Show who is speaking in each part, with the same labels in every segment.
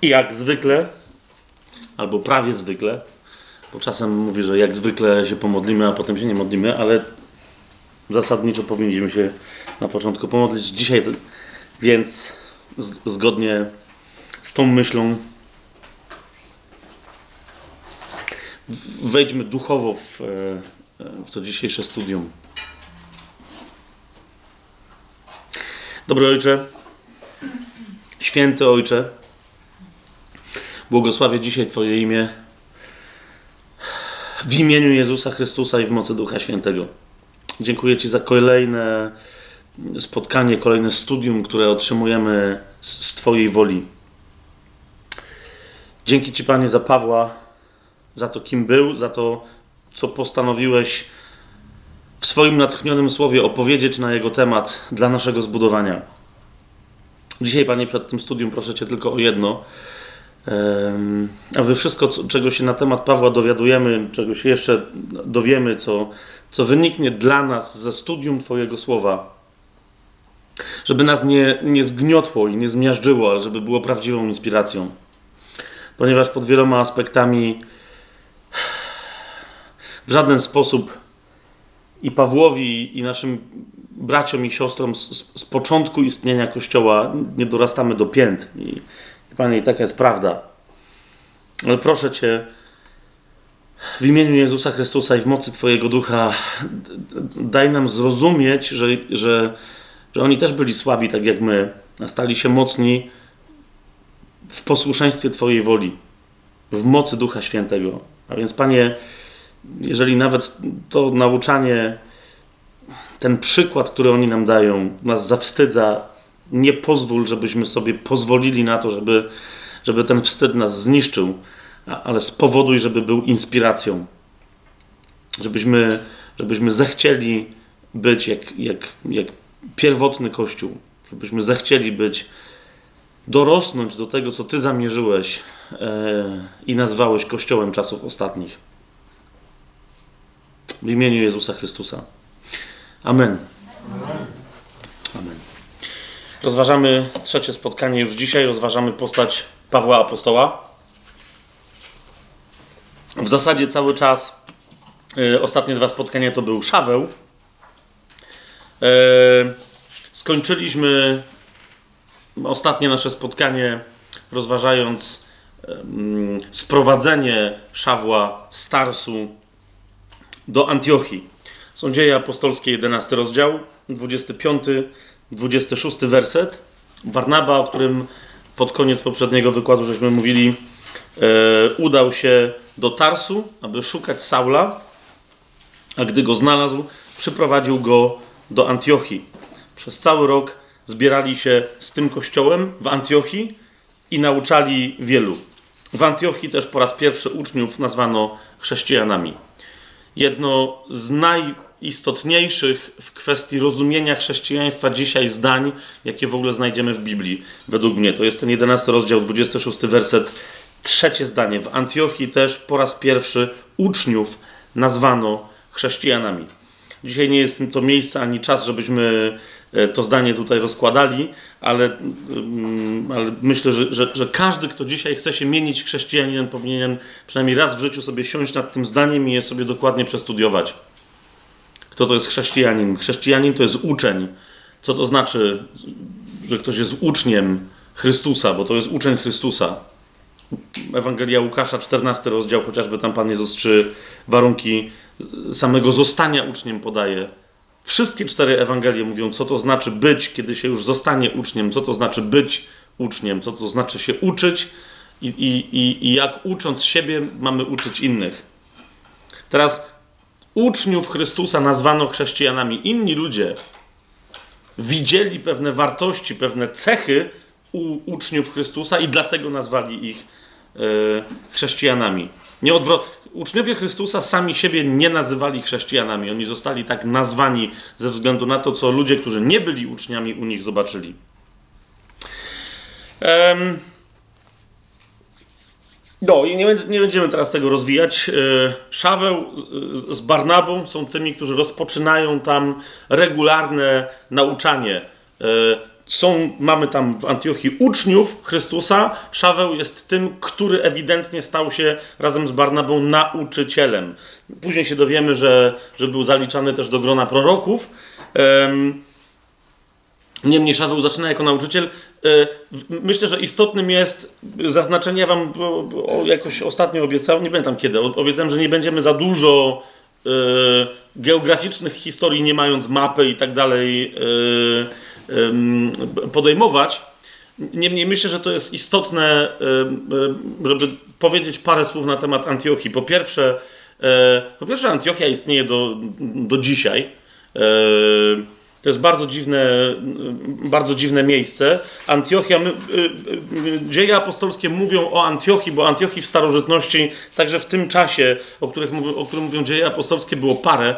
Speaker 1: I jak zwykle, albo prawie zwykle, bo czasem mówię, że jak zwykle się pomodlimy, a potem się nie modlimy, ale zasadniczo powinniśmy się na początku pomodlić dzisiaj, więc zgodnie z tą myślą wejdźmy duchowo w to dzisiejsze studium. Dobry Ojcze, święty Ojcze, błogosławię dzisiaj Twoje imię w imieniu Jezusa Chrystusa i w mocy Ducha Świętego. Dziękuję Ci za kolejne spotkanie, kolejne studium, które otrzymujemy z Twojej woli. Dzięki Ci, Panie, za Pawła, za to, kim był, za to, co postanowiłeś w swoim natchnionym słowie opowiedzieć na jego temat dla naszego zbudowania. Dzisiaj, Panie, przed tym studium proszę Cię tylko o jedno, aby wszystko, czego się na temat Pawła dowiadujemy, czego się jeszcze dowiemy, co wyniknie dla nas ze studium Twojego słowa, żeby nas nie zgniotło i nie zmiażdżyło, ale żeby było prawdziwą inspiracją. Ponieważ pod wieloma aspektami w żaden sposób i Pawłowi, i naszym braciom i siostrom z początku istnienia Kościoła nie dorastamy do pięt. I Panie, i taka jest prawda. Ale proszę Cię, w imieniu Jezusa Chrystusa i w mocy Twojego Ducha, daj nam zrozumieć, że oni też byli słabi, tak jak my, a stali się mocni w posłuszeństwie Twojej woli, w mocy Ducha Świętego. A więc, Panie, jeżeli nawet to nauczanie, ten przykład, który oni nam dają, nas zawstydza, nie pozwól, żebyśmy sobie pozwolili na to, żeby ten wstyd nas zniszczył, ale spowoduj, żeby był inspiracją. Żebyśmy zechcieli być jak pierwotny Kościół. Żebyśmy zechcieli dorosnąć do tego, co Ty zamierzyłeś i nazwałeś Kościołem czasów ostatnich. W imieniu Jezusa Chrystusa. Amen. Amen. Rozważamy trzecie spotkanie już dzisiaj. Rozważamy postać Pawła Apostoła. W zasadzie cały czas ostatnie dwa spotkania to był Szaweł. Skończyliśmy ostatnie nasze spotkanie rozważając sprowadzenie Szawła z Tarsu do Antiochii. Są Dzieje Apostolskie, 11 rozdział, 25-26 werset. Barnaba, o którym pod koniec poprzedniego wykładu żeśmy mówili, udał się do Tarsu, aby szukać Saula, a gdy go znalazł, przyprowadził go do Antiochii. Przez cały rok zbierali się z tym kościołem w Antiochii i nauczali wielu. W Antiochii też po raz pierwszy uczniów nazwano chrześcijanami. Jedno z najistotniejszych w kwestii rozumienia chrześcijaństwa dzisiaj zdań, jakie w ogóle znajdziemy w Biblii, według mnie. To jest ten 11 rozdział, 26 werset, trzecie zdanie. W Antiochii też po raz pierwszy uczniów nazwano chrześcijanami. Dzisiaj nie jest to miejsce ani czas, żebyśmy to zdanie tutaj rozkładali, ale myślę, że każdy, kto dzisiaj chce się mienić chrześcijaninem, powinien przynajmniej raz w życiu sobie siąść nad tym zdaniem i je sobie dokładnie przestudiować. Kto to jest chrześcijanin? Chrześcijanin to jest uczeń. Co to znaczy, że ktoś jest uczniem Chrystusa, bo to jest uczeń Chrystusa. Ewangelia Łukasza, 14 rozdział, chociażby tam Pan Jezus 3 warunki samego zostania uczniem podaje. Wszystkie 4 Ewangelie mówią, co to znaczy być, kiedy się już zostanie uczniem, co to znaczy być uczniem, co to znaczy się uczyć i jak ucząc siebie mamy uczyć innych. Teraz uczniów Chrystusa nazwano chrześcijanami. Inni ludzie widzieli pewne wartości, pewne cechy u uczniów Chrystusa i dlatego nazwali ich chrześcijanami. Uczniowie Chrystusa sami siebie nie nazywali chrześcijanami. Oni zostali tak nazwani ze względu na to, co ludzie, którzy nie byli uczniami, u nich zobaczyli. No i nie będziemy teraz tego rozwijać. Szaweł z Barnabą są tymi, którzy rozpoczynają tam regularne nauczanie. mamy tam w Antiochii uczniów Chrystusa. Szaweł jest tym, który ewidentnie stał się razem z Barnabą nauczycielem. Później się dowiemy, że był zaliczany też do grona proroków. Niemniej Szaweł zaczyna jako nauczyciel. Myślę, że istotnym jest zaznaczenie, ja wam jakoś ostatnio obiecałem, nie pamiętam kiedy, obiecałem, że nie będziemy za dużo geograficznych historii, nie mając mapy i tak dalej, podejmować. Niemniej myślę, że to jest istotne, żeby powiedzieć parę słów na temat Antiochii. Po pierwsze Antiochia istnieje do dzisiaj. To jest bardzo dziwne miejsce. Antiochia, dzieje apostolskie mówią o Antiochii, bo Antiochii w starożytności, także w tym czasie, o którym mówią dzieje apostolskie, było parę.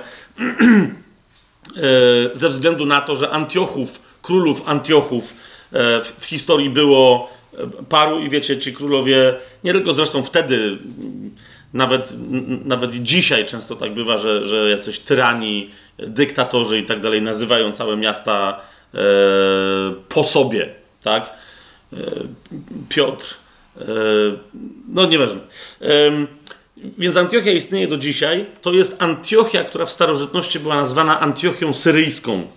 Speaker 1: Ze względu na to, że królów Antiochów w historii było paru i wiecie, ci królowie, nie tylko zresztą wtedy, nawet i dzisiaj często tak bywa, że jacyś tyrani, dyktatorzy i tak dalej nazywają całe miasta po sobie, tak? Piotr, no nieważne. Więc Antiochia istnieje do dzisiaj. To jest Antiochia, która w starożytności była nazwana Antiochią Syryjską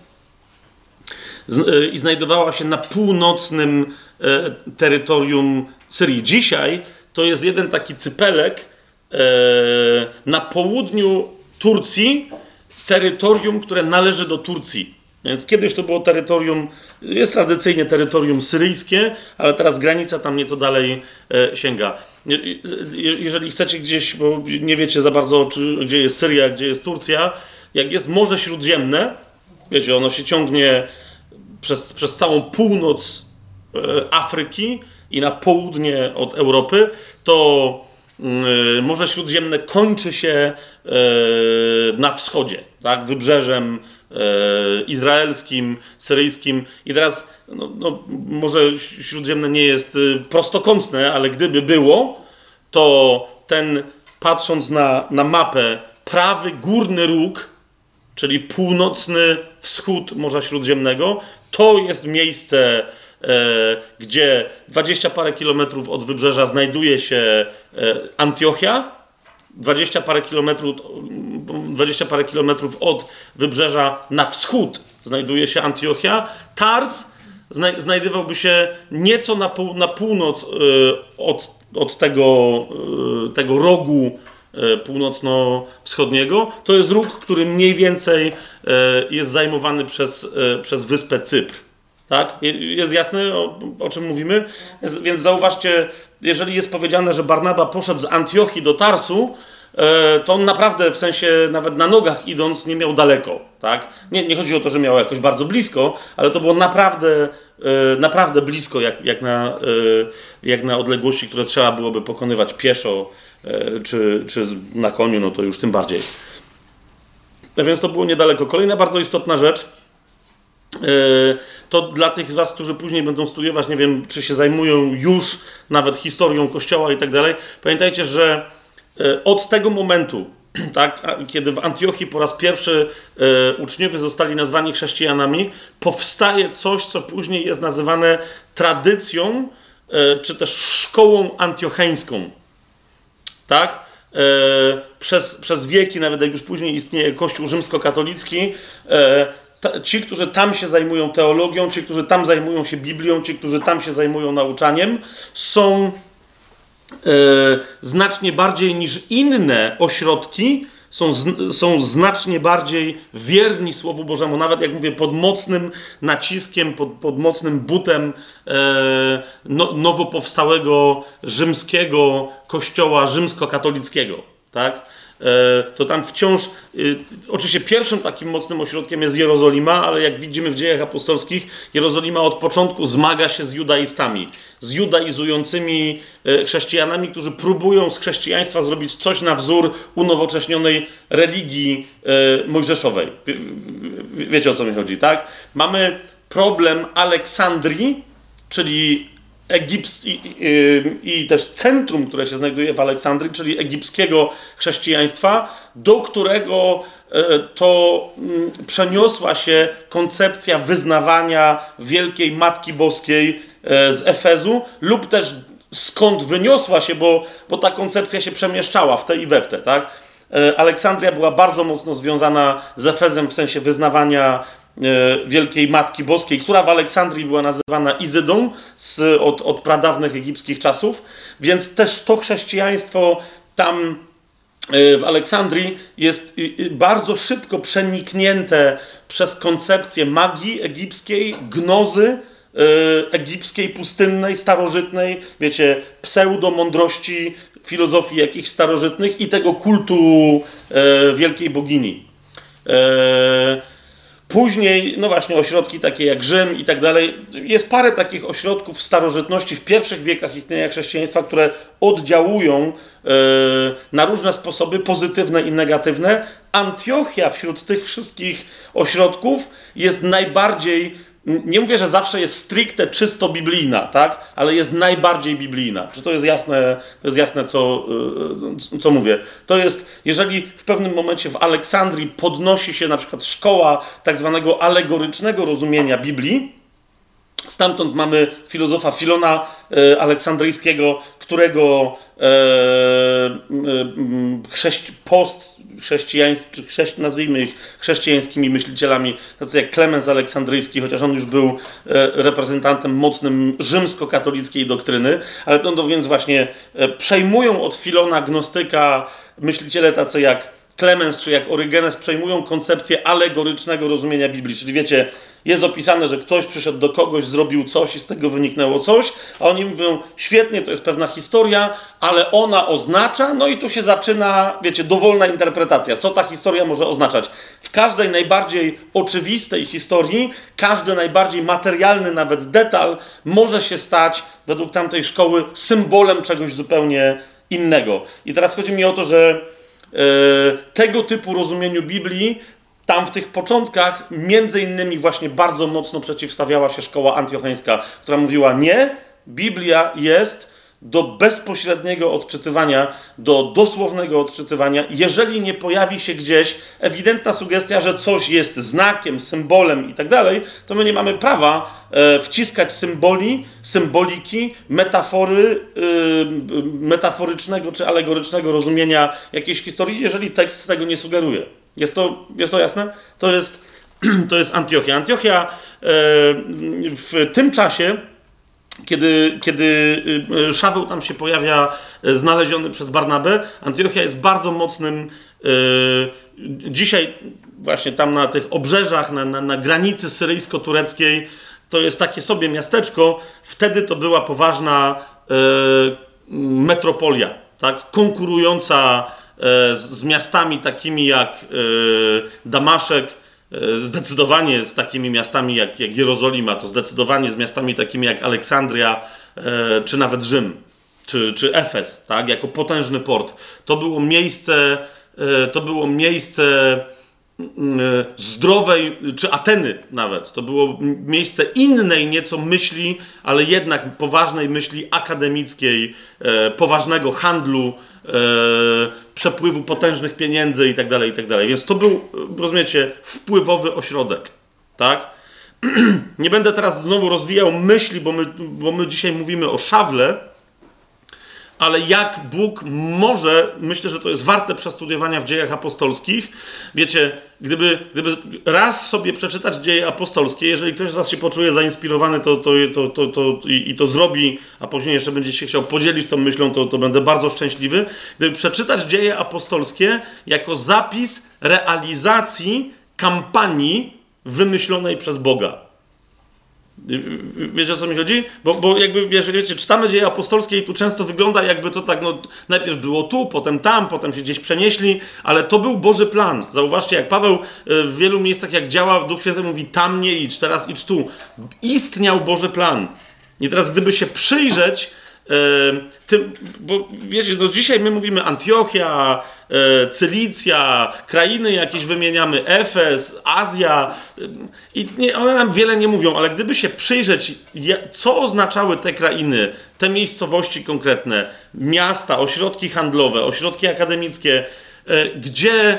Speaker 1: i znajdowała się na północnym terytorium Syrii. Dzisiaj to jest jeden taki cypelek na południu Turcji, terytorium, które należy do Turcji. Więc kiedyś to było terytorium, jest tradycyjnie terytorium syryjskie, ale teraz granica tam nieco dalej sięga. Jeżeli chcecie gdzieś, bo nie wiecie za bardzo, gdzie jest Syria, gdzie jest Turcja, jak jest Morze Śródziemne, wiecie, ono się ciągnie przez całą północ Afryki i na południe od Europy, to Morze Śródziemne kończy się na wschodzie, tak? Wybrzeżem izraelskim, syryjskim. I teraz Morze Śródziemne nie jest prostokątne, ale gdyby było, to patrząc na mapę, prawy górny róg, czyli północny wschód Morza Śródziemnego, to jest miejsce, gdzie 20 parę kilometrów od wybrzeża znajduje się Antiochia, 20 parę kilometrów od wybrzeża na wschód znajduje się Antiochia. Tars znajdowałby się nieco na północ od tego rogu północno-wschodniego. To jest róg, który mniej więcej jest zajmowany przez wyspę Cypr. Tak? Jest jasne, o czym mówimy? Więc zauważcie, jeżeli jest powiedziane, że Barnaba poszedł z Antiochii do Tarsu, to on naprawdę, w sensie nawet na nogach idąc, nie miał daleko. Tak? Nie chodzi o to, że miał jakoś bardzo blisko, ale to było naprawdę blisko, jak na odległości, które trzeba byłoby pokonywać pieszo, czy na koniu, no to już tym bardziej. Więc to było niedaleko. Kolejna bardzo istotna rzecz, to dla tych z was, którzy później będą studiować, nie wiem, czy się zajmują już nawet historią Kościoła i tak dalej, pamiętajcie, że od tego momentu, tak, kiedy w Antiochii po raz pierwszy uczniowie zostali nazwani chrześcijanami, powstaje coś, co później jest nazywane tradycją, czy też szkołą antiocheńską. Tak? Przez wieki, nawet jak już później istnieje Kościół rzymskokatolicki, ci, którzy tam się zajmują teologią, ci, którzy tam zajmują się Biblią, ci, którzy tam się zajmują nauczaniem, są znacznie bardziej niż inne ośrodki, są znacznie bardziej wierni Słowu Bożemu, nawet jak mówię, pod mocnym naciskiem, pod mocnym butem nowo powstałego rzymskiego kościoła rzymskokatolickiego, tak? To tam wciąż, oczywiście pierwszym takim mocnym ośrodkiem jest Jerozolima, ale jak widzimy w dziejach apostolskich, Jerozolima od początku zmaga się z judaistami, z judaizującymi chrześcijanami, którzy próbują z chrześcijaństwa zrobić coś na wzór unowocześnionej religii mojżeszowej. Wiecie, o co mi chodzi, tak? Mamy problem Aleksandrii, czyli i też centrum, które się znajduje w Aleksandrii, czyli egipskiego chrześcijaństwa, do którego to przeniosła się koncepcja wyznawania Wielkiej Matki Boskiej z Efezu, lub też skąd wyniosła się, bo ta koncepcja się przemieszczała w te i we w te, tak? Aleksandria była bardzo mocno związana z Efezem w sensie wyznawania Wielkiej Matki Boskiej, która w Aleksandrii była nazywana Izydą od pradawnych egipskich czasów, więc też to chrześcijaństwo tam w Aleksandrii jest bardzo szybko przeniknięte przez koncepcję magii egipskiej, gnozy egipskiej, pustynnej, starożytnej, wiecie, pseudo-mądrości, filozofii jakichś starożytnych i tego kultu wielkiej bogini. Później, no właśnie, ośrodki takie jak Rzym i tak dalej. Jest parę takich ośrodków w starożytności, w pierwszych wiekach istnienia chrześcijaństwa, które oddziałują na różne sposoby, pozytywne i negatywne. Antiochia wśród tych wszystkich ośrodków jest najbardziej, nie mówię, że zawsze jest stricte czysto biblijna, tak? Ale jest najbardziej biblijna. Czy to jest jasne, co mówię? To jest, jeżeli w pewnym momencie w Aleksandrii podnosi się na przykład szkoła tak zwanego alegorycznego rozumienia Biblii, stamtąd mamy filozofa Filona Aleksandryjskiego, którego nazwijmy ich chrześcijańskimi myślicielami, tacy jak Klemens Aleksandryjski, chociaż on już był reprezentantem mocnym rzymskokatolickiej doktryny, ale to więc właśnie przejmują od Filona gnostyka myśliciele tacy jak Klemens czy jak Orygenes, przejmują koncepcję alegorycznego rozumienia Biblii, czyli wiecie, jest opisane, że ktoś przyszedł do kogoś, zrobił coś i z tego wyniknęło coś, a oni mówią, świetnie, to jest pewna historia, ale ona oznacza, no i tu się zaczyna, wiecie, dowolna interpretacja, co ta historia może oznaczać. W każdej najbardziej oczywistej historii, każdy najbardziej materialny nawet detal może się stać, według tamtej szkoły, symbolem czegoś zupełnie innego. I teraz chodzi mi o to, że tego typu rozumieniu Biblii tam w tych początkach między innymi właśnie bardzo mocno przeciwstawiała się szkoła antiocheńska, która mówiła nie, Biblia jest do bezpośredniego odczytywania, do dosłownego odczytywania. Jeżeli nie pojawi się gdzieś ewidentna sugestia, że coś jest znakiem, symbolem i tak dalej, to my nie mamy prawa wciskać symboliki, metafory, metaforycznego czy alegorycznego rozumienia jakiejś historii, jeżeli tekst tego nie sugeruje. Jest to jasne? To jest Antiochia. Antiochia w tym czasie, kiedy Szaweł tam się pojawia, znaleziony przez Barnabę, Antiochia jest bardzo mocnym, dzisiaj właśnie tam na tych obrzeżach, na granicy syryjsko-tureckiej, to jest takie sobie miasteczko, wtedy to była poważna metropolia, tak? Konkurująca z miastami takimi jak Damaszek, zdecydowanie z takimi miastami jak Jerozolima, to zdecydowanie z miastami takimi jak Aleksandria, czy nawet Rzym, czy Efes, tak? Jako potężny port. To było miejsce zdrowej, czy Ateny nawet. To było miejsce innej nieco myśli, ale jednak poważnej myśli akademickiej, poważnego handlu, przepływu potężnych pieniędzy i tak dalej, i tak dalej. Więc to był, rozumiecie, wpływowy ośrodek, tak? Nie będę teraz znowu rozwijał myśli, bo my dzisiaj mówimy o Szawle, ale jak Bóg może, myślę, że to jest warte przestudiowania w Dziejach Apostolskich. Wiecie, gdyby raz sobie przeczytać Dzieje Apostolskie, jeżeli ktoś z was się poczuje zainspirowany, to zrobi, a później jeszcze będzie się chciał podzielić tą myślą, to będę bardzo szczęśliwy. Gdyby przeczytać Dzieje Apostolskie jako zapis realizacji kampanii wymyślonej przez Boga. Wiecie, o co mi chodzi? Bo jakby, wiecie, czytamy Dzieje Apostolskie i tu często wygląda, jakby to tak, no, najpierw było tu, potem tam, potem się gdzieś przenieśli, ale to był Boży plan. Zauważcie, jak Paweł w wielu miejscach, jak działa, Duch Święty mówi, tam nie idź, teraz idź tu. Istniał Boży plan. I teraz, gdyby się przyjrzeć tym, bo wiecie, no dzisiaj my mówimy Antiochia, Cylicja, krainy jakieś wymieniamy, Efes, Azja i one nam wiele nie mówią, ale gdyby się przyjrzeć, co oznaczały te krainy, te miejscowości konkretne, miasta, ośrodki handlowe, ośrodki akademickie, gdzie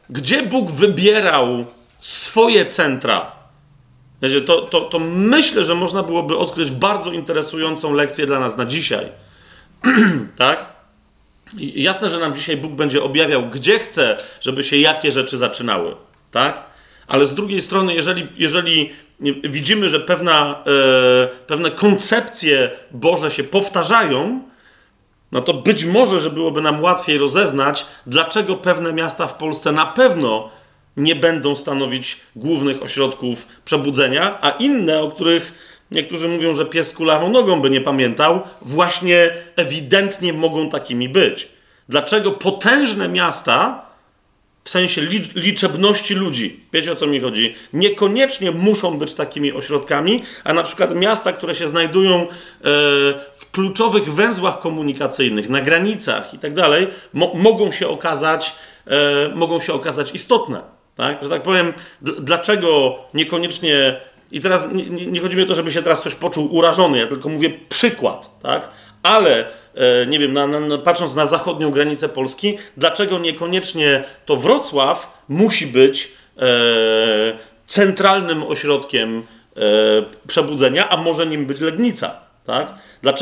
Speaker 1: Gdzie Bóg wybierał swoje centra? Wiecie, to myślę, że można byłoby odkryć bardzo interesującą lekcję dla nas na dzisiaj. Tak? I jasne, że nam dzisiaj Bóg będzie objawiał, gdzie chce, żeby się jakie rzeczy zaczynały. Tak? Ale z drugiej strony, jeżeli widzimy, że pewne koncepcje Boże się powtarzają, no to być może, że byłoby nam łatwiej rozeznać, dlaczego pewne miasta w Polsce na pewno nie będą stanowić głównych ośrodków przebudzenia, a inne, o których niektórzy mówią, że pies z kulawą nogą by nie pamiętał, właśnie ewidentnie mogą takimi być. Dlaczego potężne miasta, w sensie liczebności ludzi, wiecie o co mi chodzi, niekoniecznie muszą być takimi ośrodkami, a na przykład miasta, które się znajdują w kluczowych węzłach komunikacyjnych, na granicach i tak dalej, mogą się okazać istotne. Tak? Że tak powiem, dlaczego niekoniecznie... I teraz nie chodzi mi o to, żeby się teraz ktoś poczuł urażony, ja tylko mówię przykład, tak? Ale nie wiem, patrząc na zachodnią granicę Polski, dlaczego niekoniecznie to Wrocław musi być centralnym ośrodkiem przebudzenia, a może nim być Legnica, tak?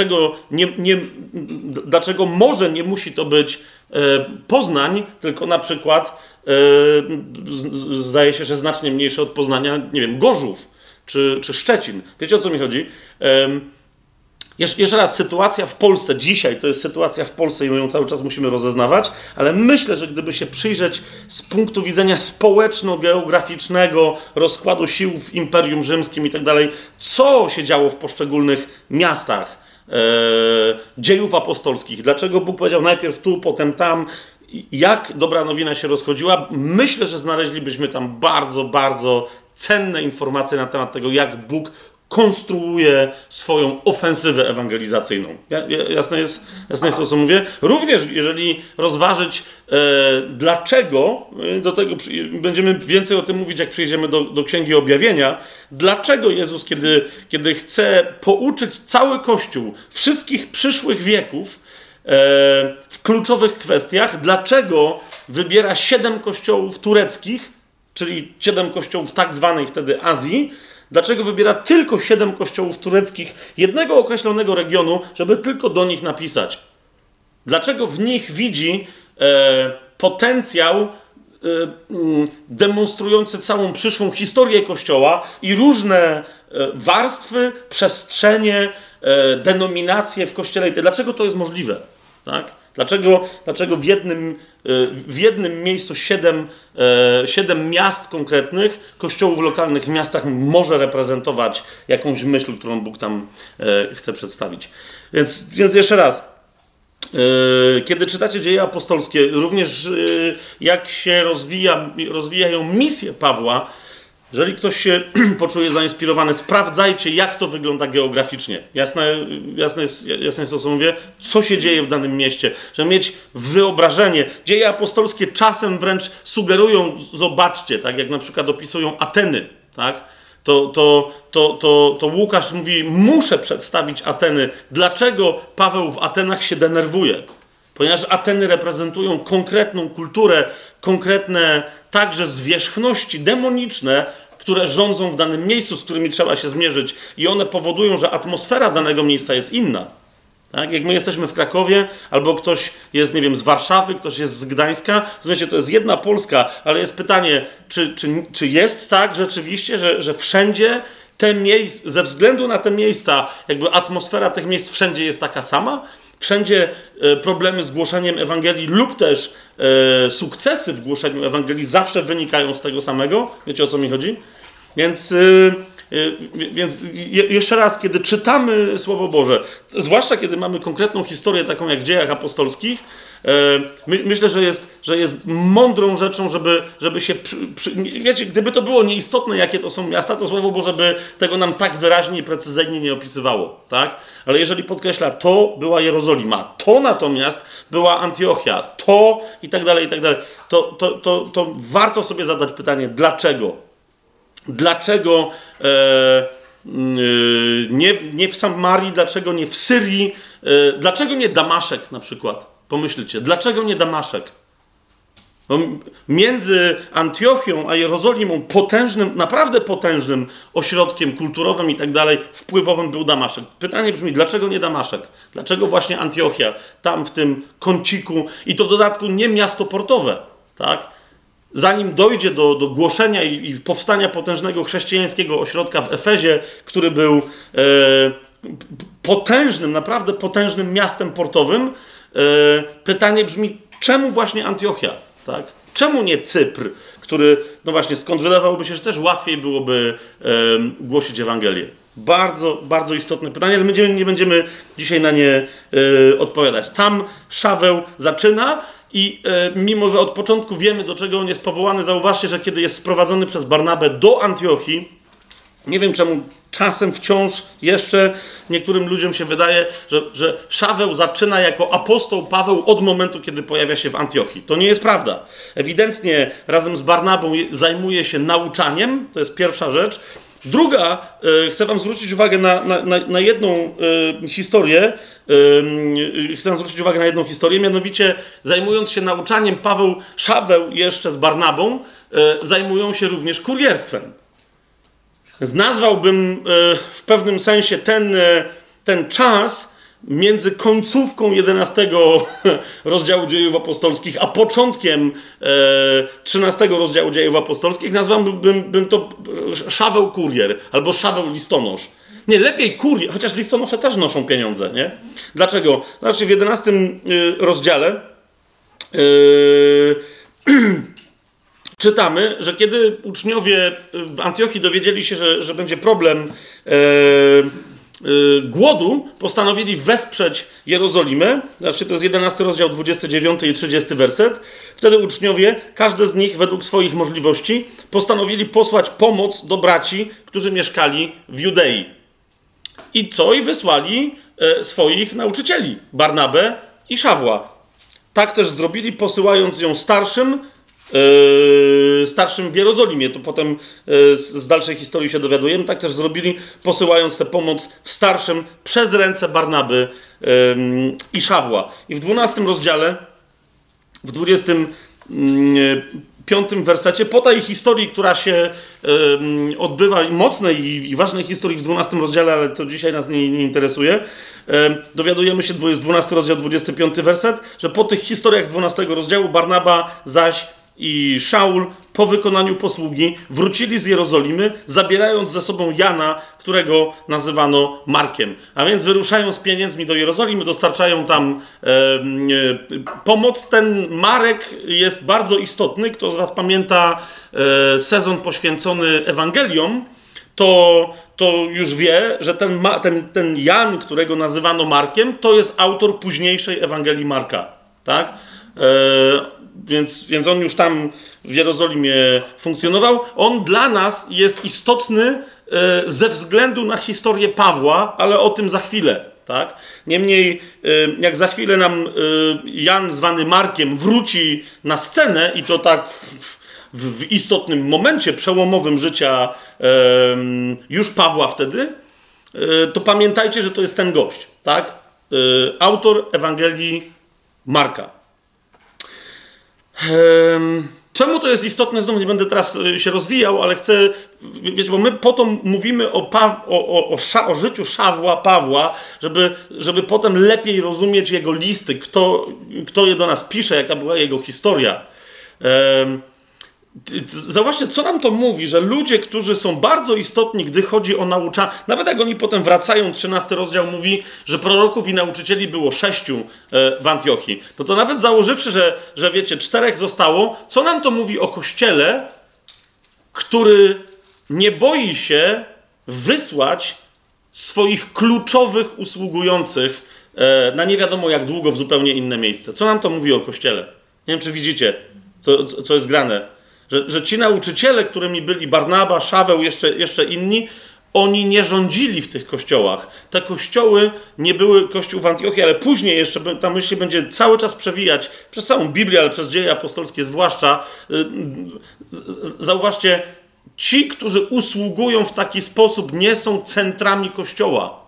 Speaker 1: Dlaczego może nie musi to być Poznań, tylko na przykład zdaje się, że znacznie mniejsze od Poznania, nie wiem, Gorzów czy Szczecin. Wiecie o co mi chodzi? Jeszcze raz, sytuacja w Polsce dzisiaj to jest sytuacja w Polsce i my ją cały czas musimy rozeznawać, ale myślę, że gdyby się przyjrzeć z punktu widzenia społeczno-geograficznego rozkładu sił w Imperium Rzymskim i tak dalej, co się działo w poszczególnych miastach, dziejów apostolskich, dlaczego Bóg powiedział najpierw tu, potem tam, jak dobra nowina się rozchodziła, myślę, że znaleźlibyśmy tam bardzo, bardzo cenne informacje na temat tego, jak Bóg konstruuje swoją ofensywę ewangelizacyjną. Jasne jest to, co mówię? Również jeżeli rozważyć, dlaczego, do tego będziemy więcej o tym mówić, jak przyjdziemy do Księgi Objawienia, dlaczego Jezus, kiedy chce pouczyć cały Kościół wszystkich przyszłych wieków w kluczowych kwestiach, dlaczego wybiera 7 kościołów tureckich, czyli 7 kościołów tak zwanej wtedy Azji, dlaczego wybiera tylko 7 kościołów tureckich jednego określonego regionu, żeby tylko do nich napisać? Dlaczego w nich widzi potencjał demonstrujący całą przyszłą historię Kościoła i różne warstwy, przestrzenie, denominacje w Kościele? Dlaczego to jest możliwe? Tak? Dlaczego w jednym miejscu 7 miast konkretnych, kościołów lokalnych w miastach może reprezentować jakąś myśl, którą Bóg tam chce przedstawić. Więc jeszcze raz, kiedy czytacie Dzieje Apostolskie, również jak się rozwijają misje Pawła, jeżeli ktoś się poczuje zainspirowany, sprawdzajcie, jak to wygląda geograficznie. Jasne jest to, co mówię, co się dzieje w danym mieście. Żeby mieć wyobrażenie. Dzieje apostolskie czasem wręcz sugerują, zobaczcie, tak jak na przykład opisują Ateny, tak? To Łukasz mówi, muszę przedstawić Ateny. Dlaczego Paweł w Atenach się denerwuje? Ponieważ Ateny reprezentują konkretną kulturę, konkretne także zwierzchności demoniczne, które rządzą w danym miejscu, z którymi trzeba się zmierzyć. I one powodują, że atmosfera danego miejsca jest inna. Tak? Jak my jesteśmy w Krakowie, albo ktoś jest, nie wiem, z Warszawy, ktoś jest z Gdańska, rozumiecie, to jest jedna Polska, ale jest pytanie, czy jest tak rzeczywiście, że wszędzie te miejsca, ze względu na te miejsca, jakby atmosfera tych miejsc wszędzie jest taka sama? Wszędzie problemy z głoszeniem Ewangelii lub też sukcesy w głoszeniu Ewangelii zawsze wynikają z tego samego. Wiecie, o co mi chodzi? Więc jeszcze raz, kiedy czytamy Słowo Boże, zwłaszcza kiedy mamy konkretną historię taką jak w Dziejach Apostolskich, myślę, że jest mądrą rzeczą, żeby się... Wiecie, gdyby to było nieistotne, jakie to są miasta, to Słowo Boże by tego nam tak wyraźnie i precyzyjnie nie opisywało. Tak? Ale jeżeli podkreśla, to była Jerozolima, to natomiast była Antiochia, to i tak dalej, to warto sobie zadać pytanie, dlaczego? Dlaczego nie w Samarii, dlaczego nie w Syrii, dlaczego nie Damaszek na przykład? Pomyślcie, dlaczego nie Damaszek? No, między Antiochią a Jerozolimą potężnym, naprawdę potężnym ośrodkiem kulturowym i tak dalej, wpływowym był Damaszek. Pytanie brzmi, dlaczego nie Damaszek? Dlaczego właśnie Antiochia? Tam w tym kąciku i to w dodatku nie miasto portowe, tak? Zanim dojdzie do głoszenia i powstania potężnego chrześcijańskiego ośrodka w Efezie, który był potężnym, naprawdę potężnym miastem portowym, pytanie brzmi, czemu właśnie Antiochia? Tak? Czemu nie Cypr, który, no właśnie, skąd wydawałoby się, że też łatwiej byłoby głosić Ewangelię? Bardzo, bardzo istotne pytanie, ale my nie będziemy dzisiaj na nie odpowiadać. Tam Szaweł zaczyna i mimo, że od początku wiemy, do czego on jest powołany, zauważcie, że kiedy jest sprowadzony przez Barnabę do Antiochii, nie wiem czemu czasem wciąż jeszcze niektórym ludziom się wydaje, że Szaweł zaczyna jako apostoł Paweł od momentu, kiedy pojawia się w Antiochii. To nie jest prawda. Ewidentnie razem z Barnabą zajmuje się nauczaniem, to jest pierwsza rzecz. Druga, chcę wam zwrócić uwagę na jedną historię. Chcę zwrócić uwagę na jedną historię, mianowicie zajmując się nauczaniem Szaweł jeszcze z Barnabą zajmują się również kurierstwem. Nazwałbym w pewnym sensie ten czas między końcówką 11 rozdziału Dziejów Apostolskich a początkiem 13 rozdziału Dziejów Apostolskich, nazwałbym to Szaweł kurier albo Szaweł listonosz. Nie, lepiej kurier, chociaż listonosze też noszą pieniądze, nie? Dlaczego? Znaczy w 11 rozdziale czytamy, że kiedy uczniowie w Antiochii dowiedzieli się, że będzie problem głodu, postanowili wesprzeć Jerozolimę. Znaczy, to jest 11 rozdział, 29 i 30 werset. Wtedy uczniowie, każdy z nich według swoich możliwości, postanowili posłać pomoc do braci, którzy mieszkali w Judei. I co? I wysłali swoich nauczycieli, Barnabę i Szawła. Tak też zrobili, posyłając ją starszym w Jerozolimie. To potem z dalszej historii się dowiadujemy. Tak też zrobili, posyłając tę pomoc starszym przez ręce Barnaby i Szawła. I w 12 rozdziale, w 25 wersecie, po tej historii, która się odbywa, i mocnej i ważnej historii w 12 rozdziale, ale to dzisiaj nas nie interesuje, dowiadujemy się, jest 12 rozdział, 25 werset, że po tych historiach z 12 rozdziału Barnaba zaś i Szaul po wykonaniu posługi wrócili z Jerozolimy, zabierając ze sobą Jana, którego nazywano Markiem. A więc wyruszają z pieniędzmi do Jerozolimy, dostarczają tam pomoc. Ten Marek jest bardzo istotny. Kto z was pamięta sezon poświęcony Ewangeliom, to już wie, że ten Jan, którego nazywano Markiem, to jest autor późniejszej Ewangelii Marka. Tak? Więc on już tam w Jerozolimie funkcjonował. On dla nas jest istotny ze względu na historię Pawła, ale o tym za chwilę. Tak? Niemniej, jak za chwilę nam Jan zwany Markiem wróci na scenę i to tak w istotnym momencie przełomowym życia już Pawła wtedy, to pamiętajcie, że to jest ten gość. Tak? Autor Ewangelii Marka. Czemu to jest istotne? Znowu nie będę teraz się rozwijał, ale chcę, wiecie, bo my potem mówimy o życiu Szawła, Pawła, żeby potem lepiej rozumieć jego listy, kto je do nas pisze, jaka była jego historia. Zauważcie, co nam to mówi, że ludzie, którzy są bardzo istotni, gdy chodzi o nauczanie, nawet jak oni potem wracają, 13 rozdział mówi, że proroków i nauczycieli było 6 w Antiochii. To nawet założywszy, że wiecie, 4 zostało, co nam to mówi o Kościele, który nie boi się wysłać swoich kluczowych usługujących na nie wiadomo jak długo w zupełnie inne miejsce. Co nam to mówi o Kościele? Nie wiem, czy widzicie, co jest grane. Że ci nauczyciele, którymi byli Barnaba, Szaweł, jeszcze inni, oni nie rządzili w tych kościołach. Te kościoły nie były kościół w Antiochii, ale później jeszcze ta myśl się będzie cały czas przewijać przez całą Biblię, ale przez dzieje apostolskie zwłaszcza. Zauważcie, ci, którzy usługują w taki sposób, nie są centrami kościoła.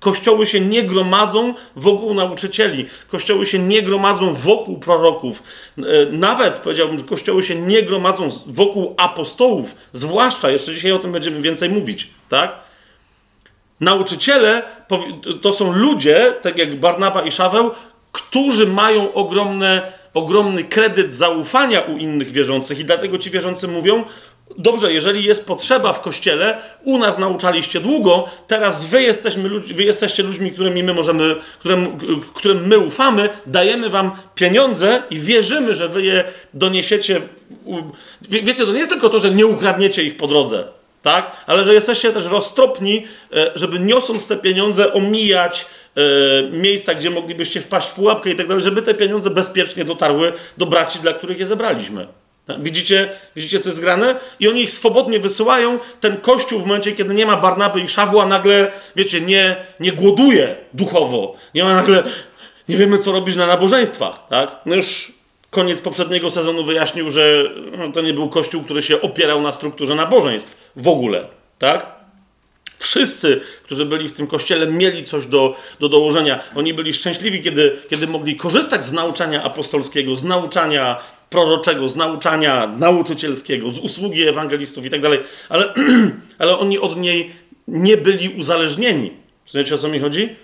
Speaker 1: Kościoły się nie gromadzą wokół nauczycieli. Kościoły się nie gromadzą wokół proroków. Nawet, powiedziałbym, że kościoły się nie gromadzą wokół apostołów. Zwłaszcza, jeszcze dzisiaj o tym będziemy więcej mówić, tak? Nauczyciele to są ludzie, tak jak Barnaba i Szaweł, którzy mają ogromny kredyt zaufania u innych wierzących i dlatego ci wierzący mówią: dobrze, jeżeli jest potrzeba w Kościele, u nas nauczaliście długo, teraz wy jesteście ludźmi, którym my ufamy, dajemy wam pieniądze i wierzymy, że wy je doniesiecie. Wiecie, to nie jest tylko to, że nie ukradniecie ich po drodze, tak? Ale że jesteście też roztropni, żeby niosąc te pieniądze omijać miejsca, gdzie moglibyście wpaść w pułapkę i tak dalej, żeby te pieniądze bezpiecznie dotarły do braci, dla których je zebraliśmy. Widzicie, co jest grane? I oni ich swobodnie wysyłają. Ten kościół w momencie, kiedy nie ma Barnaby i Szawła, nagle, wiecie, nie głoduje duchowo. Nie ma nagle, nie wiemy, co robić na nabożeństwach, tak? No już koniec poprzedniego sezonu wyjaśnił, że to nie był kościół, który się opierał na strukturze nabożeństw w ogóle, tak? Wszyscy, którzy byli w tym kościele, mieli coś do dołożenia. Oni byli szczęśliwi, kiedy mogli korzystać z nauczania apostolskiego, z nauczania proroczego, z nauczania nauczycielskiego, z usługi ewangelistów i tak dalej, ale oni od niej nie byli uzależnieni. Wiecie, o co mi chodzi?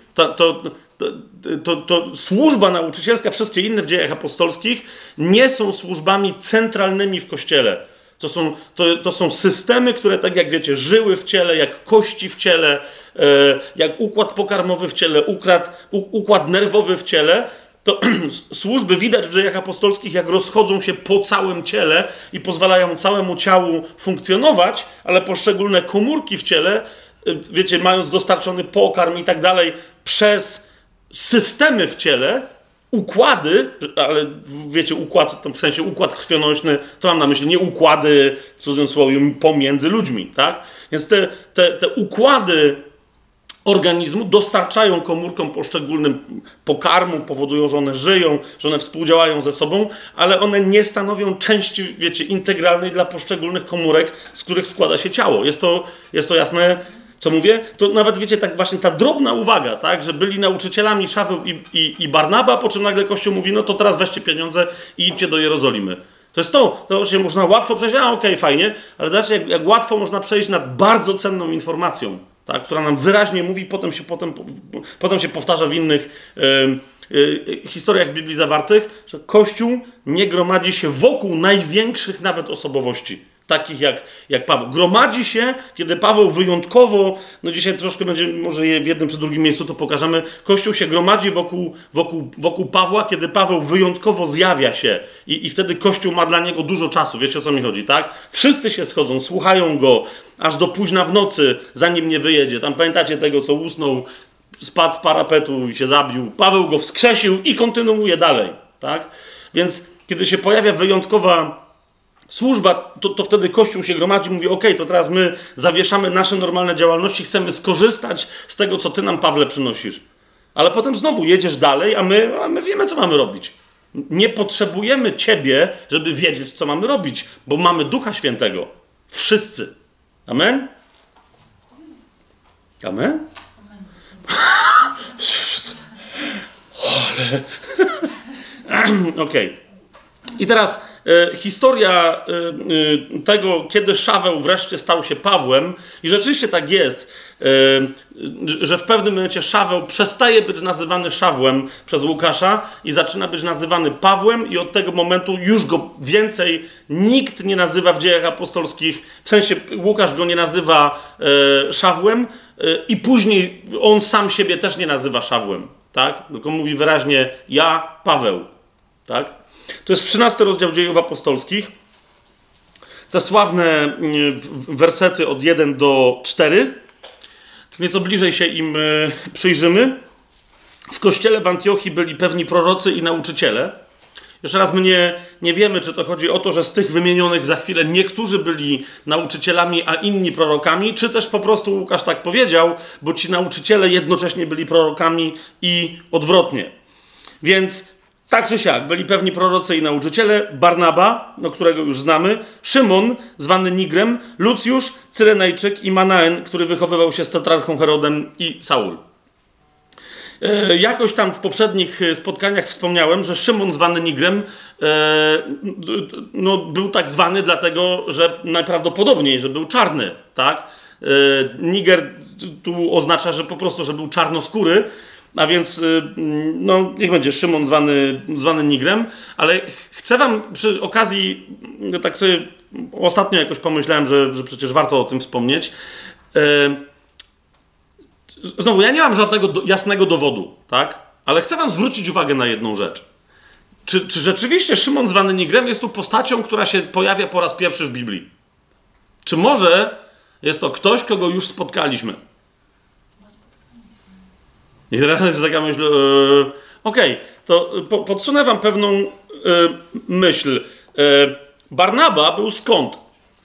Speaker 1: To służba nauczycielska, wszystkie inne w dziejach apostolskich nie są służbami centralnymi w Kościele. To są systemy, które, tak jak wiecie, żyły w ciele, jak kości w ciele, jak układ pokarmowy w ciele, układ nerwowy w ciele. To służby widać w dziejach apostolskich, jak rozchodzą się po całym ciele i pozwalają całemu ciału funkcjonować, ale poszczególne komórki w ciele, wiecie, mając dostarczony pokarm i tak dalej, przez systemy w ciele, układy, ale wiecie, układ, w sensie układ krwionośny, to mam na myśli nie układy, w cudzysłowie, pomiędzy ludźmi, tak? Więc te układy organizmu dostarczają komórkom poszczególnym pokarmu, powodują, że one żyją, że one współdziałają ze sobą, ale one nie stanowią części, wiecie, integralnej dla poszczególnych komórek, z których składa się ciało. Jest to jasne, co mówię? To nawet, wiecie, tak właśnie ta drobna uwaga, tak, że byli nauczycielami Szaweł i Barnaba, po czym nagle Kościół mówi: no to teraz weźcie pieniądze i idźcie do Jerozolimy. To jest to się można łatwo przejść, okej, fajnie, ale zobaczcie, jak łatwo można przejść nad bardzo cenną informacją, tak, która nam wyraźnie mówi, potem się powtarza w innych historiach w Biblii zawartych, że Kościół nie gromadzi się wokół największych nawet osobowości, takich jak Paweł. Gromadzi się, kiedy Paweł wyjątkowo, no dzisiaj troszkę będzie, może w jednym czy drugim miejscu to pokażemy, Kościół się gromadzi wokół Pawła, kiedy Paweł wyjątkowo zjawia się i wtedy Kościół ma dla niego dużo czasu. Wiecie, o co mi chodzi, tak? Wszyscy się schodzą, słuchają go, aż do późna w nocy, zanim nie wyjedzie. Tam pamiętacie tego, co usnął, spadł z parapetu i się zabił. Paweł go wskrzesił i kontynuuje dalej, tak? Więc kiedy się pojawia wyjątkowa służba, to wtedy Kościół się gromadzi, mówi: okej, to teraz my zawieszamy nasze normalne działalności, chcemy skorzystać z tego, co ty nam, Pawle, przynosisz. Ale potem znowu jedziesz dalej, a my wiemy, co mamy robić. Nie potrzebujemy ciebie, żeby wiedzieć, co mamy robić, bo mamy Ducha Świętego. Wszyscy. Amen? Amen? Okej. I teraz historia tego, kiedy Szaweł wreszcie stał się Pawłem, i rzeczywiście tak jest, że w pewnym momencie Szaweł przestaje być nazywany Szawłem przez Łukasza i zaczyna być nazywany Pawłem, i od tego momentu już go więcej nikt nie nazywa w dziejach apostolskich, w sensie Łukasz go nie nazywa Szawłem, i później on sam siebie też nie nazywa Szawłem, tak? Tylko mówi wyraźnie: ja, Paweł, tak? To jest 13 rozdział Dziejów Apostolskich. Te sławne wersety od 1 do 4. Nieco bliżej się im przyjrzymy. W kościele w Antiochii byli pewni prorocy i nauczyciele. Jeszcze raz, my nie wiemy, czy to chodzi o to, że z tych wymienionych za chwilę niektórzy byli nauczycielami, a inni prorokami, czy też po prostu Łukasz tak powiedział, bo ci nauczyciele jednocześnie byli prorokami i odwrotnie. Więc tak czy siak, byli pewni prorocy i nauczyciele: Barnaba, którego już znamy, Szymon, zwany Nigrem, Lucjusz, Cyrenejczyk i Manaen, który wychowywał się z tetrarchą Herodem, i Saul. Jakoś tam w poprzednich spotkaniach wspomniałem, że Szymon zwany Nigrem był tak zwany dlatego, że najprawdopodobniej, że był czarny, tak? Niger tu oznacza, że po prostu, że był czarnoskóry, a więc niech będzie Szymon zwany Nigrem, ale chcę wam przy okazji, tak sobie ostatnio jakoś pomyślałem, że przecież warto o tym wspomnieć. Znowu, ja nie mam żadnego jasnego dowodu, tak? Ale chcę wam zwrócić uwagę na jedną rzecz. Czy rzeczywiście Szymon zwany Nigrem jest tu postacią, która się pojawia po raz pierwszy w Biblii? Czy może jest to ktoś, kogo już spotkaliśmy? I teraz jest taka myśl, okej, to podsunę wam pewną myśl. Barnaba był skąd?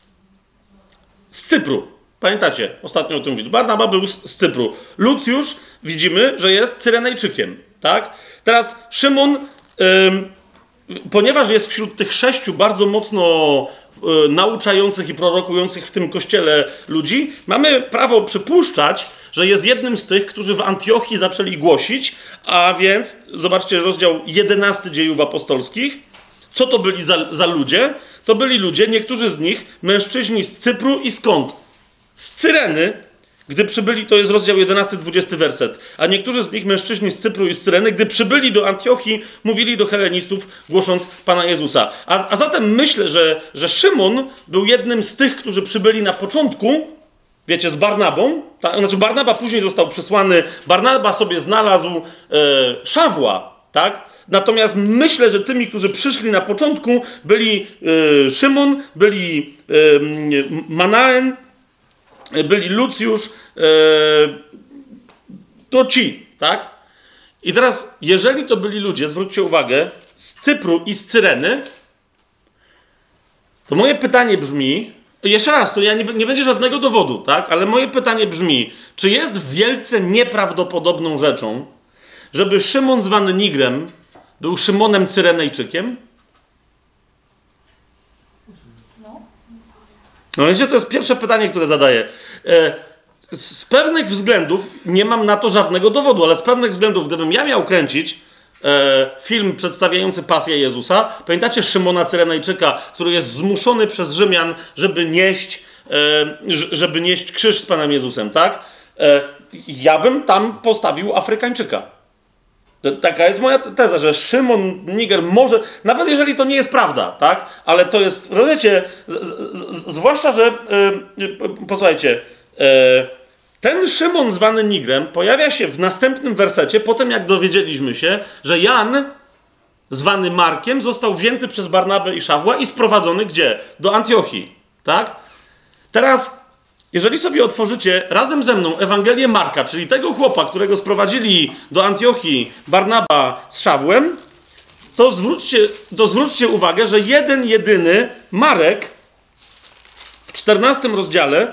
Speaker 1: Z Cypru. Pamiętacie? Ostatnio o tym mówiłem. Barnaba był z Cypru. Lucjusz, widzimy, że jest Cyrenejczykiem. Tak? Teraz Szymon, ponieważ jest wśród tych 6 bardzo mocno nauczających i prorokujących w tym kościele ludzi, mamy prawo przypuszczać, że jest jednym z tych, którzy w Antiochii zaczęli głosić, a więc, zobaczcie rozdział 11 Dziejów Apostolskich. Co to byli za ludzie? To byli ludzie, niektórzy z nich, mężczyźni z Cypru i skąd? Z Cyreny, gdy przybyli, to jest rozdział 11, 20 werset, a niektórzy z nich, mężczyźni z Cypru i z Cyreny, gdy przybyli do Antiochii, mówili do helenistów, głosząc Pana Jezusa. A zatem myślę, że Szymon był jednym z tych, którzy przybyli na początku, wiecie, z Barnabą. Znaczy Barnaba później został przysłany, Barnaba sobie znalazł Szawła, tak? Natomiast myślę, że tymi, którzy przyszli na początku, byli Szymon, byli Manaen, byli Lucjusz, to ci, tak? I teraz, jeżeli to byli ludzie, zwróćcie uwagę, z Cypru i z Cyreny, to moje pytanie brzmi, jeszcze raz, to nie będzie żadnego dowodu, tak? Ale moje pytanie brzmi, czy jest wielce nieprawdopodobną rzeczą, żeby Szymon zwany Nigrem był Szymonem Cyrenejczykiem? No wiecie, to jest pierwsze pytanie, które zadaję. Z pewnych względów, nie mam na to żadnego dowodu, ale z pewnych względów, gdybym ja miał kręcić film przedstawiający pasję Jezusa, pamiętacie Szymona Cyrenejczyka, który jest zmuszony przez Rzymian, żeby nieść krzyż z Panem Jezusem, tak? Ja bym tam postawił Afrykańczyka. Taka jest moja teza, że Szymon Niger może, nawet jeżeli to nie jest prawda, tak? Ale to jest, rozumiecie, zwłaszcza, że posłuchajcie, ten Szymon zwany Nigrem pojawia się w następnym wersecie, po tym jak dowiedzieliśmy się, że Jan zwany Markiem został wzięty przez Barnabę i Szawła i sprowadzony gdzie? Do Antiochii, tak? Teraz, jeżeli sobie otworzycie razem ze mną Ewangelię Marka, czyli tego chłopa, którego sprowadzili do Antiochii Barnaba z Szawłem, to zwróćcie uwagę, że jeden jedyny Marek w 14 rozdziale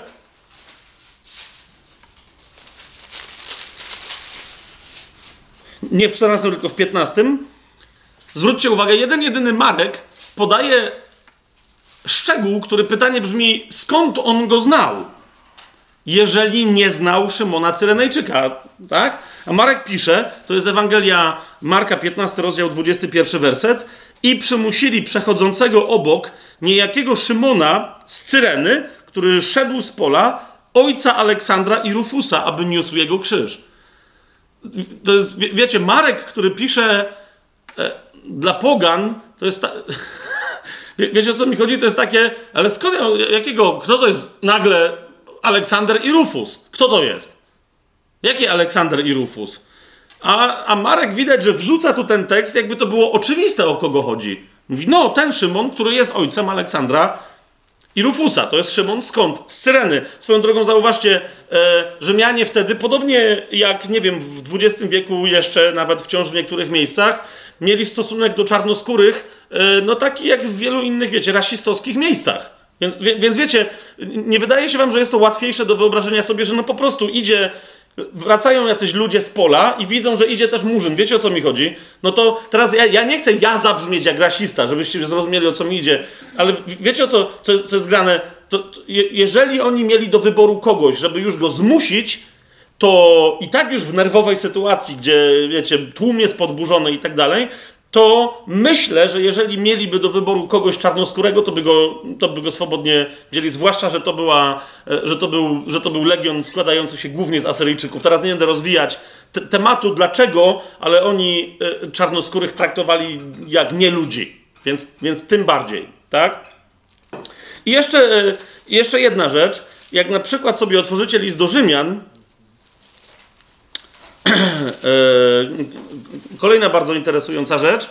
Speaker 1: nie w 14, tylko w 15. Zwróćcie uwagę, jeden jedyny Marek podaje szczegół, który pytanie brzmi, skąd on go znał? Jeżeli nie znał Szymona Cyrenejczyka, tak? A Marek pisze, to jest Ewangelia Marka, 15 rozdział, 21 werset, i przymusili przechodzącego obok niejakiego Szymona z Cyreny, który szedł z pola, ojca Aleksandra i Rufusa, aby niósł jego krzyż. To jest, wiecie, Marek, który pisze dla pogan, to jest wiecie, o co mi chodzi? To jest takie, ale skąd, kto to jest nagle Aleksander i Rufus? Kto to jest? Jaki Aleksander i Rufus? A Marek widać, że wrzuca tu ten tekst, jakby to było oczywiste, o kogo chodzi. Mówi, no, ten Szymon, który jest ojcem Aleksandra i Rufusa. To jest Szymon skąd? Z Cyreny. Swoją drogą zauważcie, Rzymianie wtedy, podobnie jak, nie wiem, w XX wieku jeszcze, nawet wciąż w niektórych miejscach, mieli stosunek do czarnoskórych, no taki jak w wielu innych, wiecie, rasistowskich miejscach. Więc wiecie, nie wydaje się wam, że jest to łatwiejsze do wyobrażenia sobie, że no po prostu wracają jacyś ludzie z pola i widzą, że idzie też Murzyn. Wiecie, o co mi chodzi? No to teraz ja nie chcę zabrzmieć jak rasista, żebyście zrozumieli, o co mi idzie, ale wiecie o to, co jest grane? Jeżeli oni mieli do wyboru kogoś, żeby już go zmusić, to i tak już w nerwowej sytuacji, gdzie, wiecie, tłum jest podburzony i tak dalej, to myślę, że jeżeli mieliby do wyboru kogoś czarnoskórego, to by go swobodnie wzięli, zwłaszcza, że to był legion składający się głównie z Asyryjczyków. Teraz nie będę rozwijać tematu, dlaczego, ale oni czarnoskórych traktowali jak nie ludzi, więc tym bardziej, tak? I jeszcze jedna rzecz. Jak na przykład sobie otworzycie list do Rzymian, kolejna bardzo interesująca rzecz.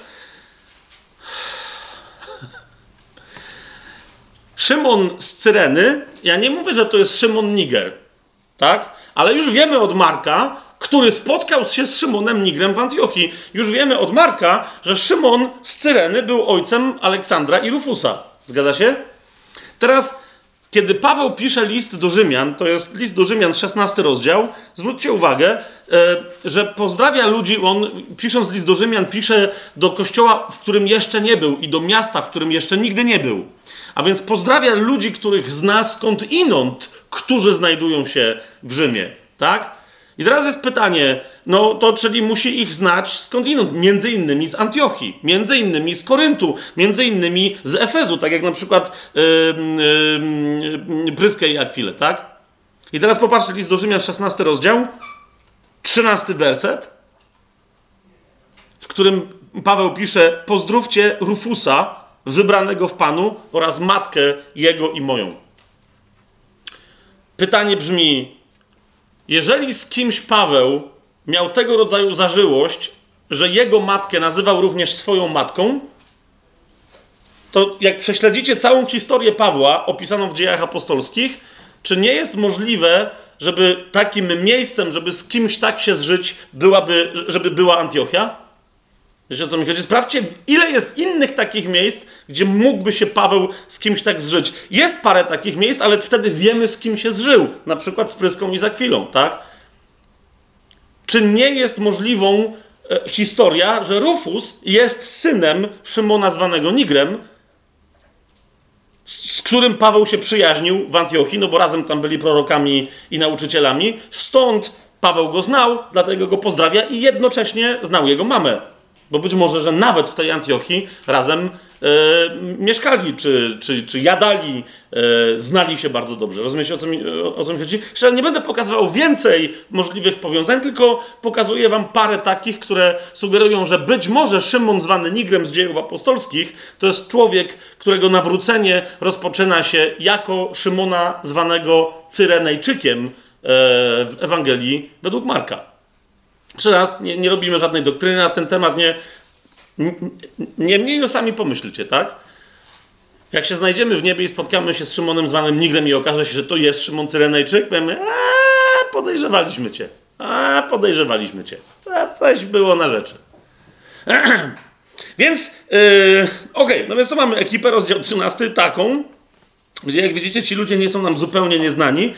Speaker 1: Szymon z Cyreny, ja nie mówię, że to jest Szymon Niger, tak? Ale już wiemy od Marka, który spotkał się z Szymonem Nigrem w Antiochii. Już wiemy od Marka, że Szymon z Cyreny był ojcem Aleksandra i Rufusa. Zgadza się? Teraz, kiedy Paweł pisze list do Rzymian, to jest list do Rzymian, 16 rozdział, zwróćcie uwagę, że pozdrawia ludzi, on pisząc list do Rzymian, pisze do kościoła, w którym jeszcze nie był i do miasta, w którym jeszcze nigdy nie był. A więc pozdrawia ludzi, których zna skądinąd, którzy znajdują się w Rzymie, tak? I teraz jest pytanie, no to czyli musi ich znać skądinąd, między innymi z Antiochii, między innymi z Koryntu, między innymi z Efezu, tak jak na przykład Pryskę i Akwilę, tak? I teraz popatrzcie, list do Rzymian, 16 rozdział, 13 werset, w którym Paweł pisze: pozdrówcie Rufusa, wybranego w Panu, oraz matkę jego i moją. Pytanie brzmi, jeżeli z kimś Paweł miał tego rodzaju zażyłość, że jego matkę nazywał również swoją matką, to jak prześledzicie całą historię Pawła opisaną w Dziejach Apostolskich, czy nie jest możliwe, żeby takim miejscem, żeby z kimś tak się zżyć, żeby była Antiochia? Wiecie, o co mi chodzi? Sprawdźcie, ile jest innych takich miejsc, gdzie mógłby się Paweł z kimś tak zżyć. Jest parę takich miejsc, ale wtedy wiemy, z kim się zżył. Na przykład z Pryską i z Akwilą, tak? Czy nie jest możliwą historia, że Rufus jest synem Szymona zwanego Nigrem, z którym Paweł się przyjaźnił w Antiochii, no bo razem tam byli prorokami i nauczycielami. Stąd Paweł go znał, dlatego go pozdrawia i jednocześnie znał jego mamę. Bo być może, że nawet w tej Antiochii razem mieszkali, czy jadali, znali się bardzo dobrze. Rozumiecie, o co mi chodzi? Jeszcze nie będę pokazywał więcej możliwych powiązań, tylko pokazuję wam parę takich, które sugerują, że być może Szymon zwany Nigrem z Dziejów Apostolskich to jest człowiek, którego nawrócenie rozpoczyna się jako Szymona zwanego Cyrenejczykiem w Ewangelii według Marka. Jeszcze raz, nie robimy żadnej doktryny na ten temat, niemniej no sami pomyślcie, tak? Jak się znajdziemy w niebie i spotkamy się z Szymonem zwanym Nigrem i okaże się, że to jest Szymon Cyrenejczyk, powiemy, podejrzewaliśmy cię. Coś było na rzeczy. Więc, okej, no więc to mamy ekipę, rozdział 13, taką, gdzie jak widzicie, ci ludzie nie są nam zupełnie nieznani.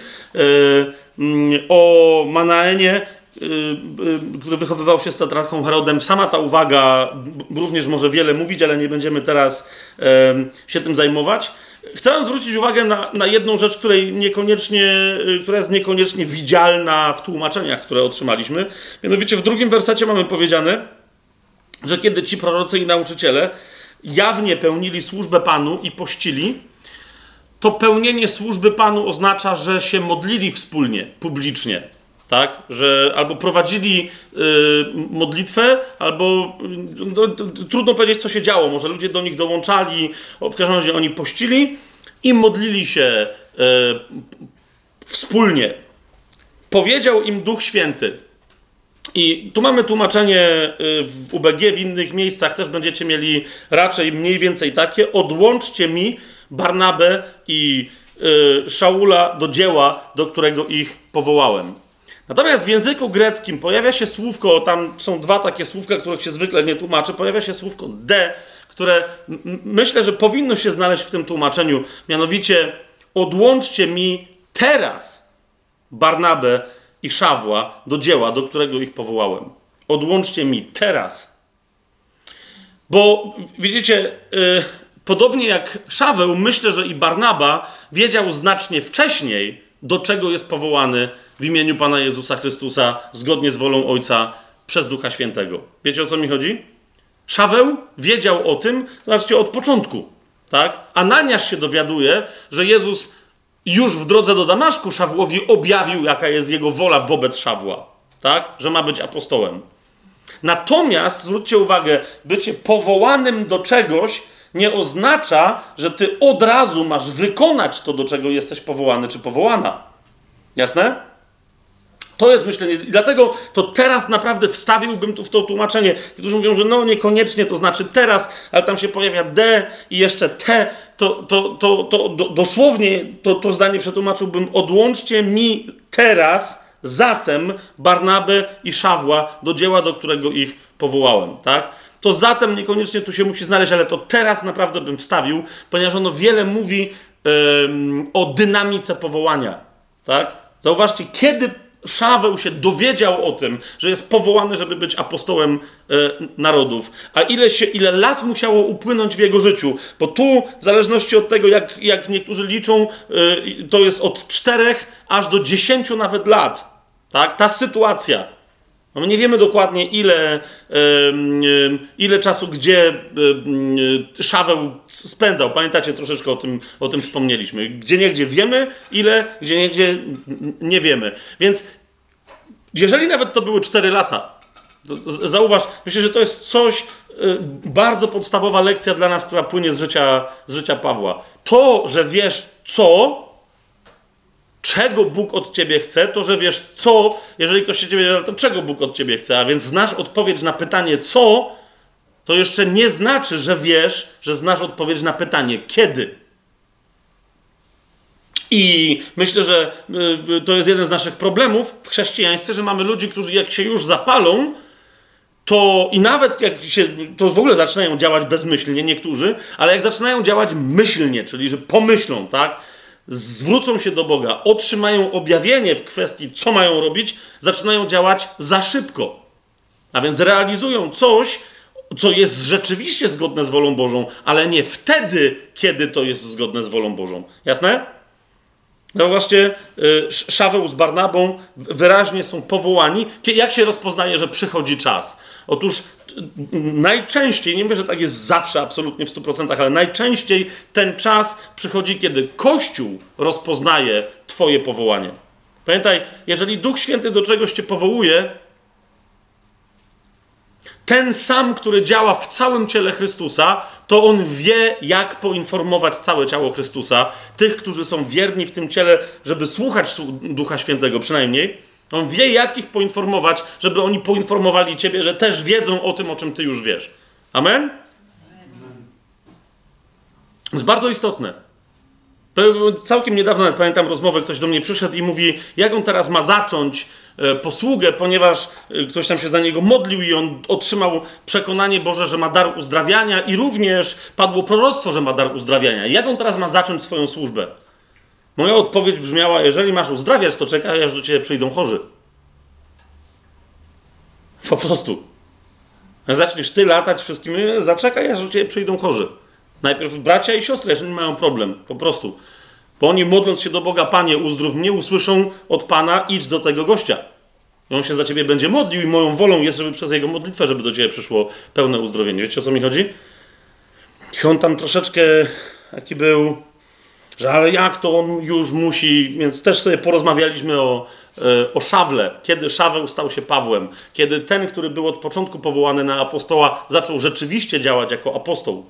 Speaker 1: O Manaenie, który wychowywał się z tetrarchą Herodem. Sama ta uwaga również może wiele mówić, ale nie będziemy teraz się tym zajmować. Chcę zwrócić uwagę na jedną rzecz, która jest niekoniecznie widzialna w tłumaczeniach, które otrzymaliśmy. Mianowicie w 2 wersecie mamy powiedziane, że kiedy ci prorocy i nauczyciele jawnie pełnili służbę Panu i pościli, to pełnienie służby Panu oznacza, że się modlili wspólnie, publicznie. Tak? Że albo prowadzili modlitwę, albo trudno powiedzieć, co się działo. Może ludzie do nich dołączali, w każdym razie oni pościli i modlili się wspólnie. Powiedział im Duch Święty. I tu mamy tłumaczenie w UBG, w innych miejscach też będziecie mieli raczej mniej więcej takie: odłączcie mi Barnabę i Szaula do dzieła, do którego ich powołałem. Natomiast w języku greckim pojawia się słówko, tam są 2 takie słówka, których się zwykle nie tłumaczy, pojawia się słówko de, które myślę, że powinno się znaleźć w tym tłumaczeniu, mianowicie odłączcie mi teraz Barnabę i Szawła do dzieła, do którego ich powołałem. Odłączcie mi teraz. Bo widzicie, podobnie jak Szaweł, myślę, że i Barnaba wiedział znacznie wcześniej, do czego jest powołany w imieniu Pana Jezusa Chrystusa, zgodnie z wolą Ojca, przez Ducha Świętego. Wiecie, o co mi chodzi? Szaweł wiedział o tym, zobaczcie, od początku. Tak? Ananiasz się dowiaduje, że Jezus już w drodze do Damaszku Szawłowi objawił, jaka jest jego wola wobec Szawła. Tak? Że ma być apostołem. Natomiast, zwróćcie uwagę, bycie powołanym do czegoś nie oznacza, że ty od razu masz wykonać to, do czego jesteś powołany czy powołana. Jasne? To jest myślenie. I dlatego to teraz naprawdę wstawiłbym tu w to tłumaczenie. Niektórzy mówią, że no niekoniecznie, to znaczy teraz, ale tam się pojawia D i jeszcze T. Dosłownie to zdanie przetłumaczyłbym: odłączcie mi teraz zatem Barnabę i Szawła do dzieła, do którego ich powołałem. Tak? To zatem niekoniecznie tu się musi znaleźć, ale to teraz naprawdę bym wstawił, ponieważ ono wiele mówi o dynamice powołania. Tak? Zauważcie, kiedy Szaweł się dowiedział o tym, że jest powołany, żeby być apostołem narodów, a ile lat musiało upłynąć w jego życiu, bo tu, w zależności od tego, jak niektórzy liczą, to jest od 4 aż do 10 nawet lat. Tak? Ta sytuacja. No my nie wiemy dokładnie, ile czasu, gdzie Szaweł spędzał. Pamiętacie, troszeczkę o tym wspomnieliśmy. Gdzieniegdzie wiemy, ile, gdzieniegdzie nie wiemy. Więc jeżeli nawet to były 4 lata, to zauważ, myślę, że to jest coś, bardzo podstawowa lekcja dla nas, która płynie z życia Pawła. To, że wiesz czego Bóg od ciebie chce, to, że wiesz co, jeżeli ktoś się ciebie pyta, to czego Bóg od ciebie chce, a więc znasz odpowiedź na pytanie co, to jeszcze nie znaczy, że wiesz, że znasz odpowiedź na pytanie kiedy. I myślę, że to jest jeden z naszych problemów w chrześcijaństwie, że mamy ludzi, którzy jak się już zapalą, to i nawet jak się, to w ogóle zaczynają działać bezmyślnie niektórzy, ale jak zaczynają działać myślnie, czyli że pomyślą, tak, zwrócą się do Boga, otrzymają objawienie w kwestii, co mają robić, zaczynają działać za szybko. A więc realizują coś, co jest rzeczywiście zgodne z wolą Bożą, ale nie wtedy, kiedy to jest zgodne z wolą Bożą. Jasne? No właśnie, Szaweł z Barnabą wyraźnie są powołani. Jak się rozpoznaje, że przychodzi czas? Otóż najczęściej, nie mówię, że tak jest zawsze, absolutnie w 100%, ale najczęściej ten czas przychodzi, kiedy Kościół rozpoznaje twoje powołanie. Pamiętaj, jeżeli Duch Święty do czegoś cię powołuje, ten sam, który działa w całym ciele Chrystusa, to on wie, jak poinformować całe ciało Chrystusa, tych, którzy są wierni w tym ciele, żeby słuchać Ducha Świętego przynajmniej. On wie, jak ich poinformować, żeby oni poinformowali ciebie, że też wiedzą o tym, o czym ty już wiesz. Amen? To jest bardzo istotne. Całkiem niedawno, pamiętam rozmowę, ktoś do mnie przyszedł i mówi, jak on teraz ma zacząć posługę, ponieważ ktoś tam się za niego modlił i on otrzymał przekonanie Boże, że ma dar uzdrawiania i również padło proroctwo, że ma dar uzdrawiania. Jak on teraz ma zacząć swoją służbę? Moja odpowiedź brzmiała, jeżeli masz uzdrawiać, to czekaj, aż do ciebie przyjdą chorzy. Po prostu. Jak zaczniesz ty latać wszystkim, zaczekaj, aż do ciebie przyjdą chorzy. Najpierw bracia i siostry, jeżeli mają problem, po prostu. Bo oni modląc się do Boga, Panie, uzdrów mnie, usłyszą od Pana, idź do tego gościa. I on się za ciebie będzie modlił i moją wolą jest, żeby przez jego modlitwę, żeby do ciebie przyszło pełne uzdrowienie. Wiecie, o co mi chodzi? I on tam troszeczkę taki był, że ale jak to on już musi, więc też sobie porozmawialiśmy o Szawle. Kiedy Szaweł stał się Pawłem. Kiedy ten, który był od początku powołany na apostoła, zaczął rzeczywiście działać jako apostoł.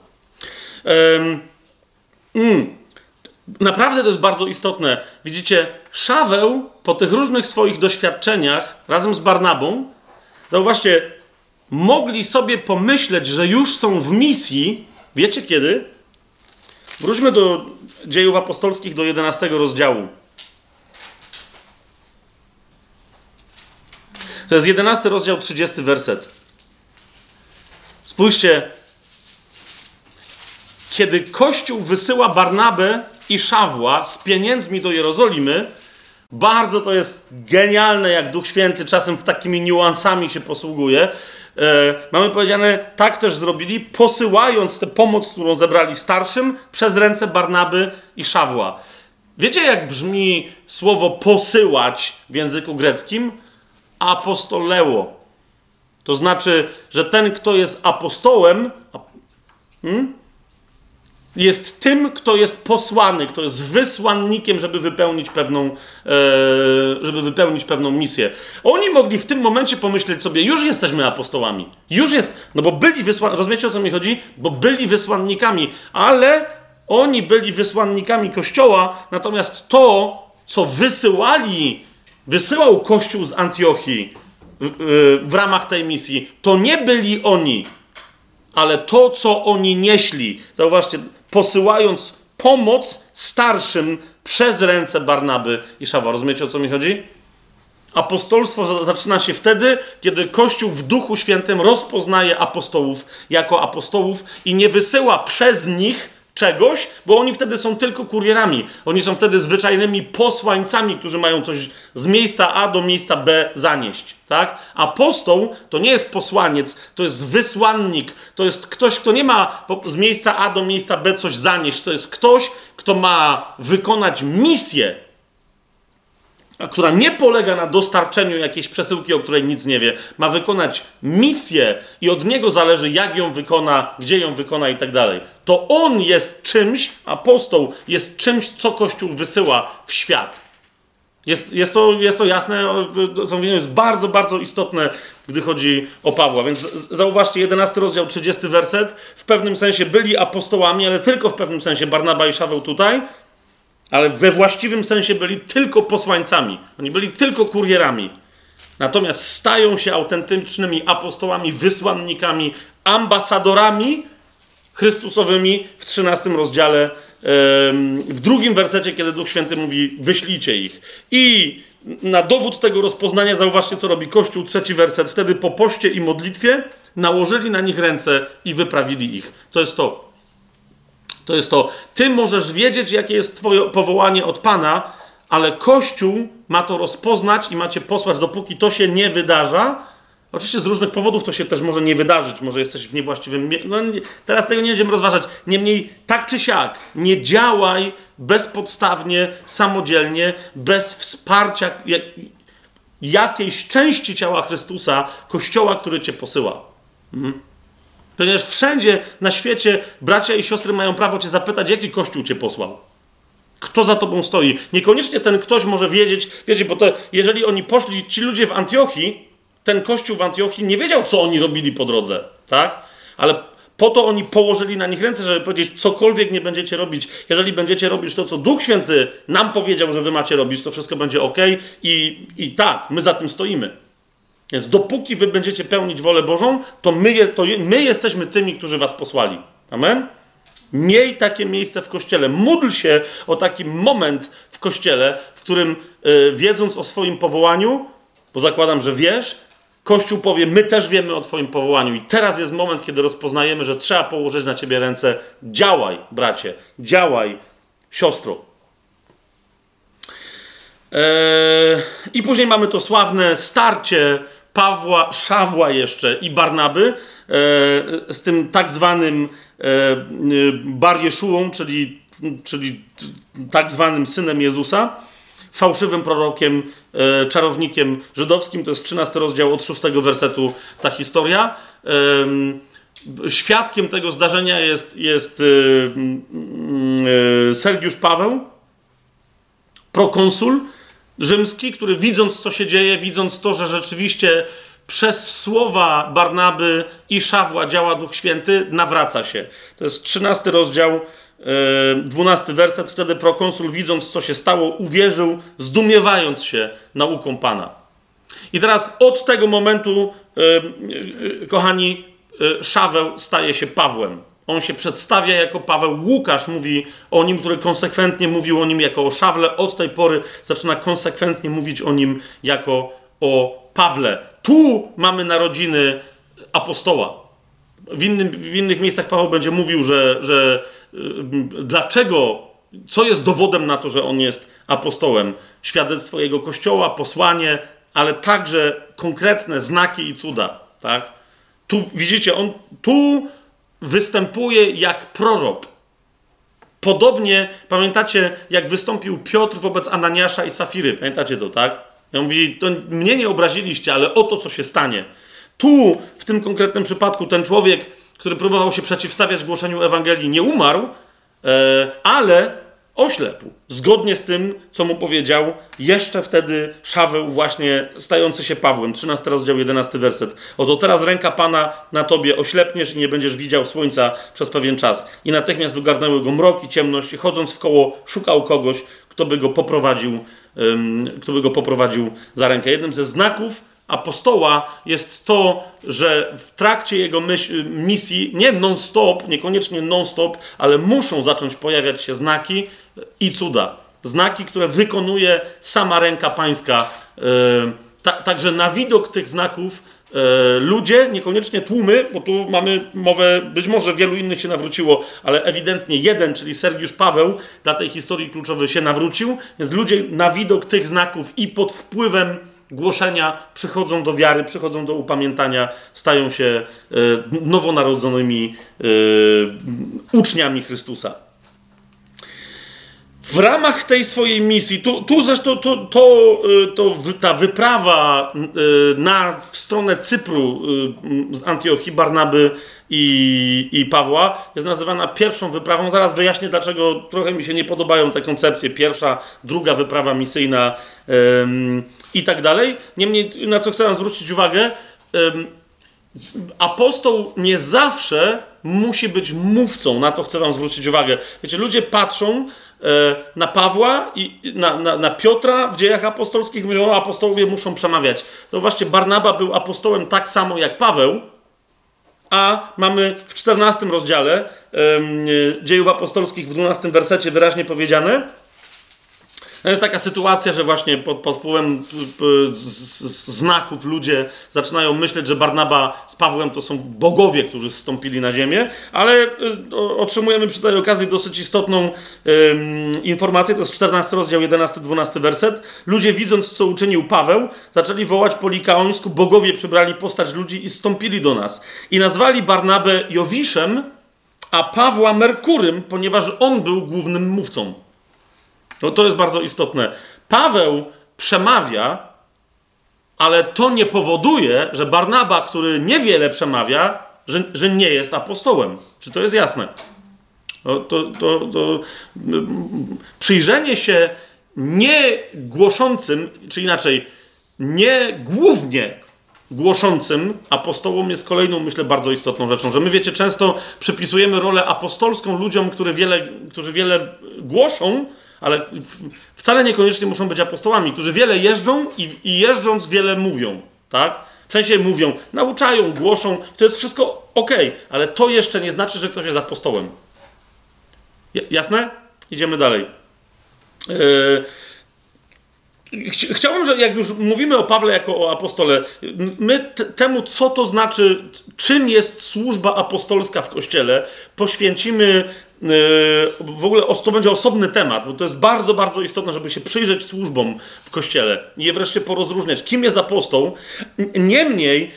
Speaker 1: Naprawdę to jest bardzo istotne. Widzicie, Szaweł po tych różnych swoich doświadczeniach razem z Barnabą, zauważcie, mogli sobie pomyśleć, że już są w misji. Wiecie kiedy? Wróćmy do Dziejów Apostolskich, do 11 rozdziału. To jest 11 rozdział, 30 werset. Spójrzcie. Kiedy Kościół wysyła Barnabę i Szawła z pieniędzmi do Jerozolimy, bardzo to jest genialne, jak Duch Święty czasem w takimi niuansami się posługuje. Mamy powiedziane, tak też zrobili, posyłając tę pomoc, którą zebrali starszym, przez ręce Barnaby i Szawła. Wiecie, jak brzmi słowo posyłać w języku greckim? Apostoleo. To znaczy, że ten, kto jest apostołem, jest tym, kto jest posłany, kto jest wysłannikiem, żeby wypełnić pewną misję. Oni mogli w tym momencie pomyśleć sobie, już jesteśmy apostołami. Już jest, no bo byli wysłannikami, rozumiecie, o co mi chodzi? Bo byli wysłannikami, ale oni byli wysłannikami Kościoła, natomiast to, co wysyłał Kościół z Antiochii w ramach tej misji, to nie byli oni, ale to, co oni nieśli. Zauważcie, posyłając pomoc starszym przez ręce Barnaby i Szawła. Rozumiecie, o co mi chodzi? Apostolstwo zaczyna się wtedy, kiedy Kościół w Duchu Świętym rozpoznaje apostołów jako apostołów i nie wysyła przez nich czegoś, bo oni wtedy są tylko kurierami. Oni są wtedy zwyczajnymi posłańcami, którzy mają coś z miejsca A do miejsca B zanieść. Tak? Apostoł to nie jest posłaniec, to jest wysłannik. To jest ktoś, kto nie ma z miejsca A do miejsca B coś zanieść. To jest ktoś, kto ma wykonać misję, która nie polega na dostarczeniu jakiejś przesyłki, o której nic nie wie. Ma wykonać misję i od niego zależy, jak ją wykona, gdzie ją wykona i tak dalej. To on jest czymś, apostoł jest czymś, co Kościół wysyła w świat. Jest to jasne, to jest bardzo, bardzo istotne, gdy chodzi o Pawła. Więc zauważcie, 11 rozdział, 30 werset. W pewnym sensie byli apostołami, ale tylko w pewnym sensie Barnaba i Szaweł tutaj. Ale we właściwym sensie byli tylko posłańcami. Oni byli tylko kurierami. Natomiast stają się autentycznymi apostołami, wysłannikami, ambasadorami chrystusowymi w 13 rozdziale, w 2 wersecie, kiedy Duch Święty mówi, wyślijcie ich. I na dowód tego rozpoznania zauważcie, co robi Kościół, 3 werset. Wtedy po poście i modlitwie nałożyli na nich ręce i wyprawili ich. To jest to. To jest to. Ty możesz wiedzieć, jakie jest twoje powołanie od Pana, ale Kościół ma to rozpoznać i macie posłać, dopóki to się nie wydarza. Oczywiście z różnych powodów to się też może nie wydarzyć. Może jesteś w niewłaściwym... No, teraz tego nie będziemy rozważać. Niemniej, tak czy siak, nie działaj bezpodstawnie, samodzielnie, bez wsparcia jakiejś części ciała Chrystusa, Kościoła, który cię posyła. Ponieważ wszędzie na świecie bracia i siostry mają prawo cię zapytać, jaki Kościół cię posłał. Kto za tobą stoi. Niekoniecznie ten ktoś może wiedzieć, wiecie, bo to jeżeli oni poszli, ci ludzie w Antiochii, ten Kościół w Antiochii nie wiedział, co oni robili po drodze, tak? Ale po to oni położyli na nich ręce, żeby powiedzieć, cokolwiek nie będziecie robić. Jeżeli będziecie robić to, co Duch Święty nam powiedział, że wy macie robić, to wszystko będzie okej i tak, my za tym stoimy. Więc dopóki wy będziecie pełnić wolę Bożą, to my jesteśmy tymi, którzy was posłali. Amen? Miej takie miejsce w Kościele. Módl się o taki moment w Kościele, w którym wiedząc o swoim powołaniu, bo zakładam, że wiesz, Kościół powie, my też wiemy o twoim powołaniu i teraz jest moment, kiedy rozpoznajemy, że trzeba położyć na ciebie ręce. Działaj, bracie. Działaj, siostro. I później mamy to sławne starcie Pawła, Szawła jeszcze i Barnaby z tym tak zwanym Bar Jeszuą, czyli tak zwanym synem Jezusa, fałszywym prorokiem, czarownikiem żydowskim. To jest 13 rozdział od 6 wersetu ta historia. Świadkiem tego zdarzenia jest Sergiusz Paweł, prokonsul rzymski, który widząc, co się dzieje, widząc to, że rzeczywiście przez słowa Barnaby i Szawła działa Duch Święty, nawraca się. To jest 13 rozdział, 12 werset. Wtedy prokonsul, widząc, co się stało, uwierzył, zdumiewając się nauką Pana. I teraz od tego momentu, kochani, Szaweł staje się Pawłem. On się przedstawia jako Paweł. Łukasz mówi o nim, który konsekwentnie mówił o nim jako o Szawle. Od tej pory zaczyna konsekwentnie mówić o nim jako o Pawle. Tu mamy narodziny apostoła. W innych miejscach Paweł będzie mówił, że dlaczego, co jest dowodem na to, że on jest apostołem. Świadectwo jego kościoła, posłanie, ale także konkretne znaki i cuda. Tak? Tu widzicie, on tu występuje jak prorok. Podobnie, pamiętacie, jak wystąpił Piotr wobec Ananiasza i Safiry. Pamiętacie to, tak? On mówi, to mnie nie obraziliście, ale oto co się stanie. Tu, w tym konkretnym przypadku, ten człowiek, który próbował się przeciwstawiać głoszeniu Ewangelii, nie umarł, ale oślepł. Zgodnie z tym, co mu powiedział jeszcze wtedy Szaweł, właśnie stający się Pawłem. 13 rozdział, 11 werset. Oto teraz ręka Pana na tobie, oślepniesz i nie będziesz widział słońca przez pewien czas. I natychmiast wygarnęły go mrok i ciemność i chodząc w koło szukał kogoś, kto by go poprowadził za rękę. Jednym ze znaków apostoła jest to, że w trakcie jego misji, nie non-stop, niekoniecznie non-stop, ale muszą zacząć pojawiać się znaki i cuda. Znaki, które wykonuje sama ręka pańska. Także na widok tych znaków ludzie, niekoniecznie tłumy, bo tu mamy mowę, być może wielu innych się nawróciło, ale ewidentnie jeden, czyli Sergiusz Paweł, dla tej historii kluczowej się nawrócił, więc ludzie na widok tych znaków i pod wpływem głoszenia przychodzą do wiary, przychodzą do upamiętania, stają się nowonarodzonymi uczniami Chrystusa. W ramach tej swojej misji, tu zresztą ta wyprawa w stronę Cypru z Antiochii, Barnaby i Pawła jest nazywana pierwszą wyprawą. Zaraz wyjaśnię, dlaczego trochę mi się nie podobają te koncepcje. Pierwsza, druga wyprawa misyjna i tak dalej. Niemniej, na co chcę zwrócić uwagę, apostoł nie zawsze musi być mówcą. Na to chcę wam zwrócić uwagę. Wiecie, ludzie patrzą na Pawła i na Piotra w dziejach apostolskich, mówią, apostołowie muszą przemawiać. To właśnie Barnaba był apostołem tak samo jak Paweł, a mamy w 14 rozdziale dziejów apostolskich w 12 wersecie wyraźnie powiedziane, no jest taka sytuacja, że właśnie pod wpływem znaków ludzie zaczynają myśleć, że Barnaba z Pawłem to są bogowie, którzy zstąpili na ziemię, ale otrzymujemy przy tej okazji dosyć istotną informację, to jest 14 rozdział, 11-12 werset. Ludzie, widząc, co uczynił Paweł, zaczęli wołać po likaońsku, bogowie przybrali postać ludzi i zstąpili do nas. I nazwali Barnabę Jowiszem, a Pawła Merkurym, ponieważ on był głównym mówcą. No, to jest bardzo istotne. Paweł przemawia, ale to nie powoduje, że Barnaba, który niewiele przemawia, że nie jest apostołem. Czy to jest jasne? Przyjrzenie się nie głoszącym, czy inaczej, nie głównie głoszącym apostołom jest kolejną, myślę, bardzo istotną rzeczą. Że my, wiecie, często przypisujemy rolę apostolską ludziom, którzy wiele głoszą, ale wcale niekoniecznie muszą być apostołami, którzy wiele jeżdżą i jeżdżąc wiele mówią, tak? W sensie mówią, nauczają, głoszą, to jest wszystko okej, ale to jeszcze nie znaczy, że ktoś jest apostołem. Jasne? Idziemy dalej. Chciałbym, że jak już mówimy o Pawle jako o apostole, my temu, co to znaczy, czym jest służba apostolska w Kościele, poświęcimy w ogóle, to będzie osobny temat, bo to jest bardzo, bardzo istotne, żeby się przyjrzeć służbom w Kościele i je wreszcie porozróżniać, kim jest apostoł. Niemniej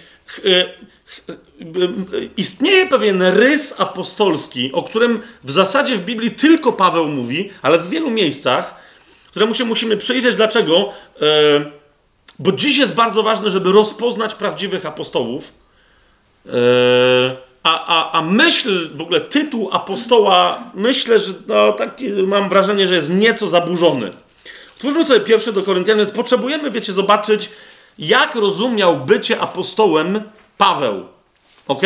Speaker 1: istnieje pewien rys apostolski, o którym w zasadzie w Biblii tylko Paweł mówi, ale w wielu miejscach, któremu się musimy przyjrzeć. Dlaczego? Bo dziś jest bardzo ważne, żeby rozpoznać prawdziwych apostołów. A myśl, w ogóle tytuł apostoła, myślę, że mam wrażenie, że jest nieco zaburzony. Otwórzmy sobie 1 do Koryntian, więc potrzebujemy, wiecie, zobaczyć, jak rozumiał bycie apostołem Paweł. Ok?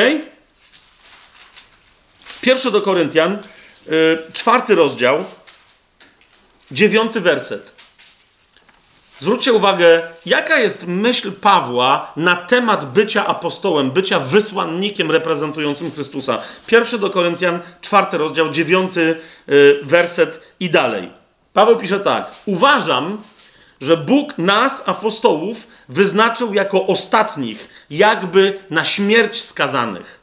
Speaker 1: 1 do Koryntian, 4 rozdział, 9 werset. Zwróćcie uwagę, jaka jest myśl Pawła na temat bycia apostołem, bycia wysłannikiem reprezentującym Chrystusa. 1 do Koryntian, 4 rozdział, 9 werset i dalej. Paweł pisze tak. Uważam, że Bóg nas, apostołów, wyznaczył jako ostatnich, jakby na śmierć skazanych.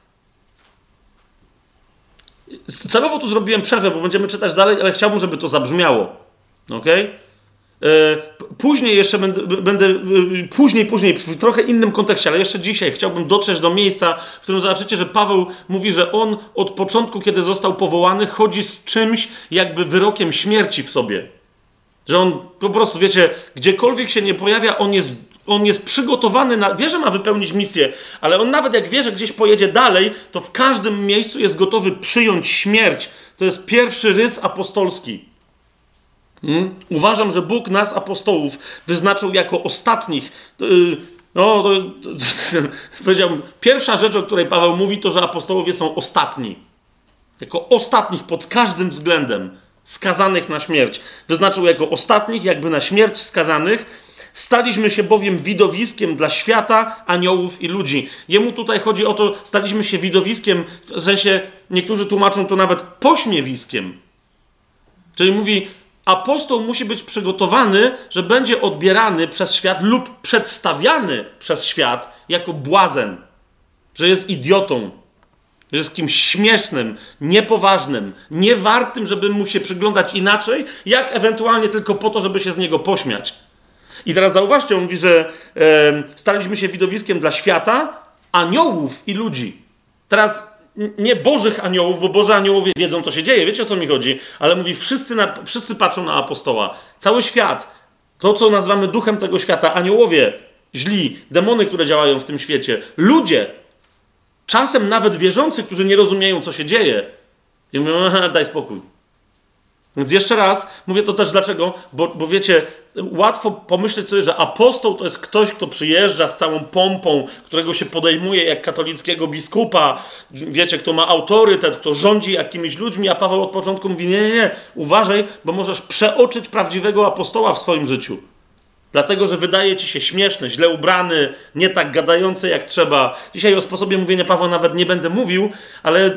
Speaker 1: Celowo tu zrobiłem przerwę, bo będziemy czytać dalej, ale chciałbym, żeby to zabrzmiało. Okej? Później jeszcze później, w trochę innym kontekście, ale jeszcze dzisiaj chciałbym dotrzeć do miejsca, w którym zobaczycie, że Paweł mówi, że on od początku, kiedy został powołany, chodzi z czymś jakby wyrokiem śmierci w sobie. Że on po prostu, wiecie, gdziekolwiek się nie pojawia, on jest przygotowany wie, że ma wypełnić misję, ale on nawet jak wie, że gdzieś pojedzie dalej, to w każdym miejscu jest gotowy przyjąć śmierć. To jest pierwszy rys apostolski. Uważam, że Bóg nas, apostołów, wyznaczył jako ostatnich. Powiedziałbym, pierwsza rzecz, o której Paweł mówi, to, że apostołowie są ostatni. Jako ostatnich pod każdym względem skazanych na śmierć. Wyznaczył jako ostatnich, jakby na śmierć skazanych. Staliśmy się bowiem widowiskiem dla świata, aniołów i ludzi. Jemu tutaj chodzi o to, staliśmy się widowiskiem, w sensie niektórzy tłumaczą to nawet pośmiewiskiem. Czyli mówi, apostoł musi być przygotowany, że będzie odbierany przez świat lub przedstawiany przez świat jako błazen. Że jest idiotą. Że jest kimś śmiesznym, niepoważnym, niewartym, żeby mu się przyglądać inaczej, jak ewentualnie tylko po to, żeby się z niego pośmiać. I teraz zauważcie, on mówi, że staliśmy się widowiskiem dla świata, aniołów i ludzi. Teraz nie bożych aniołów, bo Boży aniołowie wiedzą, co się dzieje, wiecie, o co mi chodzi, ale mówi, wszyscy patrzą na apostoła. Cały świat, to, co nazywamy duchem tego świata, aniołowie, źli, demony, które działają w tym świecie, ludzie, czasem nawet wierzący, którzy nie rozumieją, co się dzieje. I mówią, aha, daj spokój. Więc jeszcze raz, mówię to też dlaczego, bo wiecie, łatwo pomyśleć sobie, że apostoł to jest ktoś, kto przyjeżdża z całą pompą, którego się podejmuje jak katolickiego biskupa, wiecie, kto ma autorytet, kto rządzi jakimiś ludźmi, a Paweł od początku mówi, nie, uważaj, bo możesz przeoczyć prawdziwego apostoła w swoim życiu. Dlatego, że wydaje ci się śmieszny, źle ubrany, nie tak gadający jak trzeba. Dzisiaj o sposobie mówienia Pawła nawet nie będę mówił, ale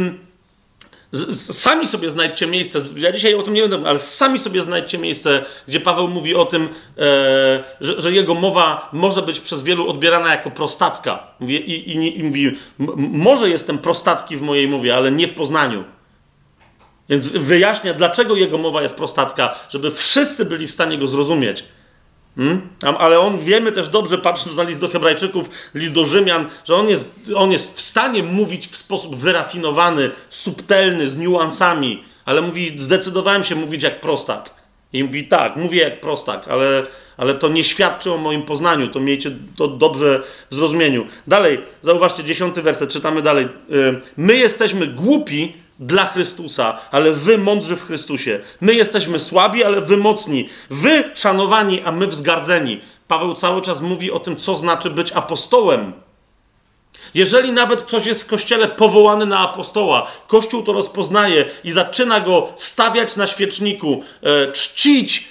Speaker 1: sami sobie znajdźcie miejsce, ja dzisiaj o tym nie będę mówił, ale sami sobie znajdźcie miejsce, gdzie Paweł mówi o tym, że jego mowa może być przez wielu odbierana jako prostacka. I mówi, może jestem prostacki w mojej mowie, ale nie w poznaniu. Więc wyjaśnia, dlaczego jego mowa jest prostacka, żeby wszyscy byli w stanie go zrozumieć. Ale wiemy też dobrze, patrząc na list do Hebrajczyków, list do Rzymian, że on jest w stanie mówić w sposób wyrafinowany, subtelny, z niuansami, ale mówi, zdecydowałem się mówić jak prostak. I mówi, tak, mówię jak prostak, ale to nie świadczy o moim poznaniu, to miejcie to dobrze w zrozumieniu. Dalej, zauważcie 10 werset, czytamy dalej. My jesteśmy głupi dla Chrystusa, ale wy mądrzy w Chrystusie. My jesteśmy słabi, ale wy mocni. Wy szanowani, a my wzgardzeni. Paweł cały czas mówi o tym, co znaczy być apostołem. Jeżeli nawet ktoś jest w Kościele powołany na apostoła, Kościół to rozpoznaje i zaczyna go stawiać na świeczniku, czcić,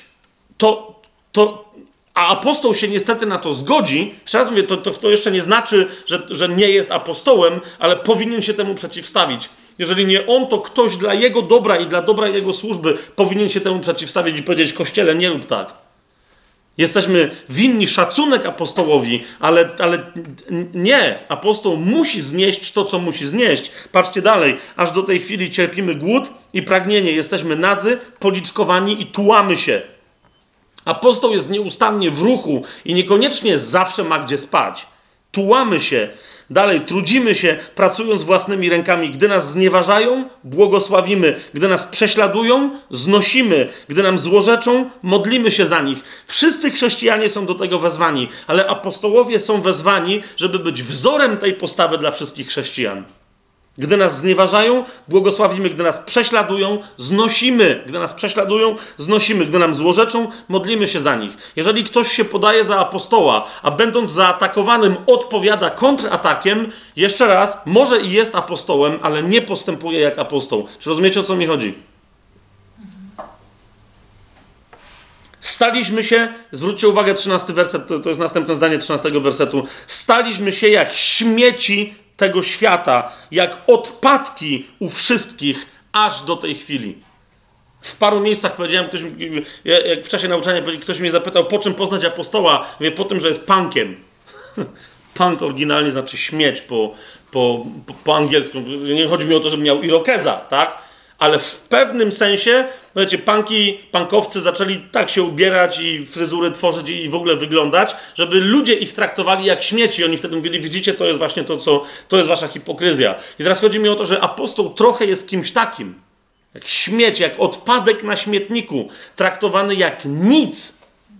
Speaker 1: a apostoł się niestety na to zgodzi, jeszcze raz mówię, to jeszcze nie znaczy, że nie jest apostołem, ale powinien się temu przeciwstawić. Jeżeli nie on, to ktoś dla jego dobra i dla dobra jego służby powinien się temu przeciwstawić i powiedzieć, Kościele, nie rób tak. Jesteśmy winni szacunek apostołowi, ale nie. Apostoł musi znieść to, co musi znieść. Patrzcie dalej. Aż do tej chwili cierpimy głód i pragnienie. Jesteśmy nadzy, policzkowani i tułamy się. Apostoł jest nieustannie w ruchu i niekoniecznie zawsze ma gdzie spać. Tułamy się. Dalej, trudzimy się, pracując własnymi rękami. Gdy nas znieważają, błogosławimy. Gdy nas prześladują, znosimy. Gdy nam złorzeczą, modlimy się za nich. Wszyscy chrześcijanie są do tego wezwani, ale apostołowie są wezwani, żeby być wzorem tej postawy dla wszystkich chrześcijan. Gdy nas znieważają, błogosławimy. Gdy nas prześladują, znosimy. Gdy nas prześladują, znosimy. Gdy nam złorzeczą, modlimy się za nich. Jeżeli ktoś się podaje za apostoła, a będąc zaatakowanym odpowiada kontratakiem, jeszcze raz, może i jest apostołem, ale nie postępuje jak apostoł. Czy rozumiecie, o co mi chodzi? Staliśmy się, zwróćcie uwagę, 13 werset, to jest następne zdanie 13 wersetu. Staliśmy się jak śmieci tego świata, jak odpadki u wszystkich, aż do tej chwili. W paru miejscach powiedziałem, jak w czasie nauczania ktoś mnie zapytał, po czym poznać apostoła? Mówię, po tym, że jest punkiem. Punk oryginalnie znaczy śmieć po angielsku. Nie chodzi mi o to, żeby miał irokeza, tak? Ale w pewnym sensie wiecie, punkowcy zaczęli tak się ubierać i fryzury tworzyć i w ogóle wyglądać, żeby ludzie ich traktowali jak śmieci. Oni wtedy mówili, widzicie, to jest właśnie to jest wasza hipokryzja. I teraz chodzi mi o to, że apostoł trochę jest kimś takim. Jak śmieć, jak odpadek na śmietniku. Traktowany jak nic.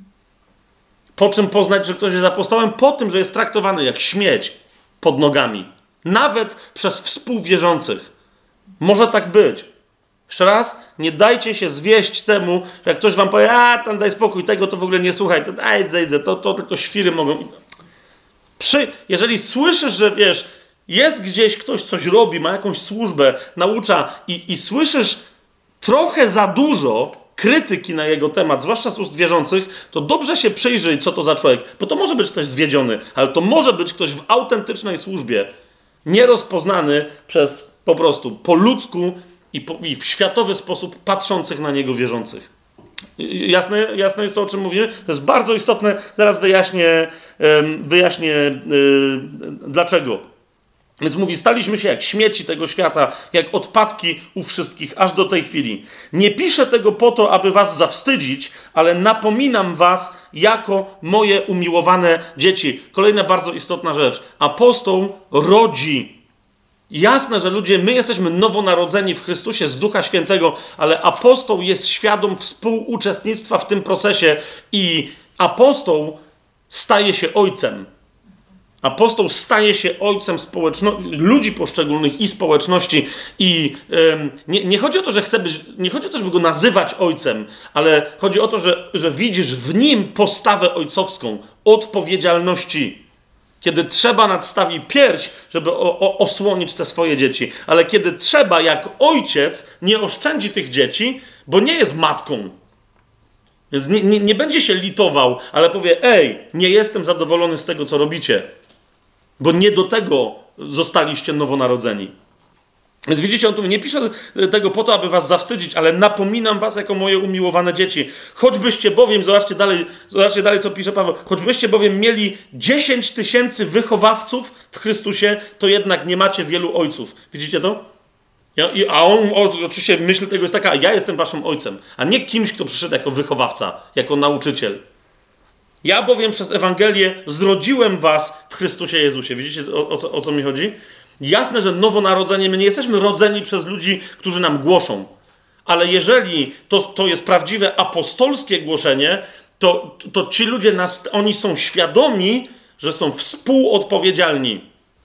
Speaker 1: Po czym poznać, że ktoś jest apostołem? Po tym, że jest traktowany jak śmieć pod nogami. Nawet przez współwierzących. Może tak być. Jeszcze raz, nie dajcie się zwieść temu, że jak ktoś wam powie, tam daj spokój, tego to w ogóle nie słuchaj, to tylko świry mogą. Jeżeli słyszysz, że wiesz, jest gdzieś ktoś coś robi, ma jakąś służbę, naucza i słyszysz trochę za dużo krytyki na jego temat, zwłaszcza z ust wierzących, to dobrze się przyjrzyj, co to za człowiek, bo to może być ktoś zwiedziony, ale to może być ktoś w autentycznej służbie, nierozpoznany przez po prostu po ludzku i w światowy sposób patrzących na niego wierzących. Jasne jest to, o czym mówimy? To jest bardzo istotne. Zaraz wyjaśnię dlaczego. Więc mówi, staliśmy się jak śmieci tego świata, jak odpadki u wszystkich, aż do tej chwili. Nie piszę tego po to, aby was zawstydzić, ale napominam was jako moje umiłowane dzieci. Kolejna bardzo istotna rzecz. Apostoł rodzi. Jasne, że my jesteśmy nowonarodzeni w Chrystusie z Ducha Świętego, ale apostoł jest świadom współuczestnictwa w tym procesie i apostoł staje się ojcem. Apostoł staje się ojcem ludzi poszczególnych i społeczności i nie chodzi o to, że nie chodzi o to, żeby go nazywać ojcem, ale chodzi o to, że widzisz w nim postawę ojcowską, odpowiedzialności. Kiedy trzeba, nadstawi pierś, żeby osłonić te swoje dzieci. Ale kiedy trzeba, jak ojciec, nie oszczędzi tych dzieci, bo nie jest matką. Więc nie będzie się litował, ale powie, nie jestem zadowolony z tego, co robicie. Bo nie do tego zostaliście nowonarodzeni. Więc widzicie, on tu nie pisze tego po to, aby was zawstydzić, ale napominam was jako moje umiłowane dzieci. Choćbyście bowiem, zobaczcie dalej, co pisze Paweł, choćbyście bowiem mieli 10 000 wychowawców w Chrystusie, to jednak nie macie wielu ojców. Widzicie to? Oczywiście myśl tego jest taka, ja jestem waszym ojcem, a nie kimś, kto przyszedł jako wychowawca, jako nauczyciel. Ja bowiem przez Ewangelię zrodziłem was w Chrystusie Jezusie. Widzicie, o co mi chodzi? Jasne, że nowonarodzenie, my nie jesteśmy rodzeni przez ludzi, którzy nam głoszą. Ale jeżeli to jest prawdziwe apostolskie głoszenie, to ci ludzie, oni są świadomi, że są współodpowiedzialni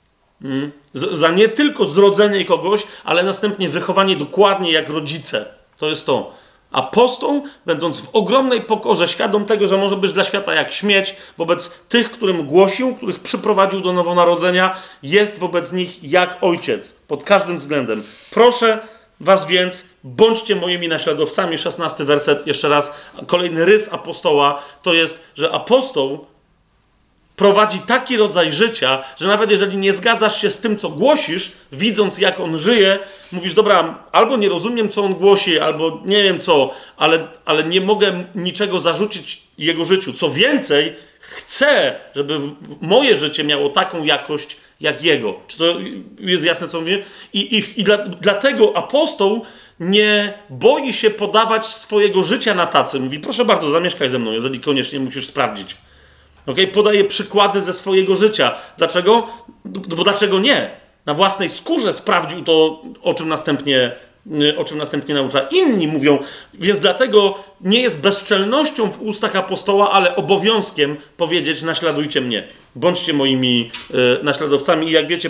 Speaker 1: za nie tylko zrodzenie kogoś, ale następnie wychowanie dokładnie jak rodzice. To jest to. Apostoł, będąc w ogromnej pokorze, świadom tego, że może być dla świata jak śmieć, wobec tych, którym głosił, których przyprowadził do nowonarodzenia, jest wobec nich jak ojciec, pod każdym względem. Proszę was więc, bądźcie moimi naśladowcami. 16 werset, jeszcze raz, kolejny rys apostoła, to jest, że apostoł prowadzi taki rodzaj życia, że nawet jeżeli nie zgadzasz się z tym, co głosisz, widząc, jak on żyje, mówisz, dobra, albo nie rozumiem, co on głosi, albo nie wiem co, ale nie mogę niczego zarzucić jego życiu. Co więcej, chcę, żeby moje życie miało taką jakość, jak jego. Czy to jest jasne, co mówię? Dlatego apostoł nie boi się podawać swojego życia na tacy. Mówi, proszę bardzo, zamieszkaj ze mną, jeżeli koniecznie musisz sprawdzić. Podaje przykłady ze swojego życia. Dlaczego? Bo dlaczego nie? Na własnej skórze sprawdził to, o czym następnie naucza. Inni mówią, więc dlatego nie jest bezczelnością w ustach apostoła, ale obowiązkiem powiedzieć, naśladujcie mnie. Bądźcie moimi naśladowcami. I jak wiecie,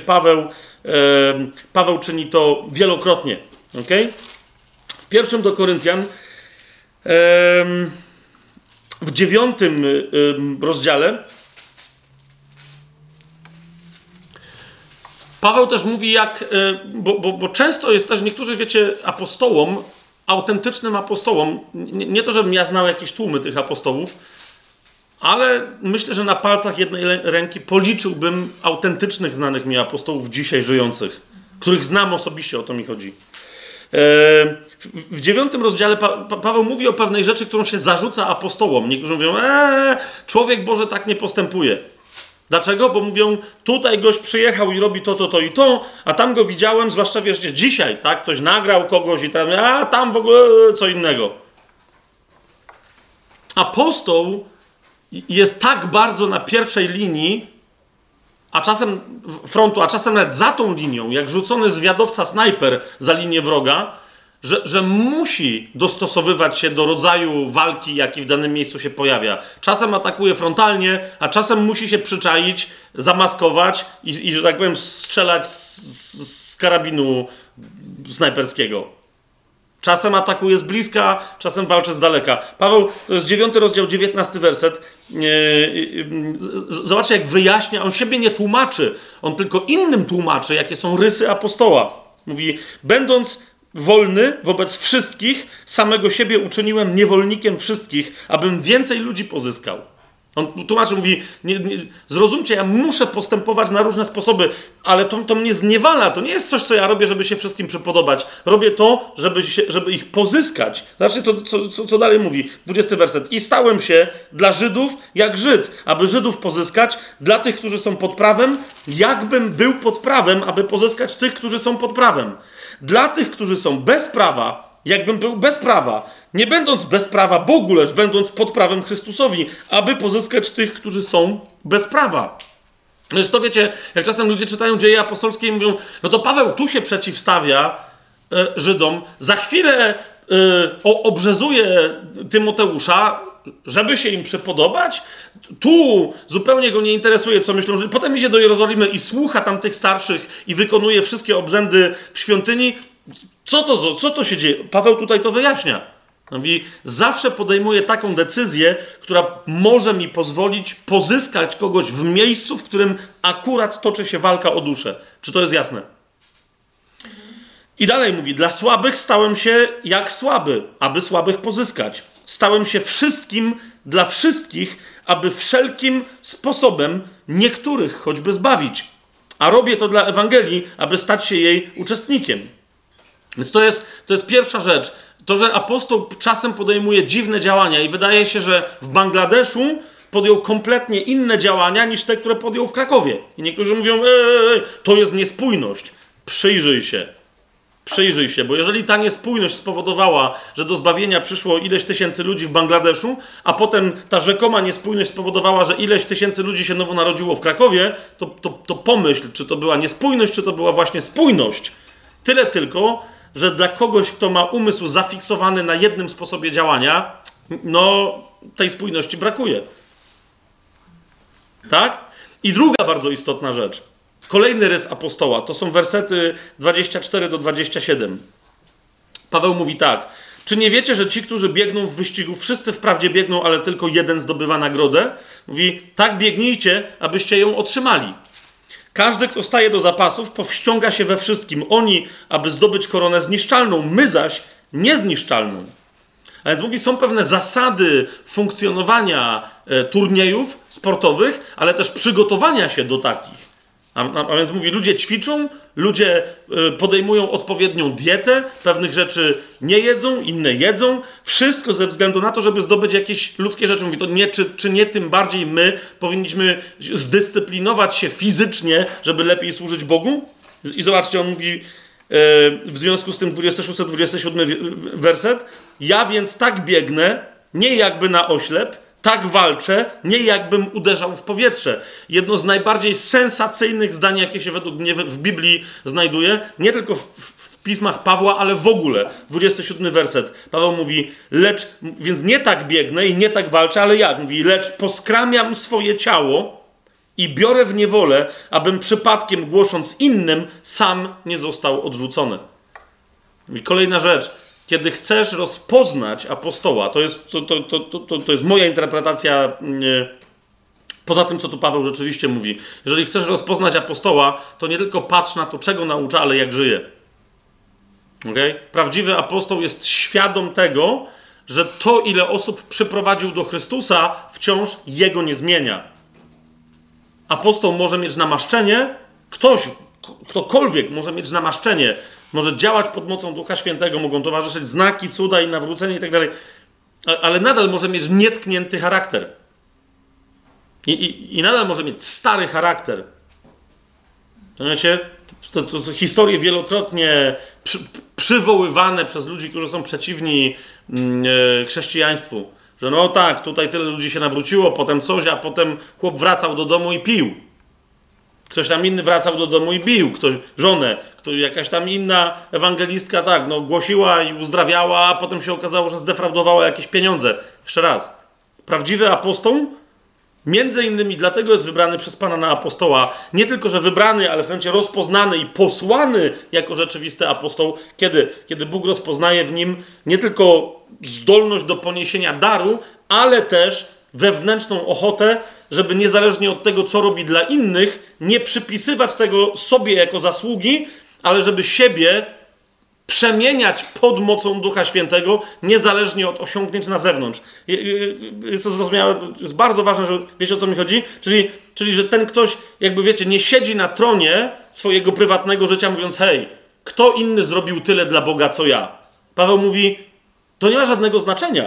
Speaker 1: Paweł czyni to wielokrotnie. W 1 do Koryntian w 9 rozdziale Paweł też mówi, bo często jest też, niektórzy wiecie, apostołom, autentycznym apostołom, nie to, żebym ja znał jakieś tłumy tych apostołów, ale myślę, że na palcach jednej ręki policzyłbym autentycznych znanych mi apostołów dzisiaj żyjących, których znam osobiście, o to mi chodzi. W 9 rozdziale Paweł mówi o pewnej rzeczy, którą się zarzuca apostołom. Niektórzy mówią, człowiek Boży tak nie postępuje. Dlaczego? Bo mówią, tutaj gość przyjechał i robi to i to, a tam go widziałem, zwłaszcza wiecie, dzisiaj, tak? Ktoś nagrał kogoś i tam w ogóle co innego. Apostoł jest tak bardzo na pierwszej linii, a czasem frontu, a czasem nawet za tą linią, jak rzucony zwiadowca snajper za linię wroga, że musi dostosowywać się do rodzaju walki, jaki w danym miejscu się pojawia. Czasem atakuje frontalnie, a czasem musi się przyczaić, zamaskować i że tak powiem, strzelać z karabinu snajperskiego. Czasem atakuje z bliska, czasem walczy z daleka. Paweł, to jest 9 rozdział, 19 werset. Zobaczcie, jak wyjaśnia. On siebie nie tłumaczy. On tylko innym tłumaczy, jakie są rysy apostoła. Mówi, będąc wolny wobec wszystkich, samego siebie uczyniłem niewolnikiem wszystkich, abym więcej ludzi pozyskał. On tłumaczy, mówi, zrozumcie, ja muszę postępować na różne sposoby, ale to mnie zniewala. To nie jest coś, co ja robię, żeby się wszystkim przypodobać. Robię to, żeby ich pozyskać. Zobaczcie, co dalej mówi. 20 werset. I stałem się dla Żydów jak Żyd, aby Żydów pozyskać, dla tych, którzy są pod prawem, jakbym był pod prawem, aby pozyskać tych, którzy są pod prawem. Dla tych, którzy są bez prawa, jakbym był bez prawa, nie będąc bez prawa Bogu, lecz będąc pod prawem Chrystusowi, aby pozyskać tych, którzy są bez prawa. Więc to wiecie, jak czasem ludzie czytają dzieje apostolskie i mówią, no to Paweł tu się przeciwstawia Żydom, za chwilę obrzezuje Tymoteusza, żeby się im przypodobać. Tu zupełnie go nie interesuje, co myślą, że potem idzie do Jerozolimy i słucha tam tych starszych i wykonuje wszystkie obrzędy w świątyni. Co to się dzieje? Paweł tutaj to wyjaśnia. Mówi, zawsze podejmuję taką decyzję, która może mi pozwolić pozyskać kogoś w miejscu, w którym akurat toczy się walka o duszę. Czy to jest jasne? I dalej mówi, dla słabych stałem się jak słaby, aby słabych pozyskać. Stałem się wszystkim dla wszystkich, aby wszelkim sposobem niektórych choćby zbawić. A robię to dla Ewangelii, aby stać się jej uczestnikiem. Więc to jest pierwsza rzecz. To, że apostoł czasem podejmuje dziwne działania i wydaje się, że w Bangladeszu podjął kompletnie inne działania niż te, które podjął w Krakowie. I niektórzy mówią, to jest niespójność. Przyjrzyj się, bo jeżeli ta niespójność spowodowała, że do zbawienia przyszło ileś tysięcy ludzi w Bangladeszu, a potem ta rzekoma niespójność spowodowała, że ileś tysięcy ludzi się nowo narodziło w Krakowie, to pomyśl, czy to była niespójność, czy to była właśnie spójność. Tyle tylko, że dla kogoś, kto ma umysł zafiksowany na jednym sposobie działania, no tej spójności brakuje. Tak? I druga bardzo istotna rzecz. Kolejny rys apostoła. To są wersety 24 do 27. Paweł mówi tak. Czy nie wiecie, że ci, którzy biegną w wyścigu, wszyscy wprawdzie biegną, ale tylko jeden zdobywa nagrodę? Mówi, tak biegnijcie, abyście ją otrzymali. Każdy, kto staje do zapasów, powściąga się we wszystkim. Oni, aby zdobyć koronę zniszczalną, my zaś niezniszczalną. A więc mówi, są pewne zasady funkcjonowania turniejów sportowych, ale też przygotowania się do takich. A więc mówi, ludzie ćwiczą, ludzie podejmują odpowiednią dietę, pewnych rzeczy nie jedzą, inne jedzą. Wszystko ze względu na to, żeby zdobyć jakieś ludzkie rzeczy. Mówi, to nie, czy nie tym bardziej my powinniśmy zdyscyplinować się fizycznie, żeby lepiej służyć Bogu? I zobaczcie, on mówi w związku z tym 26-27 werset. Ja więc tak biegnę, nie jakby na oślep, tak walczę, nie jakbym uderzał w powietrze. Jedno z najbardziej sensacyjnych zdań, jakie się według mnie w Biblii znajduje, nie tylko w pismach Pawła, ale w ogóle. 27 werset. Paweł mówi, więc nie tak biegnę i nie tak walczę, ale jak? Mówi, lecz poskramiam swoje ciało i biorę w niewolę, abym przypadkiem, głosząc innym, sam nie został odrzucony. I kolejna rzecz. Kiedy chcesz rozpoznać apostoła, to jest moja interpretacja, poza tym, co tu Paweł rzeczywiście mówi. Jeżeli chcesz rozpoznać apostoła, to nie tylko patrz na to, czego naucza, ale jak żyje. Okay? Prawdziwy apostoł jest świadom tego, że to, ile osób przyprowadził do Chrystusa, wciąż jego nie zmienia. Apostoł może mieć namaszczenie, ktokolwiek może mieć namaszczenie, może działać pod mocą Ducha Świętego, mogą towarzyszyć znaki, cuda i nawrócenie i tak dalej, ale nadal może mieć nietknięty charakter. I nadal może mieć stary charakter. Rozumiecie? To historie wielokrotnie przywoływane przez ludzi, którzy są przeciwni chrześcijaństwu. Że no tak, tutaj tyle ludzi się nawróciło, potem coś, a potem chłop wracał do domu i pił. Ktoś tam inny wracał do domu i bił żonę. Jakaś tam inna ewangelistka tak, no, głosiła i uzdrawiała, a potem się okazało, że zdefraudowała jakieś pieniądze. Jeszcze raz. Prawdziwy apostoł między innymi dlatego jest wybrany przez Pana na apostoła. Nie tylko, że wybrany, ale wręcz rozpoznany i posłany jako rzeczywisty apostoł. Kiedy Bóg rozpoznaje w nim nie tylko zdolność do poniesienia daru, ale też wewnętrzną ochotę, żeby niezależnie od tego, co robi dla innych, nie przypisywać tego sobie jako zasługi, ale żeby siebie przemieniać pod mocą Ducha Świętego, niezależnie od osiągnięć na zewnątrz. Jest to zrozumiałe, jest bardzo ważne, że wiecie, o co mi chodzi? Czyli, że ten ktoś, jakby wiecie, nie siedzi na tronie swojego prywatnego życia, mówiąc, hej, kto inny zrobił tyle dla Boga, co ja? Paweł mówi, to nie ma żadnego znaczenia.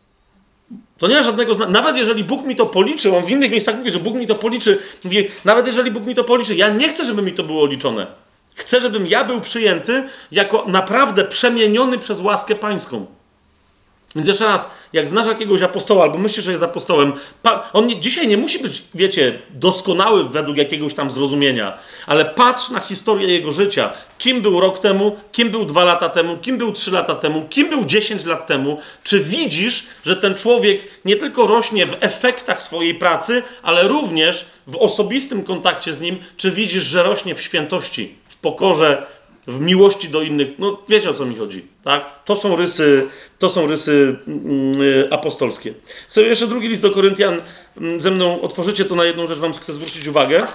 Speaker 1: To nie ma żadnego znaczenia. Nawet jeżeli Bóg mi to policzy, on w innych miejscach mówi, że Bóg mi to policzy, mówi, nawet jeżeli Bóg mi to policzy, ja nie chcę, żeby mi to było liczone. Chcę, żebym ja był przyjęty jako naprawdę przemieniony przez łaskę pańską. Więc jeszcze raz, jak znasz jakiegoś apostoła, albo myślisz, że jest apostołem, on dzisiaj nie musi być, wiecie, doskonały według jakiegoś tam zrozumienia, ale patrz na historię jego życia. Kim był rok temu, kim był 2 lata temu, kim był 3 lata temu, kim był 10 lat temu. Czy widzisz, że ten człowiek nie tylko rośnie w efektach swojej pracy, ale również w osobistym kontakcie z nim, czy widzisz, że rośnie w świętości, w pokorze, w miłości do innych? No wiecie, o co mi chodzi, tak? To są rysy apostolskie. Chcę jeszcze drugi list do Koryntian ze mną otworzycie, to na jedną rzecz wam chcę zwrócić uwagę.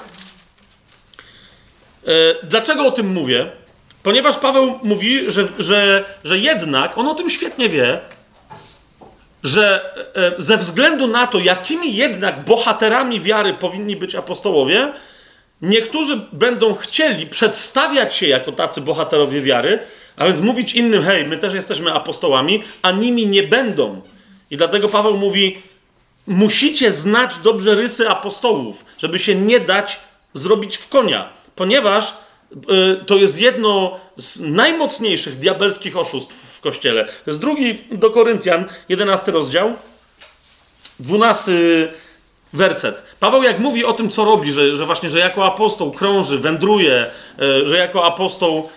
Speaker 1: Dlaczego o tym mówię? Ponieważ Paweł mówi, że jednak, on o tym świetnie wie, że ze względu na to, jakimi jednak bohaterami wiary powinni być apostołowie, niektórzy będą chcieli przedstawiać się jako tacy bohaterowie wiary, a więc mówić innym, hej, my też jesteśmy apostołami, a nimi nie będą. I dlatego Paweł mówi, musicie znać dobrze rysy apostołów, żeby się nie dać zrobić w konia, ponieważ to jest jedno z najmocniejszych diabelskich oszustw w Kościele. To jest 2 do Koryntian, 11 rozdział, 12 werset. Paweł jak mówi o tym, co robi, że właśnie, że jako apostoł krąży, wędruje, że jako apostoł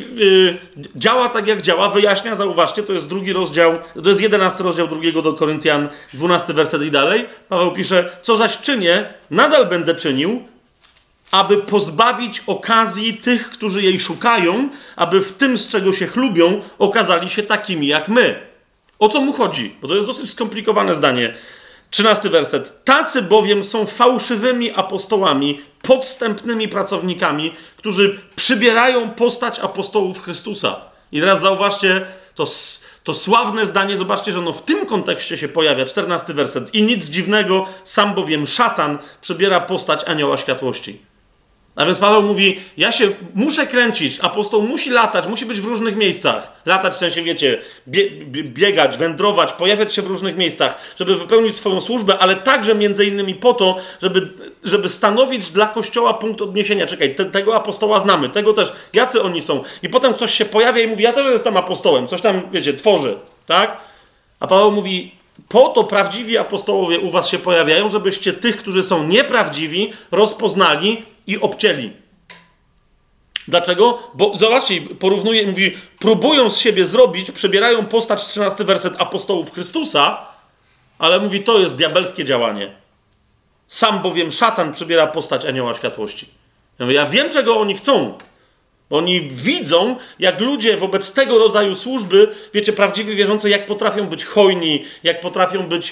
Speaker 1: działa tak, jak działa, wyjaśnia, zauważcie, to jest 2 rozdział, to jest 11 rozdział 2 do Koryntian, 12 werset i dalej. Paweł pisze, co zaś czynię, nadal będę czynił, aby pozbawić okazji tych, którzy jej szukają, aby w tym, z czego się chlubią, okazali się takimi jak my. O co mu chodzi? Bo to jest dosyć skomplikowane zdanie. 13 werset. Tacy bowiem są fałszywymi apostołami, podstępnymi pracownikami, którzy przybierają postać apostołów Chrystusa. I teraz zauważcie, to sławne zdanie, zobaczcie, że ono w tym kontekście się pojawia. 14 werset. I nic dziwnego, sam bowiem szatan przybiera postać anioła światłości. A więc Paweł mówi, ja się muszę kręcić, apostoł musi latać, musi być w różnych miejscach. Latać w sensie, wiecie, biegać, wędrować, pojawiać się w różnych miejscach, żeby wypełnić swoją służbę, ale także między innymi po to, żeby stanowić dla Kościoła punkt odniesienia. Czekaj, tego apostoła znamy, tego też, jacy oni są. I potem ktoś się pojawia i mówi, ja też jestem apostołem, coś tam, wiecie, tworzy, tak? A Paweł mówi, po to prawdziwi apostołowie u was się pojawiają, żebyście tych, którzy są nieprawdziwi, rozpoznali i obcięli. Dlaczego? Bo zobaczcie, porównuje i mówi, próbują z siebie zrobić, przybierają postać, 13 werset, apostołów Chrystusa, ale mówi, to jest diabelskie działanie. Sam bowiem szatan przybiera postać anioła światłości. Ja mówię, ja wiem, czego oni chcą. Oni widzą, jak ludzie wobec tego rodzaju służby, wiecie, prawdziwi wierzący, jak potrafią być hojni, jak potrafią być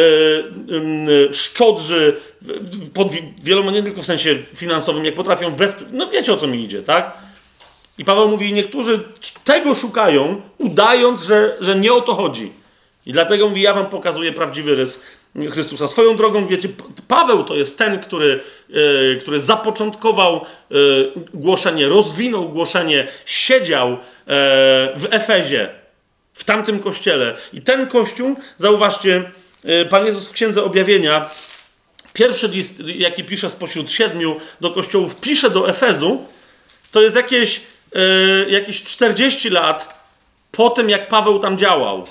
Speaker 1: szczodrzy, pod wieloma, nie tylko w sensie finansowym, jak potrafią wesprzeć. No wiecie, o co mi idzie, tak? I Paweł mówi, niektórzy tego szukają, udając, że nie o to chodzi. I dlatego mówi, ja wam pokazuję prawdziwy rys Chrystusa. Swoją drogą, wiecie, Paweł to jest ten, który zapoczątkował głoszenie, rozwinął głoszenie, siedział w Efezie, w tamtym kościele. I ten kościół, zauważcie, Pan Jezus w Księdze Objawienia, w Pierwszy list, jaki pisze spośród 7 do kościołów, pisze do Efezu, to jest jakieś 40 lat po tym, jak Paweł tam działał.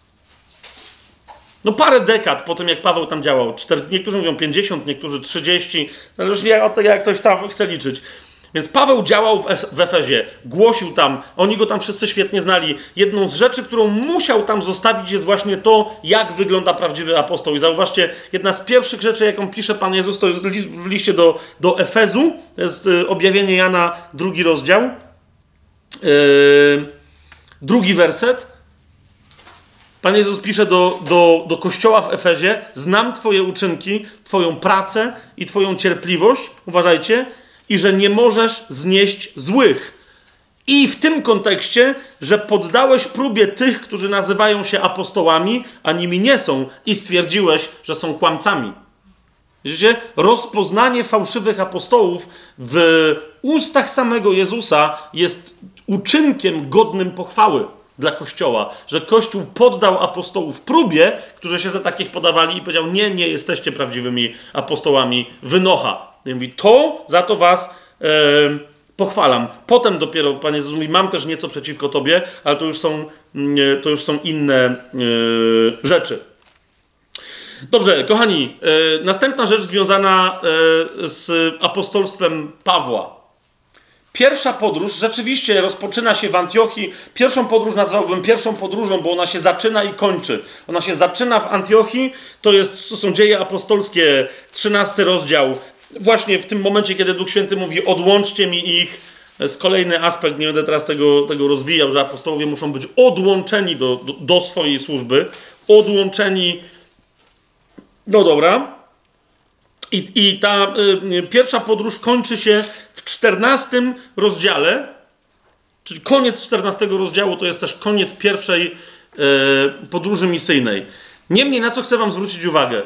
Speaker 1: No parę dekad po tym, jak Paweł tam działał. Niektórzy mówią 50, niektórzy 30. Zależnie od tego, jak ktoś tam chce liczyć. Więc Paweł działał w Efezie. Głosił tam. Oni go tam wszyscy świetnie znali. Jedną z rzeczy, którą musiał tam zostawić, jest właśnie to, jak wygląda prawdziwy apostoł. I zauważcie, jedna z pierwszych rzeczy, jaką pisze Pan Jezus, to jest w liście do Efezu. To jest objawienie Jana, 2 rozdział. 2 werset. Pan Jezus pisze do kościoła w Efezie: znam twoje uczynki, twoją pracę i twoją cierpliwość, uważajcie, i że nie możesz znieść złych. I w tym kontekście, że poddałeś próbie tych, którzy nazywają się apostołami, a nimi nie są, i stwierdziłeś, że są kłamcami. Widzicie? Rozpoznanie fałszywych apostołów w ustach samego Jezusa jest uczynkiem godnym pochwały dla Kościoła, że Kościół poddał apostołów próbie, którzy się za takich podawali, i powiedział: nie jesteście prawdziwymi apostołami, wynocha. I mówi: za to was pochwalam. Potem dopiero Pan Jezus mówi: mam też nieco przeciwko tobie, ale to już są inne rzeczy. Dobrze, kochani, następna rzecz związana z apostolstwem Pawła. Pierwsza podróż rzeczywiście rozpoczyna się w Antiochii. Pierwszą podróż nazwałbym pierwszą podróżą, bo ona się zaczyna i kończy. Ona się zaczyna w Antiochii, to są Dzieje Apostolskie, 13 rozdział. Właśnie w tym momencie, kiedy Duch Święty mówi: odłączcie mi ich. To jest kolejny aspekt, nie będę teraz tego rozwijał, że apostołowie muszą być odłączeni do swojej służby. Odłączeni. No dobra. I ta pierwsza podróż kończy się w 14 rozdziale, czyli koniec 14 rozdziału to jest też koniec pierwszej podróży misyjnej. Niemniej, na co chcę wam zwrócić uwagę?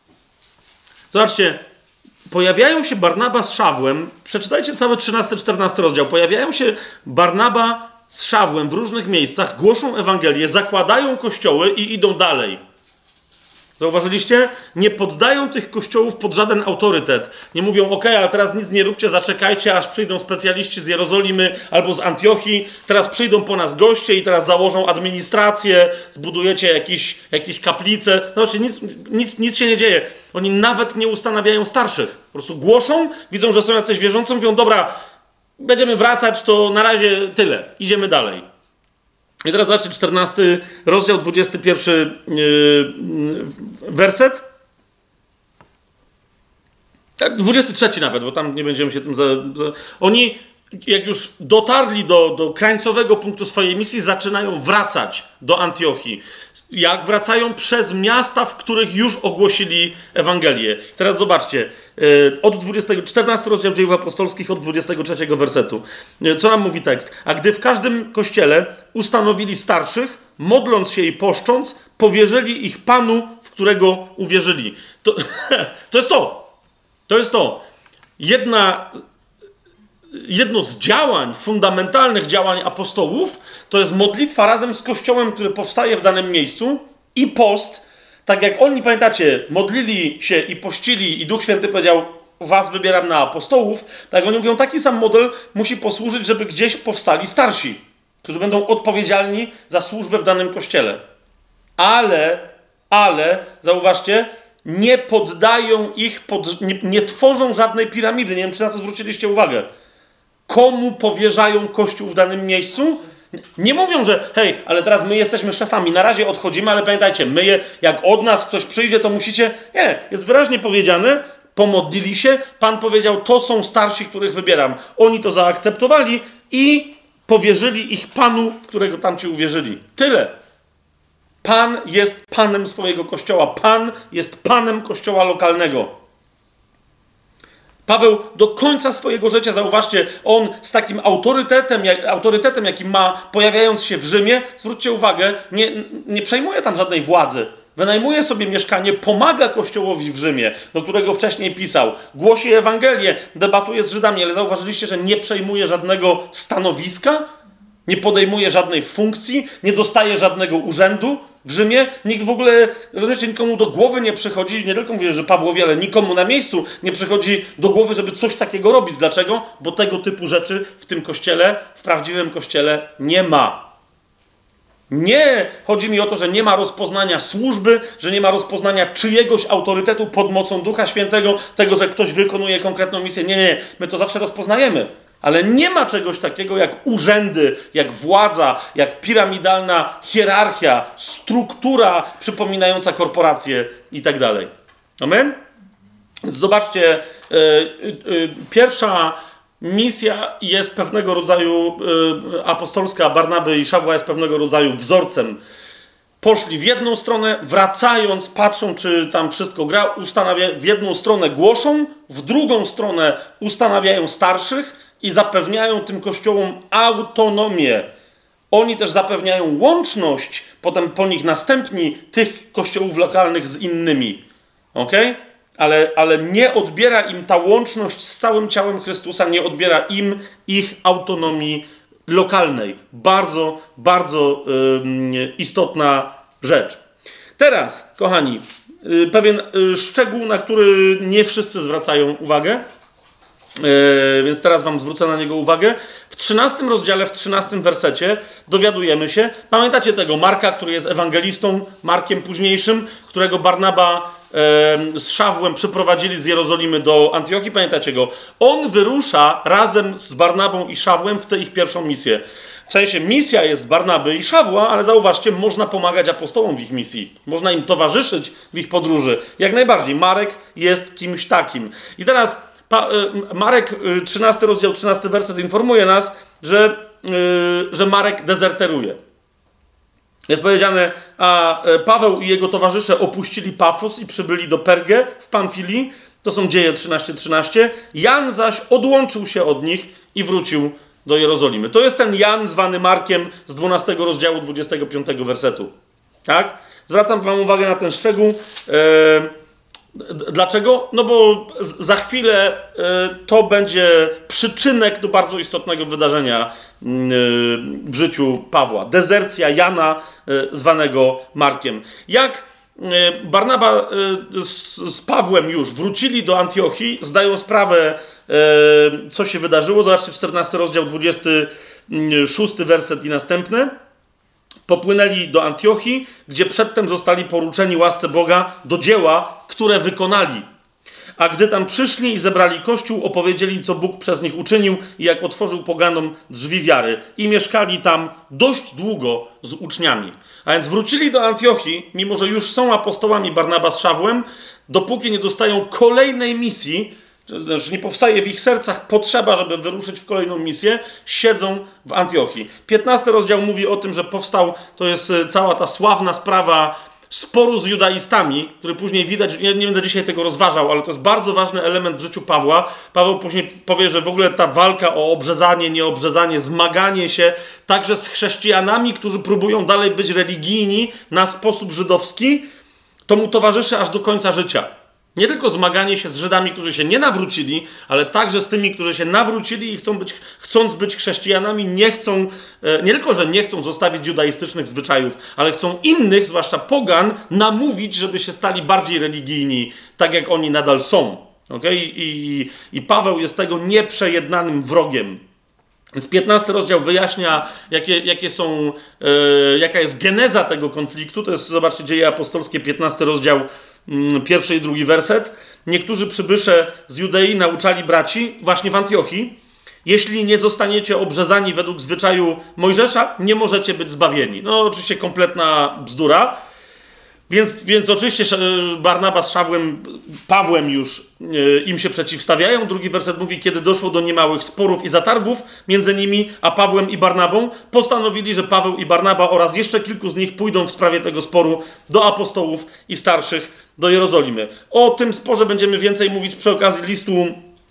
Speaker 1: Zobaczcie, pojawiają się Barnaba z Szawłem, przeczytajcie cały 13-14 rozdział, pojawiają się Barnaba z Szawłem w różnych miejscach, głoszą Ewangelię, zakładają kościoły i idą dalej. Zauważyliście? Nie poddają tych kościołów pod żaden autorytet. Nie mówią: ok, ale teraz nic nie róbcie, zaczekajcie, aż przyjdą specjaliści z Jerozolimy albo z Antiochii, teraz przyjdą po nas goście i teraz założą administrację, zbudujecie jakieś kaplice. Zobaczcie, nic się nie dzieje. Oni nawet nie ustanawiają starszych. Po prostu głoszą, widzą, że są jacyś wierzący, mówią: dobra, będziemy wracać, to na razie tyle, idziemy dalej. I teraz zobaczcie, 14 rozdział, 21 werset. 23 nawet, bo tam nie będziemy się tym... Oni, jak już dotarli do krańcowego punktu swojej misji, zaczynają wracać do Antiochii. Jak wracają przez miasta, w których już ogłosili Ewangelię. Teraz zobaczcie, od 14 rozdział Dziejów Apostolskich, od 23 wersetu. Co nam mówi tekst? A gdy w każdym kościele ustanowili starszych, modląc się i poszcząc, powierzyli ich Panu, w którego uwierzyli. To jest to. To jest to. Jedno z działań, fundamentalnych działań apostołów, to jest modlitwa razem z Kościołem, który powstaje w danym miejscu, i post. Tak jak oni, pamiętacie, modlili się i pościli i Duch Święty powiedział: was wybieram na apostołów, tak oni mówią, taki sam model musi posłużyć, żeby gdzieś powstali starsi, którzy będą odpowiedzialni za służbę w danym kościele. Ale, zauważcie, nie poddają ich, nie tworzą żadnej piramidy. Nie wiem, czy na to zwróciliście uwagę. Komu powierzają Kościół w danym miejscu? Nie mówią, że hej, ale teraz my jesteśmy szefami, na razie odchodzimy, ale pamiętajcie, jak od nas ktoś przyjdzie, to musicie... Nie, jest wyraźnie powiedziane, pomodlili się, Pan powiedział: to są starsi, których wybieram. Oni to zaakceptowali i powierzyli ich Panu, w którego tamci uwierzyli. Tyle. Pan jest Panem swojego Kościoła. Pan jest Panem Kościoła lokalnego. Paweł do końca swojego życia, zauważcie, on z takim autorytetem, jaki ma, pojawiając się w Rzymie, zwróćcie uwagę, nie przejmuje tam żadnej władzy. Wynajmuje sobie mieszkanie, pomaga Kościołowi w Rzymie, do którego wcześniej pisał, głosi Ewangelię, debatuje z Żydami, ale zauważyliście, że nie przejmuje żadnego stanowiska, nie podejmuje żadnej funkcji, nie dostaje żadnego urzędu. w Rzymie, nikt w ogóle, rozumiecie, nikomu do głowy nie przychodzi, nie tylko mówię, że Pawłowi, ale nikomu na miejscu nie przychodzi do głowy, żeby coś takiego robić. Dlaczego? Bo tego typu rzeczy w tym kościele, w prawdziwym kościele nie ma. Nie chodzi mi o to, że nie ma rozpoznania służby, że nie ma rozpoznania czyjegoś autorytetu pod mocą Ducha Świętego, tego, że ktoś wykonuje konkretną misję. Nie. My to zawsze rozpoznajemy. Ale nie ma czegoś takiego jak urzędy, jak władza, jak piramidalna hierarchia, struktura przypominająca korporacje i tak dalej. Amen? Zobaczcie, pierwsza misja jest pewnego rodzaju apostolska, Barnaby i Szawła jest pewnego rodzaju wzorcem. Poszli w jedną stronę, wracając, patrzą, czy tam wszystko gra, w jedną stronę głoszą, w drugą stronę ustanawiają starszych i zapewniają tym kościołom autonomię. Oni też zapewniają łączność, potem po nich następni, tych kościołów lokalnych z innymi. Okej? Ale nie odbiera im ta łączność z całym ciałem Chrystusa, nie odbiera im ich autonomii lokalnej. Bardzo, bardzo istotna rzecz. Teraz, kochani, pewien szczegół, na który nie wszyscy zwracają uwagę, więc teraz wam zwrócę na niego uwagę. W 13 rozdziale, w 13 wersecie dowiadujemy się, pamiętacie tego Marka, który jest ewangelistą, Markiem późniejszym, którego Barnaba z Szawłem przyprowadzili z Jerozolimy do Antiochii, pamiętacie go? On wyrusza razem z Barnabą i Szawłem w tę ich pierwszą misję. W sensie misja jest Barnaby i Szawła, ale zauważcie, można pomagać apostołom w ich misji. Można im towarzyszyć w ich podróży. Jak najbardziej. Marek jest kimś takim. I teraz Marek, 13 rozdział, 13 werset informuje nas, że Marek dezerteruje. Jest powiedziane, a Paweł i jego towarzysze opuścili Pafos i przybyli do Pergę w Pamfilii. To są Dzieje 13:13. Jan zaś odłączył się od nich i wrócił do Jerozolimy. To jest ten Jan zwany Markiem z 12 rozdziału 25 wersetu. Tak? Zwracam wam uwagę na ten szczegół. Dlaczego? No bo za chwilę to będzie przyczynek do bardzo istotnego wydarzenia w życiu Pawła. Dezercja Jana, zwanego Markiem. Jak Barnaba z Pawłem już wrócili do Antiochii, zdają sprawę, co się wydarzyło. Zobaczcie, 14 rozdział, 26 werset i następny. Popłynęli do Antiochii, gdzie przedtem zostali poruczeni łasce Boga do dzieła, które wykonali. A gdy tam przyszli i zebrali kościół, opowiedzieli, co Bóg przez nich uczynił i jak otworzył poganom drzwi wiary. I mieszkali tam dość długo z uczniami. A więc wrócili do Antiochii, mimo że już są apostołami Barnaba z Szawłem, dopóki nie dostają kolejnej misji, znaczy nie powstaje w ich sercach potrzeba, żeby wyruszyć w kolejną misję, siedzą w Antiochii. 15 rozdział mówi o tym, że powstał, to jest cała ta sławna sprawa sporu z judaistami, który później widać, ja nie będę dzisiaj tego rozważał, ale to jest bardzo ważny element w życiu Pawła. Paweł później powie, że w ogóle ta walka o obrzezanie, nieobrzezanie, zmaganie się także z chrześcijanami, którzy próbują dalej być religijni na sposób żydowski, to mu towarzyszy aż do końca życia. Nie tylko zmaganie się z Żydami, którzy się nie nawrócili, ale także z tymi, którzy się nawrócili i chcąc być chrześcijanami, nie tylko, że nie chcą zostawić judaistycznych zwyczajów, ale chcą innych, zwłaszcza pogan, namówić, żeby się stali bardziej religijni, tak jak oni nadal są. Okay? I Paweł jest tego nieprzejednanym wrogiem. Więc 15 rozdział wyjaśnia, jaka jest geneza tego konfliktu. To jest, zobaczcie, Dzieje Apostolskie, 15 rozdział, 1 i 2 werset. Niektórzy przybysze z Judei nauczali braci właśnie w Antiochii: jeśli nie zostaniecie obrzezani według zwyczaju Mojżesza, nie możecie być zbawieni. No oczywiście kompletna bzdura. Więc oczywiście Barnaba z Szawłem, Pawłem już im się przeciwstawiają. Drugi werset mówi: kiedy doszło do niemałych sporów i zatargów między nimi a Pawłem i Barnabą, postanowili, że Paweł i Barnaba oraz jeszcze kilku z nich pójdą w sprawie tego sporu do apostołów i starszych do Jerozolimy. O tym sporze będziemy więcej mówić przy okazji listu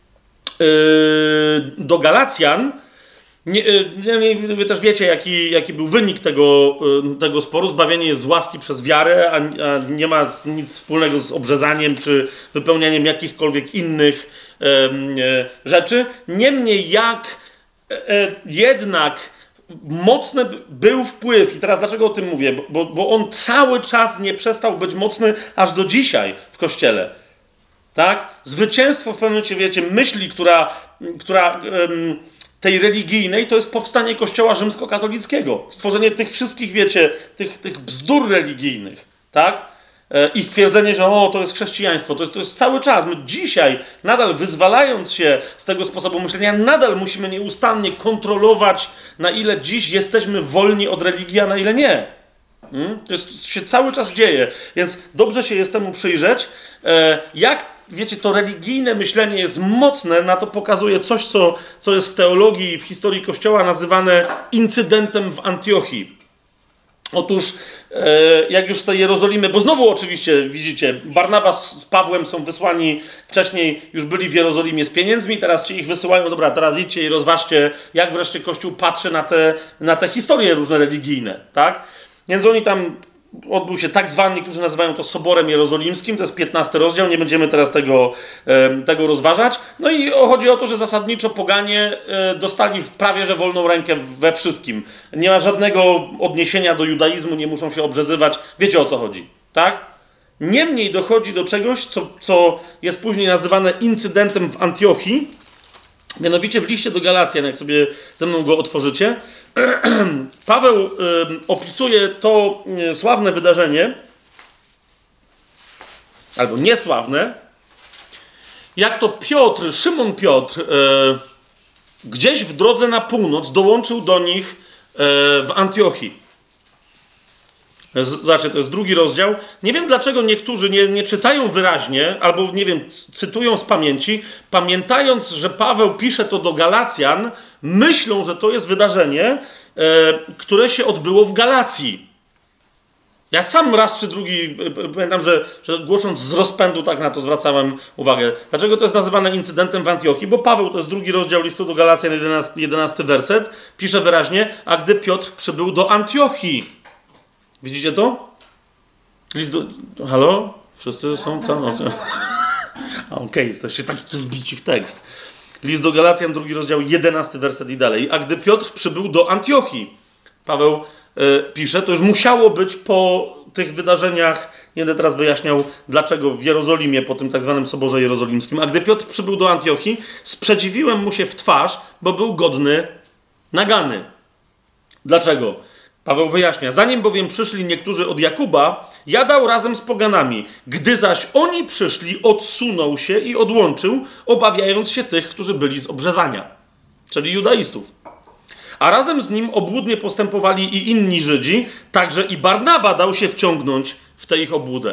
Speaker 1: do Galacjan. Wy też wiecie, jaki był wynik tego sporu. Zbawienie jest z łaski przez wiarę, a nie ma nic wspólnego z obrzezaniem czy wypełnianiem jakichkolwiek innych rzeczy. Niemniej jednak mocny był wpływ, i teraz dlaczego o tym mówię? Bo on cały czas nie przestał być mocny aż do dzisiaj w Kościele. Tak? Zwycięstwo w pewnym momencie, wiecie, myśli, która tej religijnej, to jest powstanie Kościoła rzymskokatolickiego. Stworzenie tych wszystkich, wiecie, tych bzdur religijnych. Tak? I stwierdzenie, że to jest chrześcijaństwo. To jest cały czas. My dzisiaj, nadal wyzwalając się z tego sposobu myślenia, nadal musimy nieustannie kontrolować, na ile dziś jesteśmy wolni od religii, a na ile nie. To się cały czas dzieje. Więc dobrze się jest temu przyjrzeć. Jak, wiecie, to religijne myślenie jest mocne, na to pokazuje coś, co jest w teologii i w historii Kościoła nazywane incydentem w Antiochii. Otóż, jak już z tej Jerozolimy, bo znowu oczywiście, widzicie, Barnaba z Pawłem są wysłani, wcześniej już byli w Jerozolimie z pieniędzmi, teraz ci ich wysyłają, dobra, teraz idźcie i rozważcie, jak wreszcie Kościół patrzy na te historie różne religijne, tak? Więc oni tam, odbył się tak zwany, niektórzy nazywają to Soborem Jerozolimskim, to jest 15 rozdział, nie będziemy teraz tego rozważać. No i chodzi o to, że zasadniczo poganie dostali prawie że wolną rękę we wszystkim. Nie ma żadnego odniesienia do judaizmu, nie muszą się obrzezywać. Wiecie, o co chodzi, tak? Niemniej dochodzi do czegoś, co jest później nazywane incydentem w Antiochii. Mianowicie w liście do Galacjan, jak sobie ze mną go otworzycie, Paweł opisuje to sławne wydarzenie, albo niesławne, jak to Szymon Piotr, gdzieś w drodze na północ dołączył do nich w Antiochii. Zobaczcie, to jest 2 rozdział. Nie wiem, dlaczego niektórzy nie czytają wyraźnie, albo, nie wiem, cytują z pamięci, pamiętając, że Paweł pisze to do Galacjan, myślą, że to jest wydarzenie, które się odbyło w Galacji. Ja sam raz czy drugi, pamiętam, że głosząc z rozpędu tak na to zwracałem uwagę. Dlaczego to jest nazywane incydentem w Antiochii? Bo Paweł, to jest 2 rozdział listu do Galacjan, 11 werset, pisze wyraźnie, a gdy Piotr przybył do Antiochii. Widzicie to? Halo? Wszyscy są tam? Okej, jesteście tak wbici w tekst. List do Galacjan, 2 rozdział, 11 werset i dalej. A gdy Piotr przybył do Antiochii, Paweł pisze, to już musiało być po tych wydarzeniach, nie będę teraz wyjaśniał dlaczego w Jerozolimie, po tym tak zwanym Soborze Jerozolimskim. A gdy Piotr przybył do Antiochii, sprzeciwiłem mu się w twarz, bo był godny nagany. Dlaczego? Paweł wyjaśnia, zanim bowiem przyszli niektórzy od Jakuba, jadał razem z poganami. Gdy zaś oni przyszli, odsunął się i odłączył, obawiając się tych, którzy byli z obrzezania, czyli judaistów. A razem z nim obłudnie postępowali i inni Żydzi, także i Barnaba dał się wciągnąć w tę ich obłudę.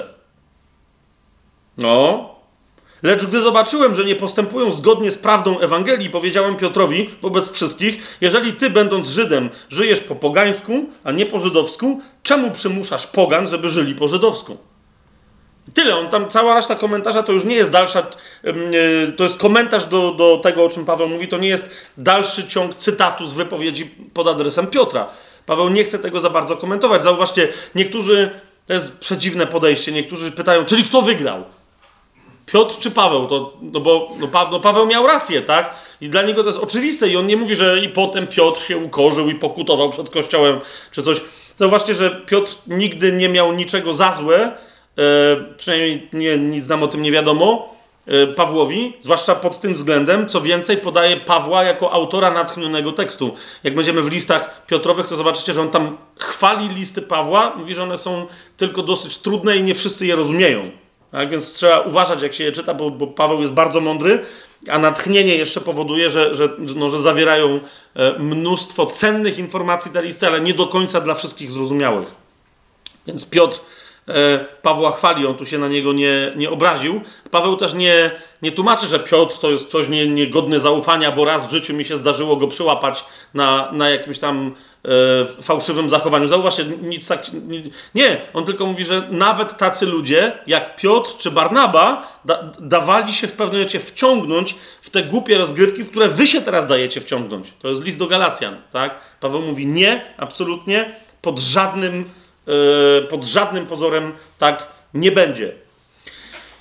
Speaker 1: Lecz gdy zobaczyłem, że nie postępują zgodnie z prawdą Ewangelii, powiedziałem Piotrowi wobec wszystkich, jeżeli ty, będąc Żydem, żyjesz po pogańsku, a nie po żydowsku, czemu przymuszasz pogan, żeby żyli po żydowsku? Tyle, cała reszta komentarza to już nie jest dalsza, to jest komentarz do tego, o czym Paweł mówi, to nie jest dalszy ciąg cytatu z wypowiedzi pod adresem Piotra. Paweł nie chce tego za bardzo komentować. Zauważcie, niektórzy, to jest przedziwne podejście, niektórzy pytają, czyli kto wygrał? Piotr czy Paweł? Bo Paweł miał rację, tak? I dla niego to jest oczywiste i on nie mówi, że i potem Piotr się ukorzył i pokutował przed Kościołem czy coś. Zauważcie, że Piotr nigdy nie miał niczego za złe, przynajmniej nic nam o tym nie wiadomo, Pawłowi, zwłaszcza pod tym względem, co więcej podaje Pawła jako autora natchnionego tekstu. Jak będziemy w listach Piotrowych, to zobaczycie, że on tam chwali listy Pawła, mówi, że one są tylko dosyć trudne i nie wszyscy je rozumieją. Tak, więc trzeba uważać, jak się je czyta, bo Paweł jest bardzo mądry, a natchnienie jeszcze powoduje, że zawierają mnóstwo cennych informacji te listy, ale nie do końca dla wszystkich zrozumiałych. Więc Piotr Pawła chwali, on tu się na niego nie obraził. Paweł też nie tłumaczy, że Piotr to jest ktoś niegodny zaufania, bo raz w życiu mi się zdarzyło go przyłapać na jakimś tam fałszywym zachowaniu. Zauważcie, nic tak... Nie, on tylko mówi, że nawet tacy ludzie, jak Piotr czy Barnaba, dawali się w pewnym momencie wciągnąć w te głupie rozgrywki, w które wy się teraz dajecie wciągnąć. To jest list do Galacjan, tak? Paweł mówi nie, absolutnie, pod żadnym pozorem tak nie będzie.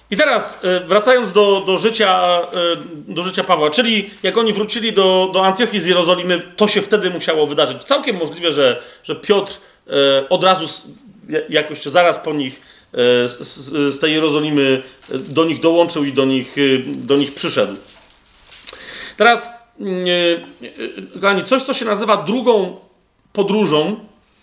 Speaker 1: I teraz wracając do życia Pawła, czyli jak oni wrócili do Antiochii z Jerozolimy, to się wtedy musiało wydarzyć. Całkiem możliwe, że Piotr od razu jakoś czy zaraz po nich z tej Jerozolimy do nich dołączył i do nich przyszedł. Teraz, kochani, coś, co się nazywa drugą podróżą.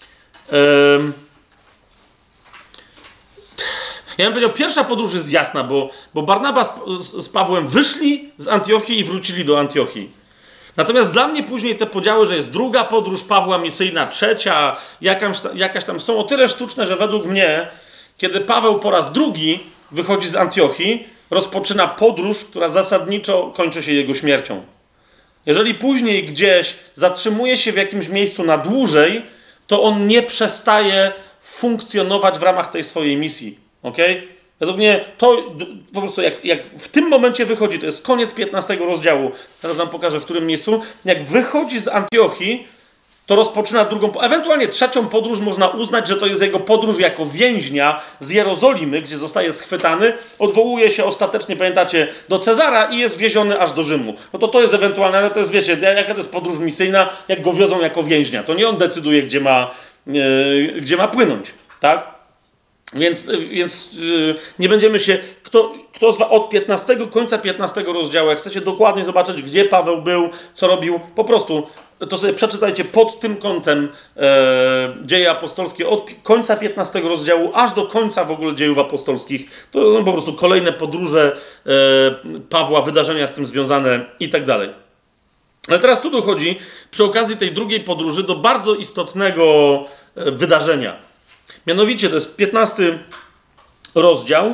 Speaker 1: Ja bym powiedział, pierwsza podróż jest jasna, bo Barnaba z Pawłem wyszli z Antiochii i wrócili do Antiochii. Natomiast dla mnie później te podziały, że jest druga podróż Pawła misyjna, trzecia, jakaś tam są o tyle sztuczne, że według mnie, kiedy Paweł po raz drugi wychodzi z Antiochii, rozpoczyna podróż, która zasadniczo kończy się jego śmiercią. Jeżeli później gdzieś zatrzymuje się w jakimś miejscu na dłużej, to on nie przestaje funkcjonować w ramach tej swojej misji. Okay? Według mnie to po prostu jak w tym momencie wychodzi, to jest koniec 15 rozdziału, teraz wam pokażę w którym miejscu, jak wychodzi z Antiochii, to rozpoczyna drugą, ewentualnie trzecią podróż można uznać, że to jest jego podróż jako więźnia z Jerozolimy, gdzie zostaje schwytany, odwołuje się ostatecznie, pamiętacie, do Cezara i jest wieziony aż do Rzymu. No to jest ewentualne, ale to jest, wiecie, jaka to jest podróż misyjna, jak go wiozą jako więźnia. To nie on decyduje, gdzie ma płynąć, tak? Więc nie będziemy się... Kto z was od końca 15 rozdziału, jak chcecie dokładnie zobaczyć, gdzie Paweł był, co robił, po prostu to sobie przeczytajcie pod tym kątem Dzieje apostolskie, od końca 15 rozdziału aż do końca w ogóle dziejów apostolskich. To po prostu kolejne podróże Pawła, wydarzenia z tym związane i tak dalej. Ale teraz tu dochodzi przy okazji tej drugiej podróży do bardzo istotnego wydarzenia. Mianowicie to jest 15 rozdział.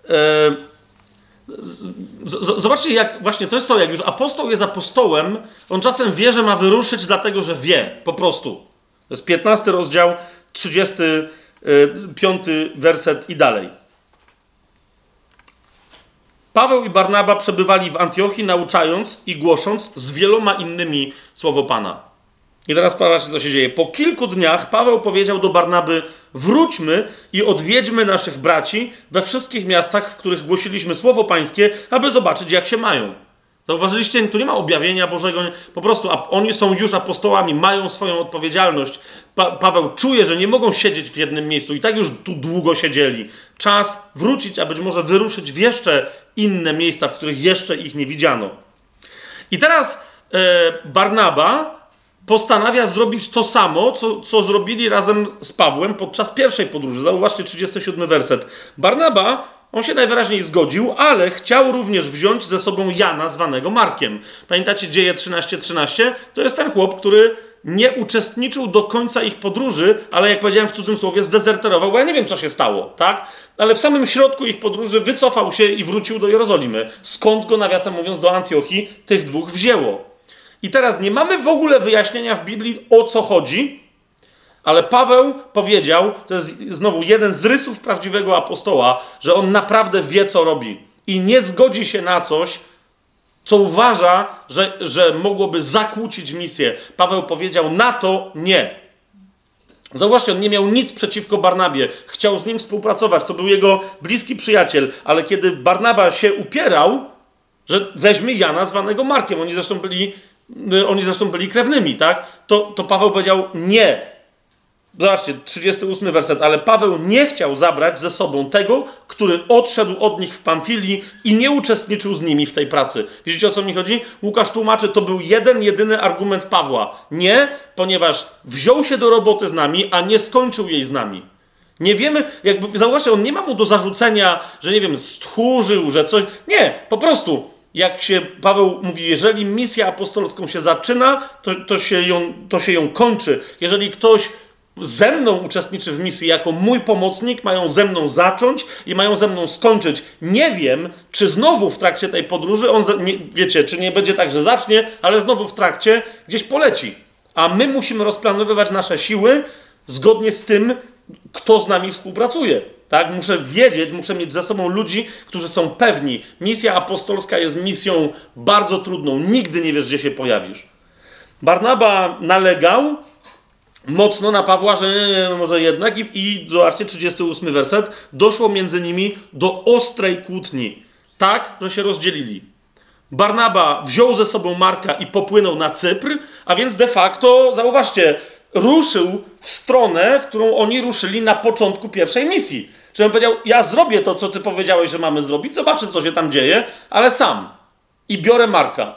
Speaker 1: Zobaczcie, jak właśnie to jest to, jak już apostoł jest apostołem, on czasem wie, że ma wyruszyć, dlatego że wie, po prostu. To jest 15 rozdział, 35 werset i dalej. Paweł i Barnaba przebywali w Antiochii, nauczając i głosząc z wieloma innymi słowo Pana. I teraz patrzcie, co się dzieje. Po kilku dniach Paweł powiedział do Barnaby: wróćmy i odwiedźmy naszych braci we wszystkich miastach, w których głosiliśmy słowo pańskie, aby zobaczyć, jak się mają. Zauważyliście, tu nie ma objawienia Bożego, po prostu oni są już apostołami, mają swoją odpowiedzialność. Paweł czuje, że nie mogą siedzieć w jednym miejscu i tak już tu długo siedzieli. Czas wrócić, a być może wyruszyć w jeszcze inne miejsca, w których jeszcze ich nie widziano. I teraz Barnaba postanawia zrobić to samo, co zrobili razem z Pawłem podczas pierwszej podróży. Zauważcie 37 werset. Barnaba, on się najwyraźniej zgodził, ale chciał również wziąć ze sobą Jana, zwanego Markiem. Pamiętacie Dzieje 13:13? To jest ten chłop, który nie uczestniczył do końca ich podróży, ale jak powiedziałem w cudzym słowie, zdezerterował, bo ja nie wiem, co się stało, tak? Ale w samym środku ich podróży wycofał się i wrócił do Jerozolimy. Skąd go, nawiasem mówiąc, do Antiochii tych dwóch wzięło? I teraz nie mamy w ogóle wyjaśnienia w Biblii, o co chodzi, ale Paweł powiedział, to jest znowu jeden z rysów prawdziwego apostoła, że on naprawdę wie, co robi i nie zgodzi się na coś, co uważa, że mogłoby zakłócić misję. Paweł powiedział na to nie. Zauważcie, on nie miał nic przeciwko Barnabie. Chciał z nim współpracować. To był jego bliski przyjaciel. Ale kiedy Barnaba się upierał, że weźmie Jana zwanego Markiem, oni zresztą byli krewnymi, tak? To Paweł powiedział nie. Zobaczcie, 38 werset. Ale Paweł nie chciał zabrać ze sobą tego, który odszedł od nich w Pamfilii i nie uczestniczył z nimi w tej pracy. Widzicie, o co mi chodzi? Łukasz tłumaczy, to był jedyny argument Pawła. Nie, ponieważ wziął się do roboty z nami, a nie skończył jej z nami. Nie wiemy, zauważcie, on nie ma mu do zarzucenia, że nie wiem, stchórzył, że coś. Nie, po prostu. Jak się Paweł mówi, jeżeli misja apostolską się zaczyna, to się ją kończy. Jeżeli ktoś ze mną uczestniczy w misji jako mój pomocnik, mają ze mną zacząć i mają ze mną skończyć. Nie wiem, czy znowu w trakcie tej podróży wiecie, czy nie będzie tak, że zacznie, ale znowu w trakcie gdzieś poleci. A my musimy rozplanowywać nasze siły zgodnie z tym, kto z nami współpracuje. Tak? Muszę wiedzieć, muszę mieć ze sobą ludzi, którzy są pewni. Misja apostolska jest misją bardzo trudną. Nigdy nie wiesz, gdzie się pojawisz. Barnaba nalegał, mocno na Pawła, że nie, może jednak i zobaczcie, 38 werset, doszło między nimi do ostrej kłótni, tak, że się rozdzielili. Barnaba wziął ze sobą Marka i popłynął na Cypr, a więc de facto, zauważcie, ruszył w stronę, w którą oni ruszyli na początku pierwszej misji. Że on powiedział, ja zrobię to, co ty powiedziałeś, że mamy zrobić, zobaczę, co się tam dzieje, ale sam. I biorę Marka.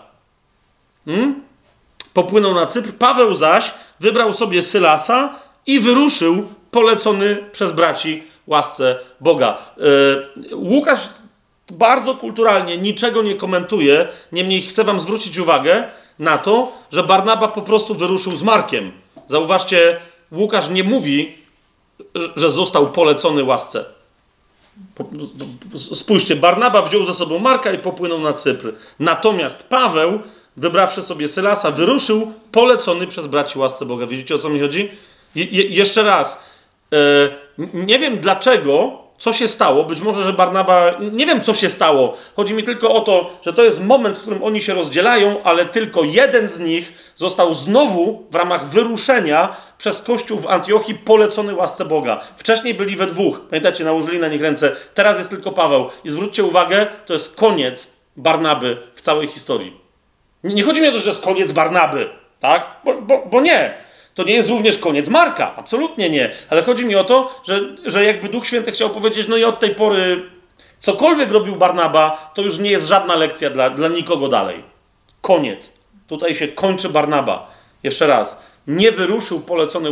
Speaker 1: Popłynął na Cypr. Paweł zaś wybrał sobie Sylasa i wyruszył, polecony przez braci łasce Boga. Łukasz bardzo kulturalnie niczego nie komentuje, niemniej chcę wam zwrócić uwagę na to, że Barnaba po prostu wyruszył z Markiem. Zauważcie, Łukasz nie mówi, że został polecony łasce. Spójrzcie, Barnaba wziął ze sobą Marka i popłynął na Cypr. Natomiast Paweł, wybrawszy sobie Sylasa, wyruszył polecony przez braci łasce Boga. Widzicie, o co mi chodzi? Jeszcze raz. Nie wiem dlaczego, co się stało. Być może, że Barnaba... Nie wiem, co się stało. Chodzi mi tylko o to, że to jest moment, w którym oni się rozdzielają, ale tylko jeden z nich został znowu w ramach wyruszenia przez Kościół w Antiochii polecony łasce Boga. Wcześniej byli we dwóch. Pamiętacie, nałożyli na nich ręce. Teraz jest tylko Paweł. I zwróćcie uwagę, to jest koniec Barnaby w całej historii. Nie chodzi mi o to, że to jest koniec Barnaby, tak? Bo nie. To nie jest również koniec Marka. Absolutnie nie. Ale chodzi mi o to, że jakby Duch Święty chciał powiedzieć, no i od tej pory cokolwiek robił Barnaba, to już nie jest żadna lekcja dla nikogo dalej. Koniec. Tutaj się kończy Barnaba. Jeszcze raz. Nie wyruszył polecony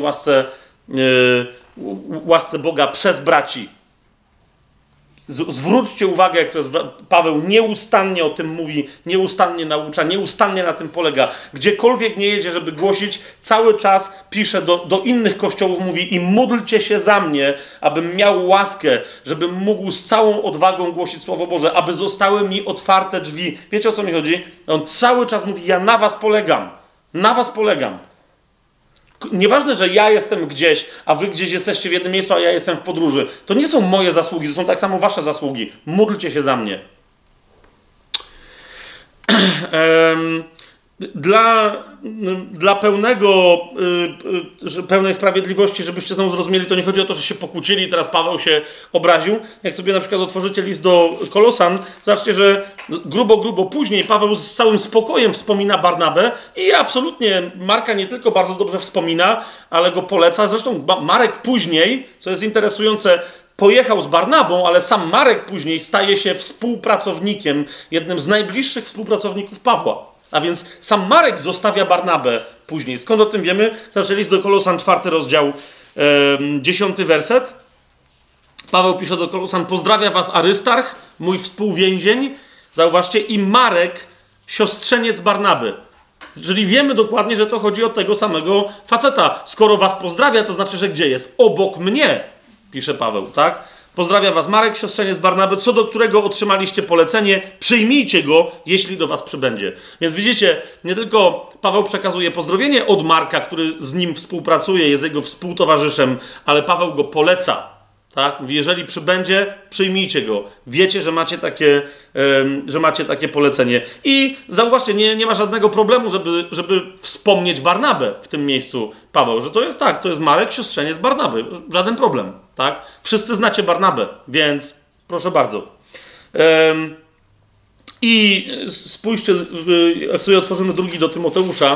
Speaker 1: łasce Boga przez braci. Zwróćcie uwagę, jak to jest. Paweł nieustannie o tym mówi, nieustannie naucza, nieustannie na tym polega. Gdziekolwiek nie jedzie, żeby głosić, cały czas pisze do innych kościołów, mówi i módlcie się za mnie, abym miał łaskę, żebym mógł z całą odwagą głosić Słowo Boże, aby zostały mi otwarte drzwi. Wiecie, o co mi chodzi? On cały czas mówi, ja na was polegam. Na was polegam. Nieważne, że ja jestem gdzieś, a wy gdzieś jesteście w jednym miejscu, a ja jestem w podróży. To nie są moje zasługi, to są tak samo wasze zasługi. Módlcie się za mnie. Dla pełnej sprawiedliwości, żebyście znowu zrozumieli, to nie chodzi o to, że się pokłócili i teraz Paweł się obraził. Jak sobie na przykład otworzycie list do Kolosan, zobaczcie, że grubo później Paweł z całym spokojem wspomina Barnabę i absolutnie Marka nie tylko bardzo dobrze wspomina, ale go poleca. Zresztą Marek później, co jest interesujące, pojechał z Barnabą, ale sam Marek później staje się współpracownikiem, jednym z najbliższych współpracowników Pawła. A więc sam Marek zostawia Barnabę później. Skąd o tym wiemy? Znaczy list do Kolosan, 4 rozdział, 10 werset. Paweł pisze do Kolosan, pozdrawia was Arystarch, mój współwięzień, zauważcie, i Marek, siostrzeniec Barnaby. Czyli wiemy dokładnie, że to chodzi o tego samego faceta. Skoro was pozdrawia, to znaczy, że gdzie jest? Obok mnie, pisze Paweł, tak? Pozdrawia was Marek, siostrzeniec Barnaby, co do którego otrzymaliście polecenie, przyjmijcie go, jeśli do was przybędzie. Więc widzicie, nie tylko Paweł przekazuje pozdrowienie od Marka, który z nim współpracuje, jest jego współtowarzyszem, ale Paweł go poleca. Tak? Mówi, jeżeli przybędzie, przyjmijcie go. Wiecie, że macie takie polecenie. I zauważcie, nie ma żadnego problemu, żeby wspomnieć Barnabę w tym miejscu, Paweł, że to jest tak, to jest Marek, siostrzeniec Barnaby. Żaden problem. Tak? Wszyscy znacie Barnabę, więc proszę bardzo. I spójrzcie, jak sobie otworzymy drugi do Tymoteusza,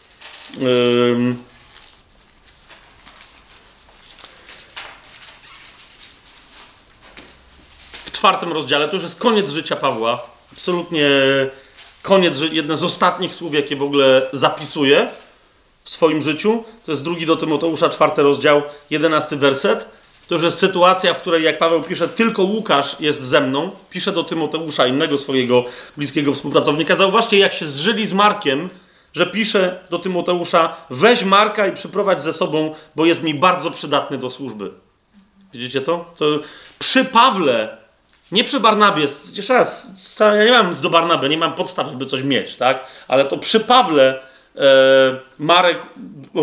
Speaker 1: w 4 rozdziale, to już jest koniec życia Pawła, absolutnie koniec, jedne z ostatnich słów, jakie w ogóle zapisuje w swoim życiu, to jest 2 do Tymoteusza, 4 rozdział, 11 werset. To już jest sytuacja, w której, jak Paweł pisze, tylko Łukasz jest ze mną, pisze do Tymoteusza, innego swojego bliskiego współpracownika. Zauważcie, jak się zżyli z Markiem, że pisze do Tymoteusza, weź Marka i przyprowadź ze sobą, bo jest mi bardzo przydatny do służby. Widzicie to? To przy Pawle, nie przy Barnabie, jeszcze raz, ja nie mam nic do Barnaby, nie mam podstaw, żeby coś mieć, tak? Ale to przy Pawle Marek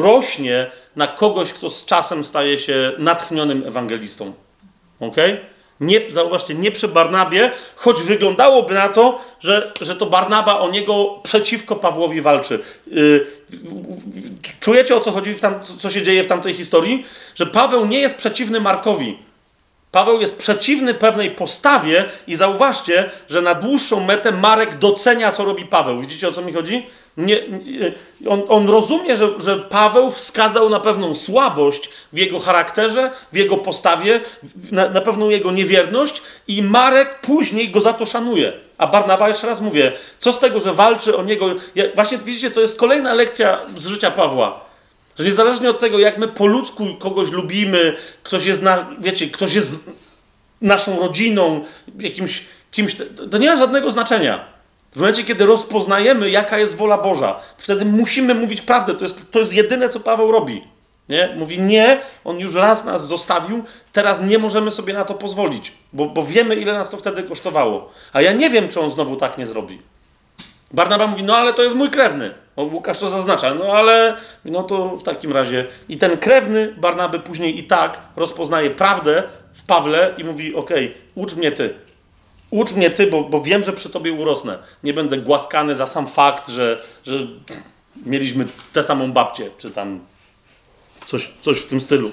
Speaker 1: rośnie na kogoś, kto z czasem staje się natchnionym ewangelistą. Okej? Zauważcie, nie przy Barnabie, choć wyglądałoby na to, że to Barnaba o niego przeciwko Pawłowi walczy. Czujecie, o co chodzi, co się dzieje w tamtej historii? Że Paweł nie jest przeciwny Markowi. Paweł jest przeciwny pewnej postawie i zauważcie, że na dłuższą metę Marek docenia, co robi Paweł. Widzicie, o co mi chodzi? On rozumie, że Paweł wskazał na pewną słabość w jego charakterze, w jego postawie, na pewną jego niewierność i Marek później go za to szanuje. A Barnaba, jeszcze raz mówię, co z tego, że walczy o niego... Właśnie widzicie, to jest kolejna lekcja z życia Pawła. Że niezależnie od tego, jak my po ludzku kogoś lubimy, ktoś jest naszą rodziną, kimś, to nie ma żadnego znaczenia. W momencie, kiedy rozpoznajemy, jaka jest wola Boża, wtedy musimy mówić prawdę. To jest jedyne, co Paweł robi. Nie? Mówi nie, on już raz nas zostawił, teraz nie możemy sobie na to pozwolić, bo wiemy, ile nas to wtedy kosztowało. A ja nie wiem, czy on znowu tak nie zrobi. Barnaba mówi, no ale to jest mój krewny. O, Łukasz to zaznacza, no ale no to w takim razie. I ten krewny Barnaby później i tak rozpoznaje prawdę w Pawle i mówi, okej, ucz mnie ty. Ucz mnie ty, bo wiem, że przy tobie urosnę. Nie będę głaskany za sam fakt, że mieliśmy tę samą babcię, czy tam coś w tym stylu.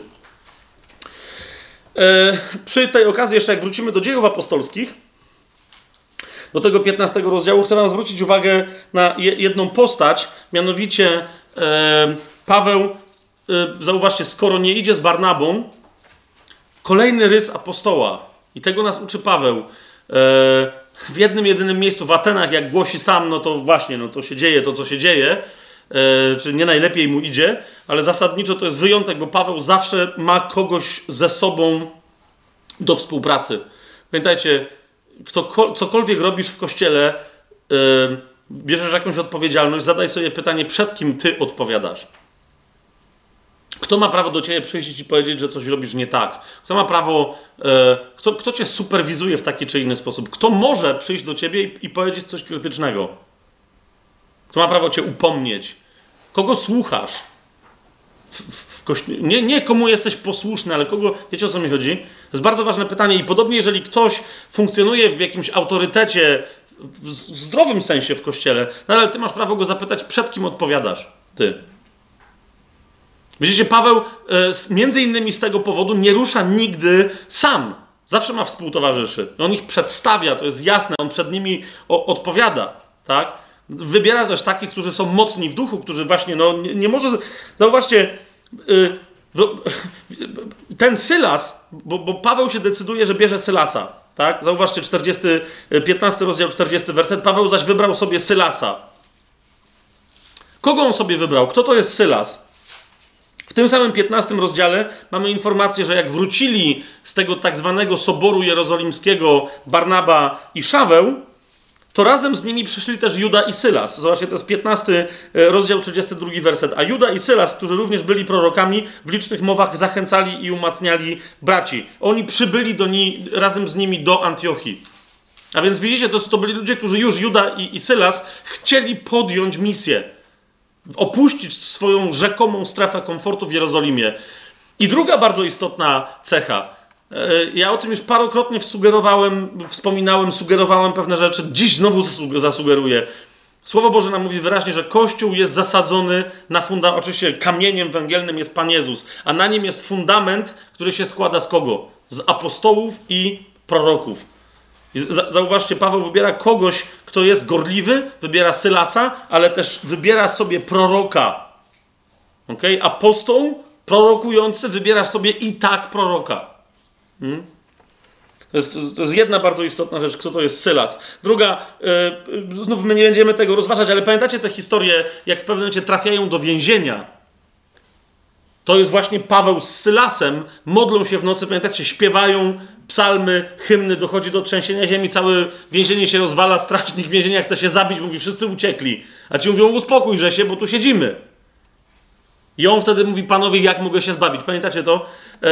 Speaker 1: Przy tej okazji jeszcze, jak wrócimy do Dziejów Apostolskich, do tego 15 rozdziału, chcę wam zwrócić uwagę na jedną postać, mianowicie Paweł, zauważcie, skoro nie idzie z Barnabą, kolejny rys apostoła. I tego nas uczy Paweł. W jednym, jedynym miejscu w Atenach, jak głosi sam, no to właśnie, no to się dzieje to, co się dzieje, czy nie najlepiej mu idzie, ale zasadniczo to jest wyjątek, bo Paweł zawsze ma kogoś ze sobą do współpracy. Pamiętajcie, cokolwiek robisz w kościele, bierzesz jakąś odpowiedzialność, zadaj sobie pytanie, przed kim ty odpowiadasz. Kto ma prawo do ciebie przyjść i ci powiedzieć, że coś robisz nie tak? Kto ma prawo... Kto cię superwizuje w taki czy inny sposób? Kto może przyjść do ciebie i powiedzieć coś krytycznego? Kto ma prawo cię upomnieć? Kogo słuchasz? W kościele? Nie komu jesteś posłuszny, ale kogo... Wiecie, o co mi chodzi? To jest bardzo ważne pytanie i podobnie, jeżeli ktoś funkcjonuje w jakimś autorytecie, w zdrowym sensie w kościele, no ale ty masz prawo go zapytać, przed kim odpowiadasz? Ty. Widzicie, Paweł między innymi z tego powodu nie rusza nigdy sam. Zawsze ma współtowarzyszy. On ich przedstawia, to jest jasne, on przed nimi odpowiada. Tak? Wybiera też takich, którzy są mocni w duchu, którzy właśnie, nie może... Zauważcie, ten Sylas, bo Paweł się decyduje, że bierze Sylasa. Tak? Zauważcie, 15 rozdział, 40 werset. Paweł zaś wybrał sobie Sylasa. Kogo on sobie wybrał? Kto to jest Sylas? W tym samym 15 rozdziale mamy informację, że jak wrócili z tego tak zwanego Soboru Jerozolimskiego Barnaba i Szaweł, to razem z nimi przyszli też Juda i Sylas. Zobaczcie, to jest 15 rozdział, 32 werset. A Juda i Sylas, którzy również byli prorokami, w licznych mowach zachęcali i umacniali braci. Oni przybyli razem z nimi do Antiochii. A więc widzicie, to byli ludzie, którzy już, Juda i Sylas, chcieli podjąć misję. Opuścić swoją rzekomą strefę komfortu w Jerozolimie. I druga bardzo istotna cecha. Ja o tym już parokrotnie sugerowałem pewne rzeczy. Dziś znowu zasugeruję. Słowo Boże nam mówi wyraźnie, że Kościół jest zasadzony na fundament. Oczywiście kamieniem węgielnym jest Pan Jezus, a na nim jest fundament, który się składa z kogo? Z apostołów i proroków. Zauważcie, Paweł wybiera kogoś, kto jest gorliwy, wybiera Sylasa, ale też wybiera sobie proroka. Okay? Apostoł prorokujący wybiera sobie i tak proroka. To jest jedna bardzo istotna rzecz, kto to jest Sylas. Druga, znów my nie będziemy tego rozważać, ale pamiętacie tę historię, jak w pewnym momencie trafiają do więzienia. To jest właśnie Paweł z Sylasem, modlą się w nocy, pamiętacie, śpiewają psalmy, hymny, dochodzi do trzęsienia ziemi, całe więzienie się rozwala, strażnik więzienia chce się zabić, mówi, wszyscy uciekli. A ci mówią, uspokójże się, bo tu siedzimy. I on wtedy mówi, panowie, jak mogę się zbawić? Pamiętacie to?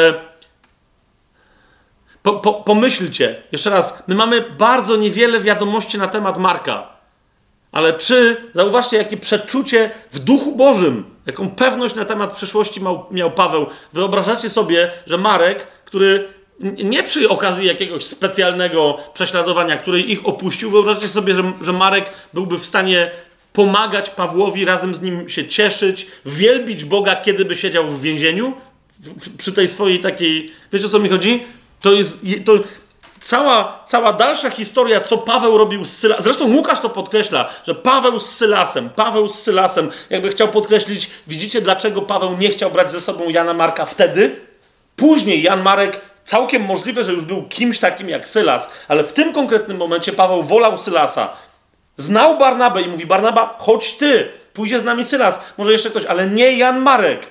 Speaker 1: Pomyślcie, jeszcze raz, my mamy bardzo niewiele wiadomości na temat Marka. Ale zauważcie, jakie przeczucie w Duchu Bożym, jaką pewność na temat przyszłości miał Paweł. Wyobrażacie sobie, że Marek, który nie przy okazji jakiegoś specjalnego prześladowania, który ich opuścił. Wyobraźcie sobie, że Marek byłby w stanie pomagać Pawłowi, razem z nim się cieszyć, wielbić Boga, kiedy by siedział w więzieniu, przy tej swojej takiej... Wiecie, o co mi chodzi? To cała dalsza historia, co Paweł robił z Sylasem. Zresztą Łukasz to podkreśla, że Paweł z Sylasem, jakby chciał podkreślić, widzicie, dlaczego Paweł nie chciał brać ze sobą Jana Marka wtedy? Później Jan Marek, całkiem możliwe, że już był kimś takim jak Sylas, ale w tym konkretnym momencie Paweł wolał Sylasa. Znał Barnabę i mówi: Barnaba, chodź ty, pójdzie z nami Sylas, może jeszcze ktoś, ale nie Jan Marek.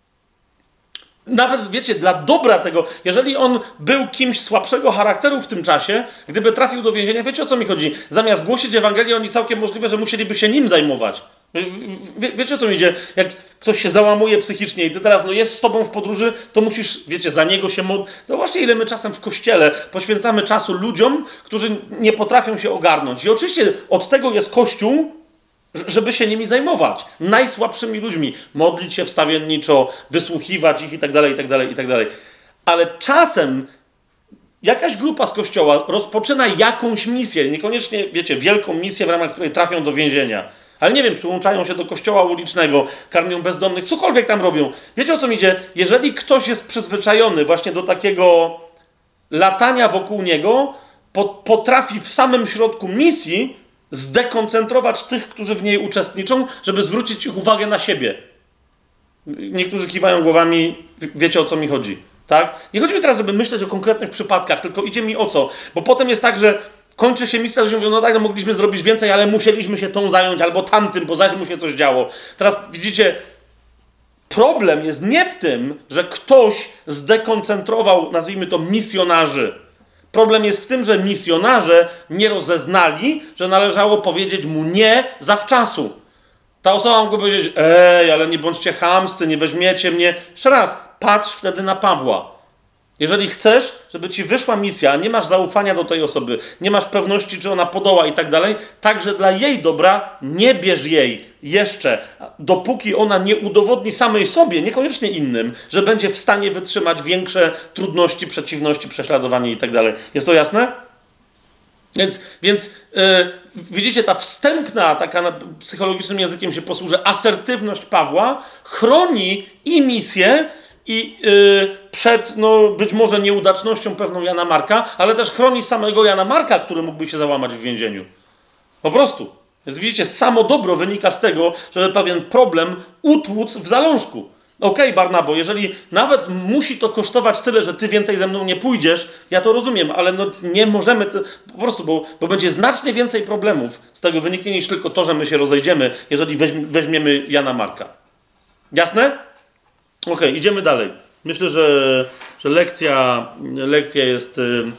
Speaker 1: Nawet, wiecie, dla dobra tego, jeżeli on był kimś słabszego charakteru w tym czasie, gdyby trafił do więzienia, wiecie, o co mi chodzi? Zamiast głosić Ewangelię, oni całkiem możliwe, że musieliby się nim zajmować. Wiecie, o co mi idzie? Jak ktoś się załamuje psychicznie i ty teraz jest z tobą w podróży, to musisz, wiecie, za niego się modlić. Zobaczcie, ile my czasem w kościele poświęcamy czasu ludziom, którzy nie potrafią się ogarnąć. I oczywiście od tego jest Kościół, żeby się nimi zajmować. Najsłabszymi ludźmi. Modlić się wstawienniczo, wysłuchiwać ich i tak dalej, i tak dalej, i tak dalej. Ale czasem jakaś grupa z Kościoła rozpoczyna jakąś misję, niekoniecznie, wiecie, wielką misję, w ramach której trafią do więzienia. Ale nie wiem, przyłączają się do kościoła ulicznego, karmią bezdomnych, cokolwiek tam robią. Wiecie, o co mi idzie? Jeżeli ktoś jest przyzwyczajony właśnie do takiego latania wokół niego, potrafi w samym środku misji zdekoncentrować tych, którzy w niej uczestniczą, żeby zwrócić ich uwagę na siebie. Niektórzy kiwają głowami, wiecie, o co mi chodzi, tak? Nie chodzi mi teraz, żeby myśleć o konkretnych przypadkach, tylko idzie mi o co, bo potem jest tak, że kończy się misja, że mówią: no tak, no mogliśmy zrobić więcej, ale musieliśmy się tą zająć, albo tamtym, bo zaś mu się coś działo. Teraz widzicie, problem jest nie w tym, że ktoś zdekoncentrował, nazwijmy to, misjonarzy. Problem jest w tym, że misjonarze nie rozeznali, że należało powiedzieć mu nie zawczasu. Ta osoba mogła powiedzieć: ale nie bądźcie chamscy, nie weźmiecie mnie. Jeszcze raz, patrz wtedy na Pawła. Jeżeli chcesz, żeby ci wyszła misja, a nie masz zaufania do tej osoby, nie masz pewności, czy ona podoła i tak dalej, także dla jej dobra nie bierz jej jeszcze, dopóki ona nie udowodni samej sobie, niekoniecznie innym, że będzie w stanie wytrzymać większe trudności, przeciwności, prześladowanie i tak dalej. Jest to jasne? Więc widzicie, ta wstępna, taka psychologicznym językiem się posłużę, asertywność Pawła chroni i misję, i przed, być może nieudacznością pewną Jana Marka, ale też chroni samego Jana Marka, który mógłby się załamać w więzieniu. Po prostu. Więc widzicie, samo dobro wynika z tego, żeby pewien problem utłuc w zalążku. Okej, Barnabo, jeżeli nawet musi to kosztować tyle, że ty więcej ze mną nie pójdziesz, ja to rozumiem, ale nie możemy, po prostu, bo będzie znacznie więcej problemów z tego wyniknie niż tylko to, że my się rozejdziemy, jeżeli weźmiemy Jana Marka. Jasne? Okej, idziemy dalej. Myślę, że lekcja jest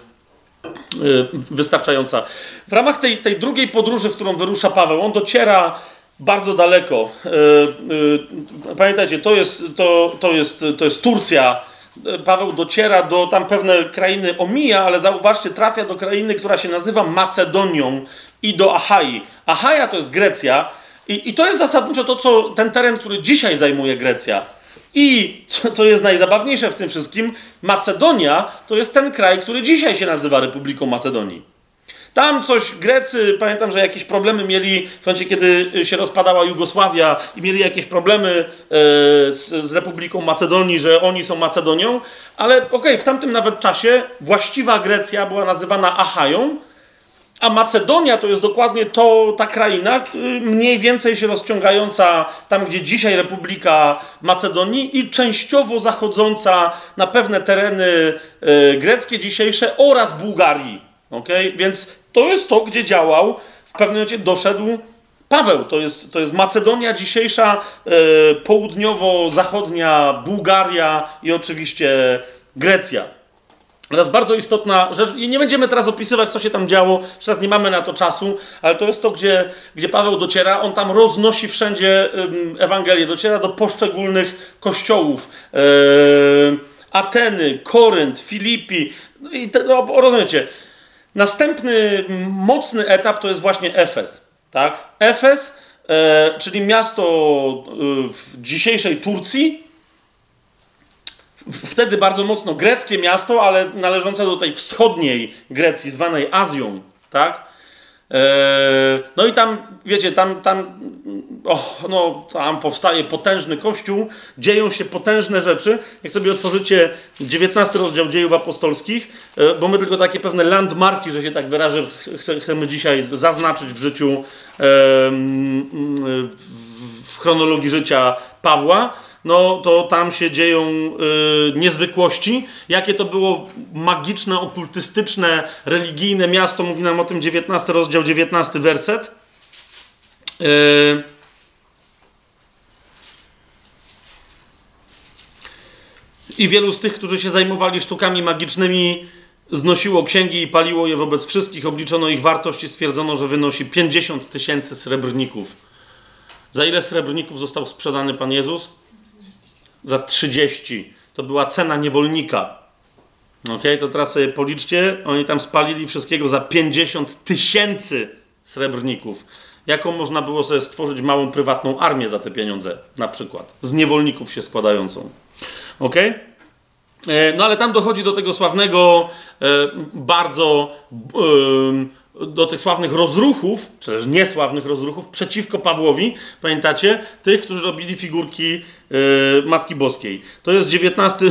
Speaker 1: wystarczająca. W ramach tej drugiej podróży, w którą wyrusza Paweł, on dociera bardzo daleko. Pamiętajcie, to jest Turcja. Paweł dociera do tam pewne krainy, omija, ale zauważcie, trafia do krainy, która się nazywa Macedonią i do Achai. Achaja to jest Grecja i to jest zasadniczo ten teren, który dzisiaj zajmuje Grecja. I, co jest najzabawniejsze w tym wszystkim, Macedonia to jest ten kraj, który dzisiaj się nazywa Republiką Macedonii. Tam coś Grecy, pamiętam, że jakieś problemy mieli w momencie, kiedy się rozpadała Jugosławia i mieli jakieś problemy z Republiką Macedonii, że oni są Macedonią, ale w tamtym nawet czasie właściwa Grecja była nazywana Achają, a Macedonia to jest dokładnie ta kraina, mniej więcej się rozciągająca tam, gdzie dzisiaj Republika Macedonii i częściowo zachodząca na pewne tereny greckie dzisiejsze oraz Bułgarii. Więc to jest to, gdzie działał, w pewnym momencie doszedł Paweł. To jest Macedonia dzisiejsza, południowo-zachodnia Bułgaria i oczywiście Grecja. Teraz bardzo istotna rzecz, i nie będziemy teraz opisywać, co się tam działo, teraz nie mamy na to czasu, ale to jest to, gdzie Paweł dociera. On tam roznosi wszędzie Ewangelię, dociera do poszczególnych kościołów. Ateny, Korynt, Filipi. Rozumiecie, następny mocny etap to jest właśnie Efes. Tak? Efes, czyli miasto w dzisiejszej Turcji, wtedy bardzo mocno greckie miasto, ale należące do tej wschodniej Grecji, zwanej Azją, tak? No i tam, wiecie, tam powstaje potężny kościół, dzieją się potężne rzeczy. Jak sobie otworzycie 19 rozdział Dziejów Apostolskich, bo my tylko takie pewne landmarki, że się tak wyrażę, chcemy dzisiaj zaznaczyć w życiu, w chronologii życia Pawła, no to tam się dzieją niezwykłości. Jakie to było magiczne, okultystyczne, religijne miasto, mówi nam o tym 19 rozdział, 19 werset. I wielu z tych, którzy się zajmowali sztukami magicznymi, znosiło księgi i paliło je wobec wszystkich. Obliczono ich wartość i stwierdzono, że wynosi 50 000 srebrników. Za ile srebrników został sprzedany Pan Jezus? Za 30. To była cena niewolnika. Okej, to teraz sobie policzcie. Oni tam spalili wszystkiego za 50 000 srebrników. Jaką można było sobie stworzyć małą prywatną armię za te pieniądze, na przykład. Z niewolników się składającą. Okej? No ale tam dochodzi do tego sławnego, do tych sławnych rozruchów, czy też niesławnych rozruchów przeciwko Pawłowi. Pamiętacie? Tych, którzy robili figurki Matki Boskiej. To jest 19,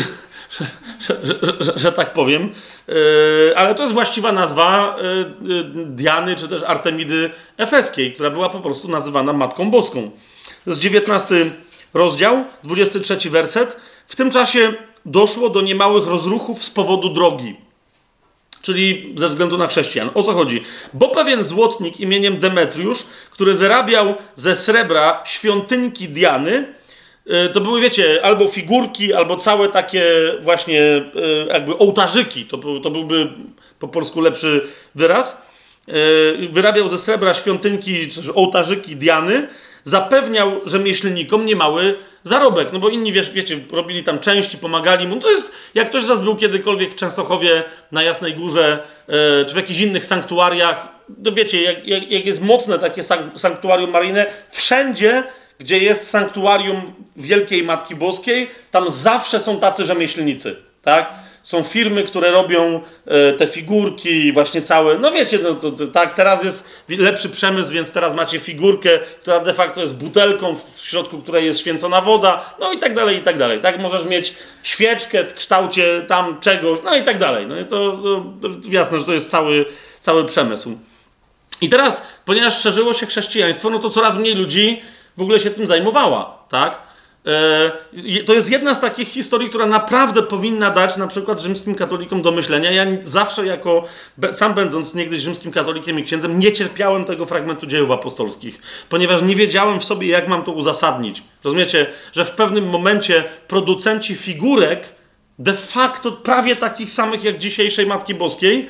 Speaker 1: że tak powiem, ale to jest właściwa nazwa Diany, czy też Artemidy Efeskiej, która była po prostu nazywana Matką Boską. To jest 19 rozdział, 23 werset. W tym czasie doszło do niemałych rozruchów z powodu drogi, czyli ze względu na chrześcijan. O co chodzi? Bo pewien złotnik imieniem Demetriusz, który wyrabiał ze srebra świątynki Diany, to były, wiecie, albo figurki, albo całe takie właśnie jakby ołtarzyki, to byłby po polsku lepszy wyraz, wyrabiał ze srebra świątynki, czy też ołtarzyki Diany, zapewniał rzemieślnikom niemały zarobek, no bo inni, wiecie, robili tam części, pomagali mu. To jest, jak ktoś z was był kiedykolwiek w Częstochowie, na Jasnej Górze, czy w jakichś innych sanktuariach, to wiecie, jak jest mocne takie sanktuarium maryjne, wszędzie, gdzie jest sanktuarium Wielkiej Matki Boskiej, tam zawsze są tacy rzemieślnicy, tak? Są firmy, które robią te figurki właśnie całe. No wiecie, tak, teraz jest lepszy przemysł, więc teraz macie figurkę, która de facto jest butelką, w środku której jest święcona woda, no i tak dalej, i tak dalej. Tak, możesz mieć świeczkę w kształcie tam czegoś, no i tak dalej. No i to jasne, że to jest cały przemysł. I teraz, ponieważ szerzyło się chrześcijaństwo, no to coraz mniej ludzi w ogóle się tym zajmowała, tak? To jest jedna z takich historii, która naprawdę powinna dać na przykład rzymskim katolikom do myślenia. Ja zawsze sam będąc niegdyś rzymskim katolikiem i księdzem, nie cierpiałem tego fragmentu Dziejów Apostolskich, ponieważ nie wiedziałem w sobie, jak mam to uzasadnić. Rozumiecie, że w pewnym momencie producenci figurek de facto prawie takich samych jak dzisiejszej Matki Boskiej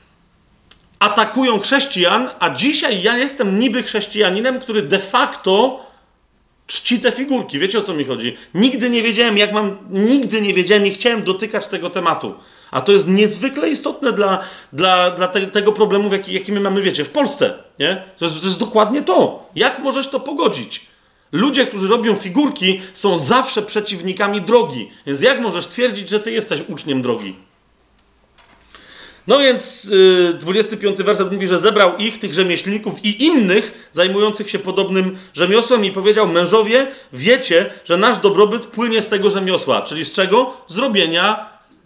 Speaker 1: atakują chrześcijan, a dzisiaj ja jestem niby chrześcijaninem, który de facto czci te figurki. Wiecie, o co mi chodzi? Nigdy nie wiedziałem, nie chciałem dotykać tego tematu. A to jest niezwykle istotne dla tego problemu, jaki my mamy, wiecie, w Polsce. Nie? To jest dokładnie to. Jak możesz to pogodzić? Ludzie, którzy robią figurki, są zawsze przeciwnikami drogi. Więc jak możesz twierdzić, że ty jesteś uczniem drogi? No więc 25 werset mówi, że zebrał ich, tych rzemieślników i innych zajmujących się podobnym rzemiosłem i powiedział: mężowie, wiecie, że nasz dobrobyt płynie z tego rzemiosła. Czyli z czego? Z robienia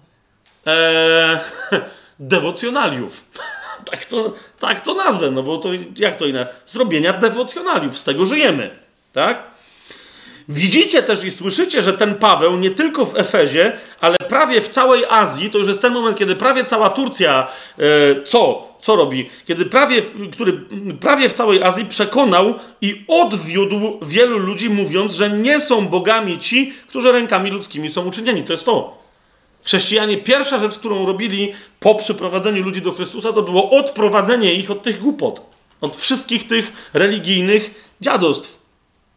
Speaker 1: dewocjonaliów. tak to nazwę, no bo to jak to inne? Z robienia dewocjonaliów, z tego żyjemy. Tak? Widzicie też i słyszycie, że ten Paweł nie tylko w Efezie, ale prawie w całej Azji, to już jest ten moment, kiedy prawie cała Turcja co robi? Który prawie w całej Azji przekonał i odwiódł wielu ludzi, mówiąc, że nie są bogami ci, którzy rękami ludzkimi są uczynieni. To jest to. Chrześcijanie, pierwsza rzecz, którą robili po przyprowadzeniu ludzi do Chrystusa, to było odprowadzenie ich od tych głupot. Od wszystkich tych religijnych dziadostw.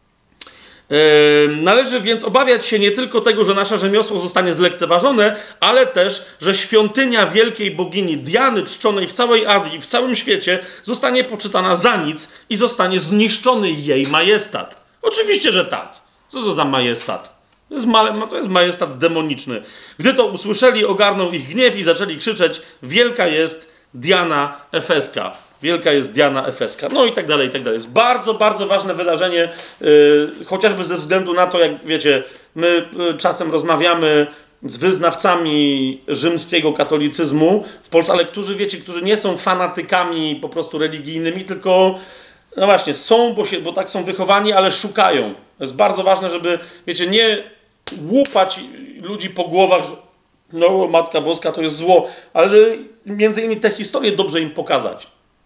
Speaker 1: Należy więc obawiać się nie tylko tego, że nasze rzemiosło zostanie zlekceważone, ale też, że świątynia wielkiej bogini Diany, czczonej w całej Azji i w całym świecie, zostanie poczytana za nic i zostanie zniszczony jej majestat. Oczywiście, że tak. Co to za majestat? To jest majestat demoniczny. Gdy to usłyszeli, ogarnął ich gniew i zaczęli krzyczeć: wielka jest Diana Efeska. Wielka jest Diana Efeska. No i tak dalej, i tak dalej. Jest bardzo, bardzo ważne wydarzenie, chociażby ze względu na to, jak wiecie, my czasem rozmawiamy z wyznawcami rzymskiego katolicyzmu w Polsce, ale którzy nie są fanatykami po prostu religijnymi, tylko no właśnie, są, bo tak są wychowani, ale szukają. To jest bardzo ważne, żeby, wiecie, nie łupać ludzi po głowach, że no, Matka Boska to jest zło, ale że między innymi te historie dobrze im pokazać.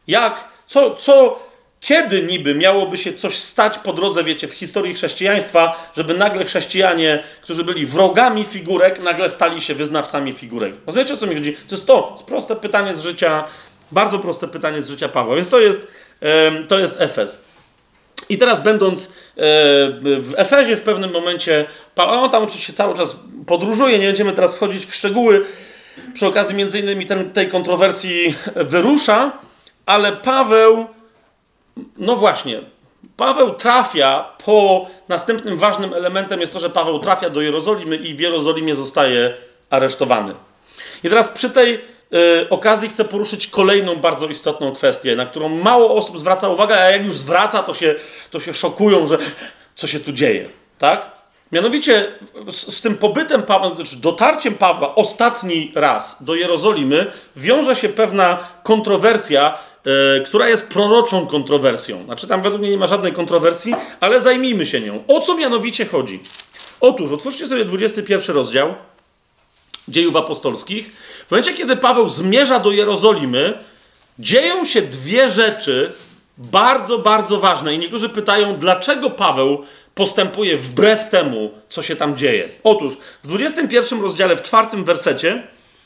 Speaker 1: Kiedy niby miałoby się coś stać po drodze, wiecie, w historii chrześcijaństwa, żeby nagle chrześcijanie, którzy byli wrogami figurek, nagle stali się wyznawcami figurek. Rozumiecie, o co mi chodzi? To jest proste pytanie z życia, bardzo proste pytanie z życia Pawła. Więc to jest Efes. I teraz będąc w Efezie w pewnym momencie, on tam oczywiście cały czas podróżuje, nie będziemy teraz wchodzić w szczegóły, przy okazji między innymi tej kontrowersji wyrusza, ale Paweł, no właśnie, Paweł trafia następnym ważnym elementem jest to, że Paweł trafia do Jerozolimy i w Jerozolimie zostaje aresztowany. I teraz przy tej okazji chcę poruszyć kolejną bardzo istotną kwestię, na którą mało osób zwraca uwagę, a jak już zwraca, to się szokują, że co się tu dzieje, tak? Mianowicie z tym pobytem Pawła, znaczy dotarciem Pawła ostatni raz do Jerozolimy wiąże się pewna kontrowersja, która jest proroczą kontrowersją. Znaczy tam według mnie nie ma żadnej kontrowersji, ale zajmijmy się nią. O co mianowicie chodzi? Otóż otwórzcie sobie 21 rozdział Dziejów Apostolskich. W momencie, kiedy Paweł zmierza do Jerozolimy, dzieją się dwie rzeczy bardzo, bardzo ważne. I niektórzy pytają, dlaczego Paweł postępuje wbrew temu, co się tam dzieje. Otóż w 21 rozdziale, w 4 wersecie,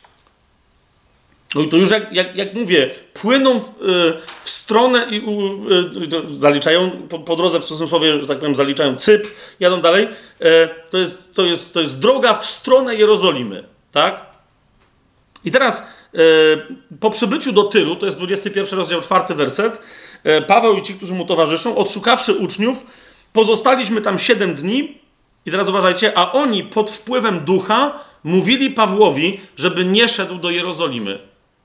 Speaker 1: no i to już jak mówię, płyną w stronę i zaliczają, po drodze w cudzysłowie, że tak powiem, zaliczają Cypr, jadą dalej. To jest droga w stronę Jerozolimy, tak? I teraz po przybyciu do Tyru, to jest 21 rozdział, 4 werset, Paweł i ci, którzy mu towarzyszą, odszukawszy uczniów, pozostaliśmy tam 7 dni i teraz uważajcie, a oni pod wpływem ducha mówili Pawłowi, żeby nie szedł do Jerozolimy.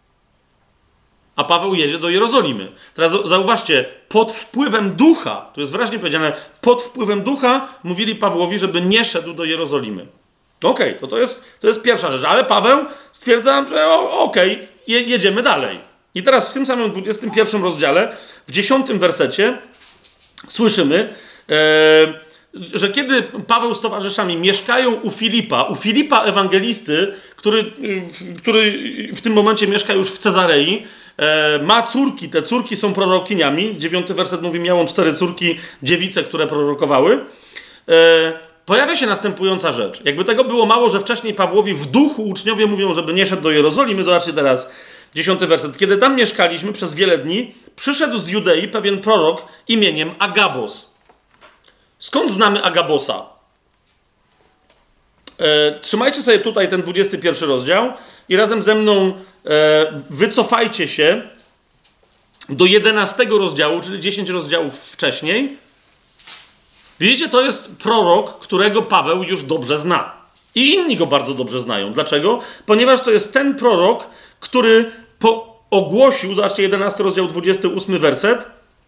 Speaker 1: A Paweł jedzie do Jerozolimy. Teraz zauważcie, pod wpływem ducha, tu jest wyraźnie powiedziane, pod wpływem ducha mówili Pawłowi, żeby nie szedł do Jerozolimy. Okej, to jest pierwsza rzecz, ale Paweł stwierdza, że jedziemy dalej. I teraz w tym samym 21 rozdziale, w 10 wersecie słyszymy, że kiedy Paweł z towarzyszami mieszkają u Filipa ewangelisty, który w tym momencie mieszka już w Cezarei, ma córki, te córki są prorokiniami, 9 werset mówi, miał on 4 córki, dziewice, które prorokowały, pojawia się następująca rzecz. Jakby tego było mało, że wcześniej Pawłowi w duchu uczniowie mówią, żeby nie szedł do Jerozolimy, zobaczcie teraz 10 werset. Kiedy tam mieszkaliśmy przez wiele dni, przyszedł z Judei pewien prorok imieniem Agabos. Skąd znamy Agabosa? Trzymajcie sobie tutaj ten 21 rozdział i razem ze mną wycofajcie się do 11 rozdziału, czyli 10 rozdziałów wcześniej. Widzicie, to jest prorok, którego Paweł już dobrze zna. I inni go bardzo dobrze znają. Dlaczego? Ponieważ to jest ten prorok, który ogłosił, zobaczcie 11 rozdział, 28 werset,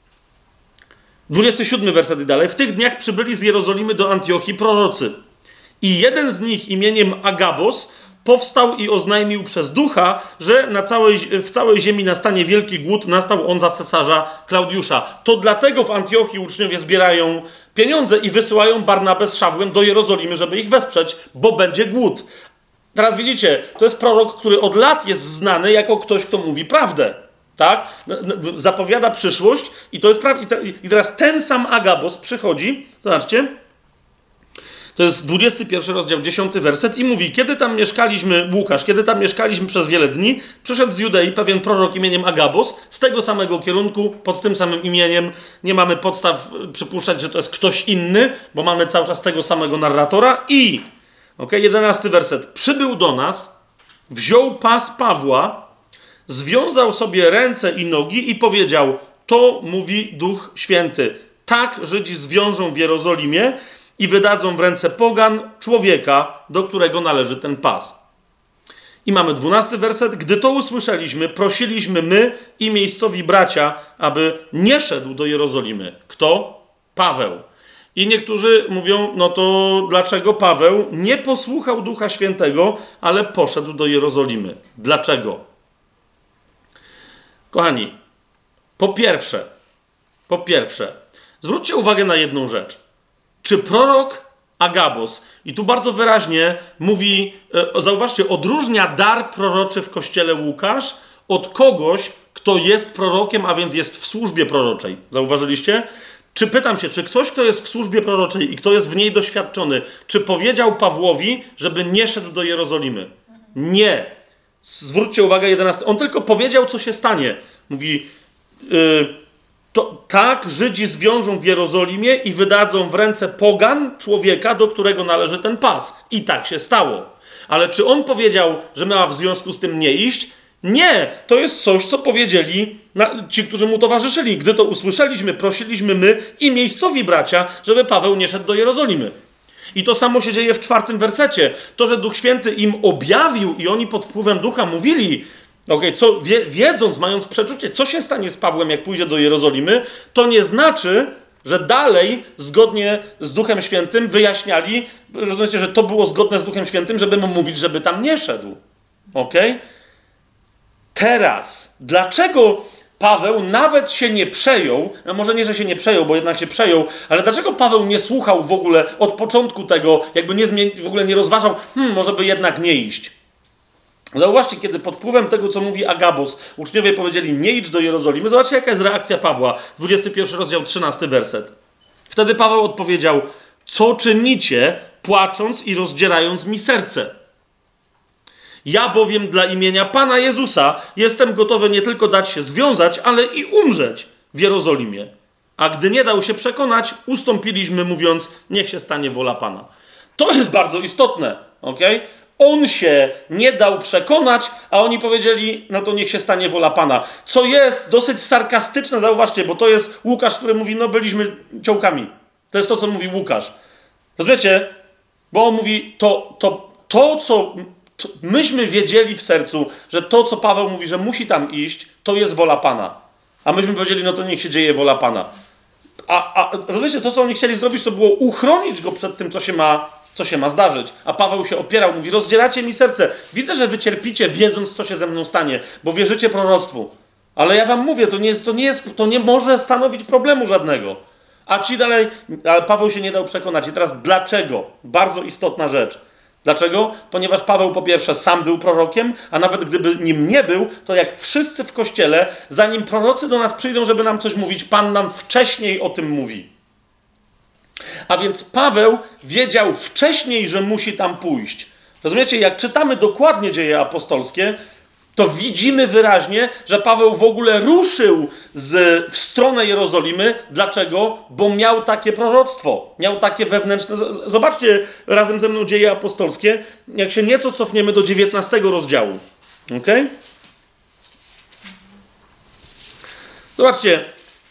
Speaker 1: 27 werset i dalej. W tych dniach przybyli z Jerozolimy do Antiochii prorocy. I jeden z nich imieniem Agabos powstał i oznajmił przez ducha, że w całej ziemi nastanie wielki głód, nastał on za cesarza Klaudiusza. To dlatego w Antiochii uczniowie zbierają pieniądze i wysyłają Barnabę z Szawłem do Jerozolimy, żeby ich wesprzeć, bo będzie głód. Teraz widzicie, to jest prorok, który od lat jest znany jako ktoś, kto mówi prawdę. Tak? Zapowiada przyszłość i to jest prawda. I teraz ten sam Agabos przychodzi, zobaczcie, to jest 21 rozdział, 10 werset i mówi, kiedy tam mieszkaliśmy przez wiele dni, przyszedł z Judei pewien prorok imieniem Agabos, z tego samego kierunku, pod tym samym imieniem, nie mamy podstaw przypuszczać, że to jest ktoś inny, bo mamy cały czas tego samego narratora i, 11 werset, przybył do nas, wziął pas Pawła, związał sobie ręce i nogi i powiedział, to mówi Duch Święty, tak Żydzi zwiążą w Jerozolimie i wydadzą w ręce pogan człowieka, do którego należy ten pas. I mamy 12 werset. Gdy to usłyszeliśmy, prosiliśmy my i miejscowi bracia, aby nie szedł do Jerozolimy. Kto? Paweł. I niektórzy mówią, no to dlaczego Paweł nie posłuchał Ducha Świętego, ale poszedł do Jerozolimy? Dlaczego? Kochani, po pierwsze, zwróćcie uwagę na jedną rzecz. Czy prorok Agabos, i tu bardzo wyraźnie mówi, zauważcie, odróżnia dar proroczy w kościele Łukasz od kogoś, kto jest prorokiem, a więc jest w służbie proroczej. Zauważyliście? Pytam się, czy ktoś, kto jest w służbie proroczej i kto jest w niej doświadczony, czy powiedział Pawłowi, żeby nie szedł do Jerozolimy? Nie. Zwróćcie uwagę, 11. On tylko powiedział, co się stanie. Mówi, tak, Żydzi zwiążą w Jerozolimie i wydadzą w ręce pogan człowieka, do którego należy ten pas. I tak się stało. Ale czy on powiedział, że ma w związku z tym nie iść? Nie, to jest coś, co powiedzieli ci, którzy mu towarzyszyli. Gdy to usłyszeliśmy, prosiliśmy my i miejscowi bracia, żeby Paweł nie szedł do Jerozolimy. I to samo się dzieje w 4 wersecie. To, że Duch Święty im objawił i oni pod wpływem Ducha mówili, wiedząc, mając przeczucie, co się stanie z Pawłem, jak pójdzie do Jerozolimy, to nie znaczy, że dalej, zgodnie z Duchem Świętym, wyjaśniali, że to było zgodne z Duchem Świętym, żeby mu mówić, żeby tam nie szedł. Okej? Teraz, dlaczego Paweł nawet się nie przejął, no może nie, że się nie przejął, bo jednak się przejął, ale dlaczego Paweł nie słuchał w ogóle od początku tego, jakby w ogóle nie rozważał, może by jednak nie iść. Zauważcie, kiedy pod wpływem tego, co mówi Agabos, uczniowie powiedzieli, nie idź do Jerozolimy, zobaczcie, jaka jest reakcja Pawła. 21 rozdział, 13 werset. Wtedy Paweł odpowiedział, co czynicie, płacząc i rozdzierając mi serce? Ja bowiem dla imienia Pana Jezusa jestem gotowy nie tylko dać się związać, ale i umrzeć w Jerozolimie. A gdy nie dał się przekonać, ustąpiliśmy, mówiąc, niech się stanie wola Pana. To jest bardzo istotne, okej? On się nie dał przekonać, a oni powiedzieli, no to niech się stanie wola Pana. Co jest dosyć sarkastyczne, zauważcie, bo to jest Łukasz, który mówi, no byliśmy ciołkami. To jest to, co mówi Łukasz. Rozumiecie? Bo on mówi, co myśmy wiedzieli w sercu, że to, co Paweł mówi, że musi tam iść, to jest wola Pana. A myśmy powiedzieli, no to niech się dzieje wola Pana. A rozumiecie, to, co oni chcieli zrobić, to było uchronić go przed tym, co się ma zdarzyć. A Paweł się opierał, mówi, rozdzielacie mi serce. Widzę, że wy cierpicie, wiedząc, co się ze mną stanie, bo wierzycie proroctwu. Ale ja wam mówię, to nie może stanowić problemu żadnego. A ci dalej, ale Paweł się nie dał przekonać. I teraz dlaczego? Bardzo istotna rzecz. Dlaczego? Ponieważ Paweł po pierwsze sam był prorokiem, a nawet gdyby nim nie był, to jak wszyscy w Kościele, zanim prorocy do nas przyjdą, żeby nam coś mówić, Pan nam wcześniej o tym mówi. A więc Paweł wiedział wcześniej, że musi tam pójść. Rozumiecie? Jak czytamy dokładnie Dzieje apostolskie, to widzimy wyraźnie, że Paweł w ogóle ruszył w stronę Jerozolimy. Dlaczego? Bo miał takie proroctwo. Miał takie wewnętrzne... Zobaczcie razem ze mną Dzieje apostolskie, jak się nieco cofniemy do 19 rozdziału. Okej? Zobaczcie.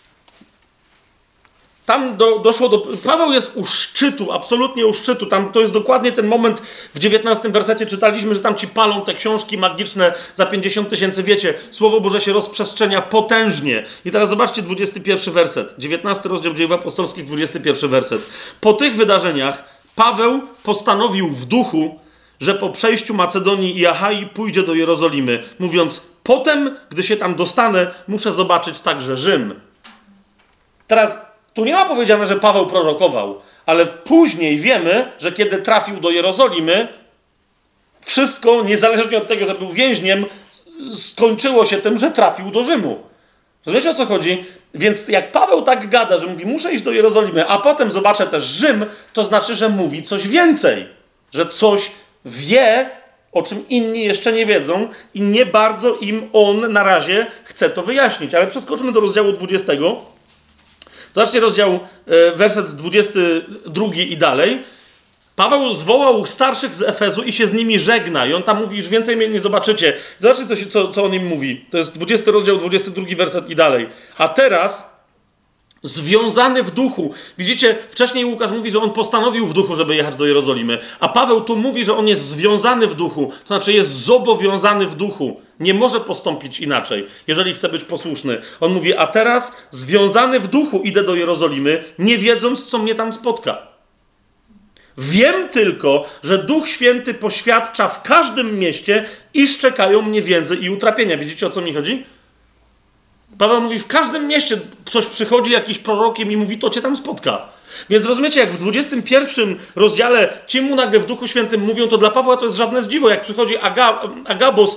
Speaker 1: Tam doszło do... Paweł jest u szczytu, absolutnie u szczytu. Tam to jest dokładnie ten moment, w 19 wersecie czytaliśmy, że tam ci palą te książki magiczne za 50 000, wiecie, Słowo Boże się rozprzestrzenia potężnie. I teraz zobaczcie 21 werset. 19 rozdział Dziejów Apostolskich, 21 werset. Po tych wydarzeniach Paweł postanowił w duchu, że po przejściu Macedonii i Achai pójdzie do Jerozolimy, mówiąc, potem, gdy się tam dostanę, muszę zobaczyć także Rzym. Teraz... Tu nie ma powiedziane, że Paweł prorokował, ale później wiemy, że kiedy trafił do Jerozolimy, wszystko, niezależnie od tego, że był więźniem, skończyło się tym, że trafił do Rzymu. Rozumiecie, o co chodzi? Więc jak Paweł tak gada, że mówi, muszę iść do Jerozolimy, a potem zobaczę też Rzym, to znaczy, że mówi coś więcej. Że coś wie, o czym inni jeszcze nie wiedzą i nie bardzo im on na razie chce to wyjaśnić. Ale przeskoczmy do rozdziału 20. Zobaczcie rozdział, werset 22 i dalej. Paweł zwołał starszych z Efezu i się z nimi żegna. I on tam mówi, już więcej mnie nie zobaczycie. Zobaczcie, co on im mówi. To jest 20 rozdział, 22 werset i dalej. A teraz Związany w duchu. Widzicie, wcześniej Łukasz mówi, że on postanowił w duchu, żeby jechać do Jerozolimy. A Paweł tu mówi, że on jest związany w duchu. To znaczy jest zobowiązany w duchu. Nie może postąpić inaczej, jeżeli chce być posłuszny. On mówi, a teraz związany w duchu idę do Jerozolimy, nie wiedząc, co mnie tam spotka. Wiem tylko, że Duch Święty poświadcza w każdym mieście, iż czekają mnie więzy i utrapienia. Widzicie, o co mi chodzi? Paweł mówi, w każdym mieście ktoś przychodzi jakiś prorokiem i mówi, to cię tam spotka. Więc rozumiecie, jak w 21 rozdziale ci mu nagle w Duchu Świętym mówią, to dla Pawła to jest żadne zdziwo. Jak przychodzi Agabos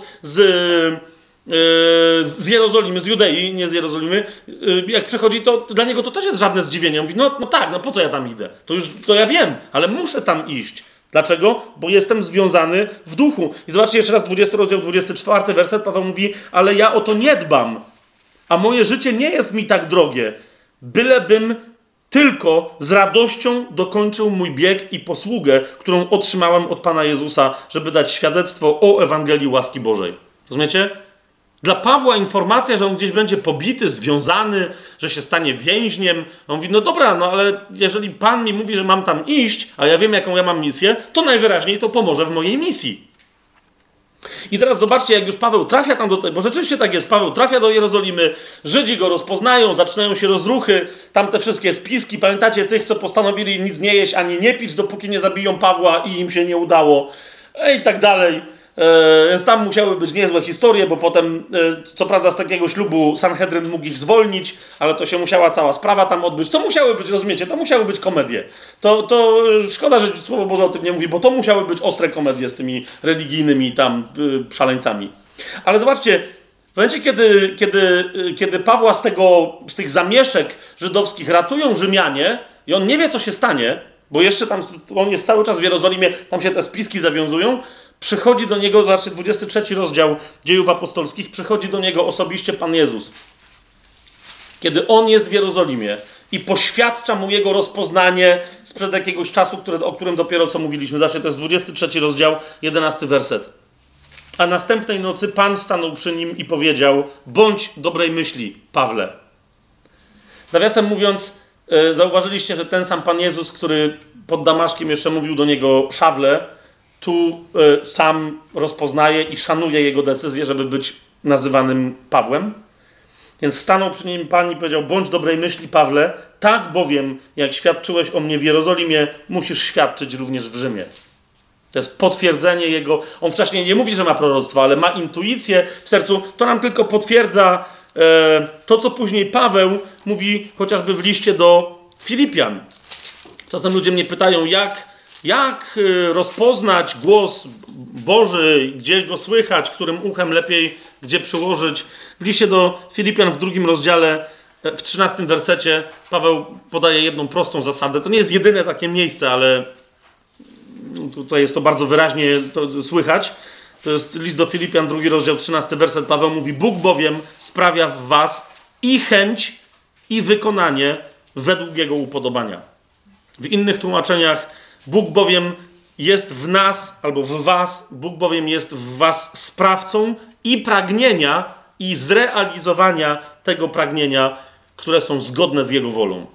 Speaker 1: z Jerozolimy, z Judei, nie z Jerozolimy, jak przychodzi, to dla niego to też jest żadne zdziwienie. On mówi, no tak, po co ja tam idę? To ja wiem, ale muszę tam iść. Dlaczego? Bo jestem związany w duchu. I zobaczcie jeszcze raz 20 rozdział, 24 werset, Paweł mówi, ale ja o to nie dbam. A moje życie nie jest mi tak drogie, bylebym tylko z radością dokończył mój bieg i posługę, którą otrzymałem od Pana Jezusa, żeby dać świadectwo o Ewangelii łaski Bożej. Rozumiecie? Dla Pawła informacja, że on gdzieś będzie pobity, związany, że się stanie więźniem. On mówi, no dobra, no ale jeżeli Pan mi mówi, że mam tam iść, a ja wiem, jaką ja mam misję, to najwyraźniej to pomoże w mojej misji. I teraz zobaczcie, jak już Paweł trafia tam bo rzeczywiście tak jest, Paweł trafia do Jerozolimy, Żydzi go rozpoznają, zaczynają się rozruchy, tam te wszystkie spiski, pamiętacie tych, co postanowili nic nie jeść ani nie pić, dopóki nie zabiją Pawła i im się nie udało, i tak dalej. Więc tam musiały być niezłe historie, bo potem, co prawda z takiego ślubu Sanhedryn mógł ich zwolnić, ale to się musiała cała sprawa tam odbyć. To musiały być, rozumiecie, to musiały być komedie. To szkoda, że Słowo Boże o tym nie mówi, bo to musiały być ostre komedie z tymi religijnymi tam szaleńcami. Ale zobaczcie, w momencie, kiedy Pawła z tych zamieszek żydowskich ratują Rzymianie i on nie wie, co się stanie, bo jeszcze tam, on jest cały czas w Jerozolimie, tam się te spiski zawiązują, przychodzi do niego, zobaczcie, 23 rozdział Dziejów Apostolskich, przychodzi do niego osobiście Pan Jezus. Kiedy on jest w Jerozolimie i poświadcza mu jego rozpoznanie sprzed jakiegoś czasu, o którym dopiero co mówiliśmy. Zobaczcie, to jest 23 rozdział, 11 werset. A następnej nocy Pan stanął przy nim i powiedział, bądź dobrej myśli, Pawle. Nawiasem mówiąc, zauważyliście, że ten sam Pan Jezus, który pod Damaszkiem jeszcze mówił do niego Szawle, tu sam rozpoznaje i szanuje jego decyzję, żeby być nazywanym Pawłem. Więc stanął przy nim Pan i powiedział, bądź dobrej myśli, Pawle, tak bowiem, jak świadczyłeś o mnie w Jerozolimie, musisz świadczyć również w Rzymie. To jest potwierdzenie jego. On wcześniej nie mówi, że ma proroctwo, ale ma intuicję w sercu. To nam tylko potwierdza to, co później Paweł mówi chociażby w liście do Filipian. Czasem ludzie mnie pytają, jak rozpoznać głos Boży, gdzie go słychać, którym uchem lepiej, gdzie przyłożyć. W liście do Filipian w 2 rozdziale, w 13 wersecie Paweł podaje jedną prostą zasadę. To nie jest jedyne takie miejsce, ale tutaj jest to bardzo wyraźnie słychać. To jest list do Filipian, 2 rozdział, 13 werset. Paweł mówi, Bóg bowiem sprawia w was i chęć, i wykonanie według jego upodobania. W innych tłumaczeniach Bóg bowiem jest w nas, albo w was, Bóg bowiem jest w was sprawcą i pragnienia, i zrealizowania tego pragnienia, które są zgodne z Jego wolą.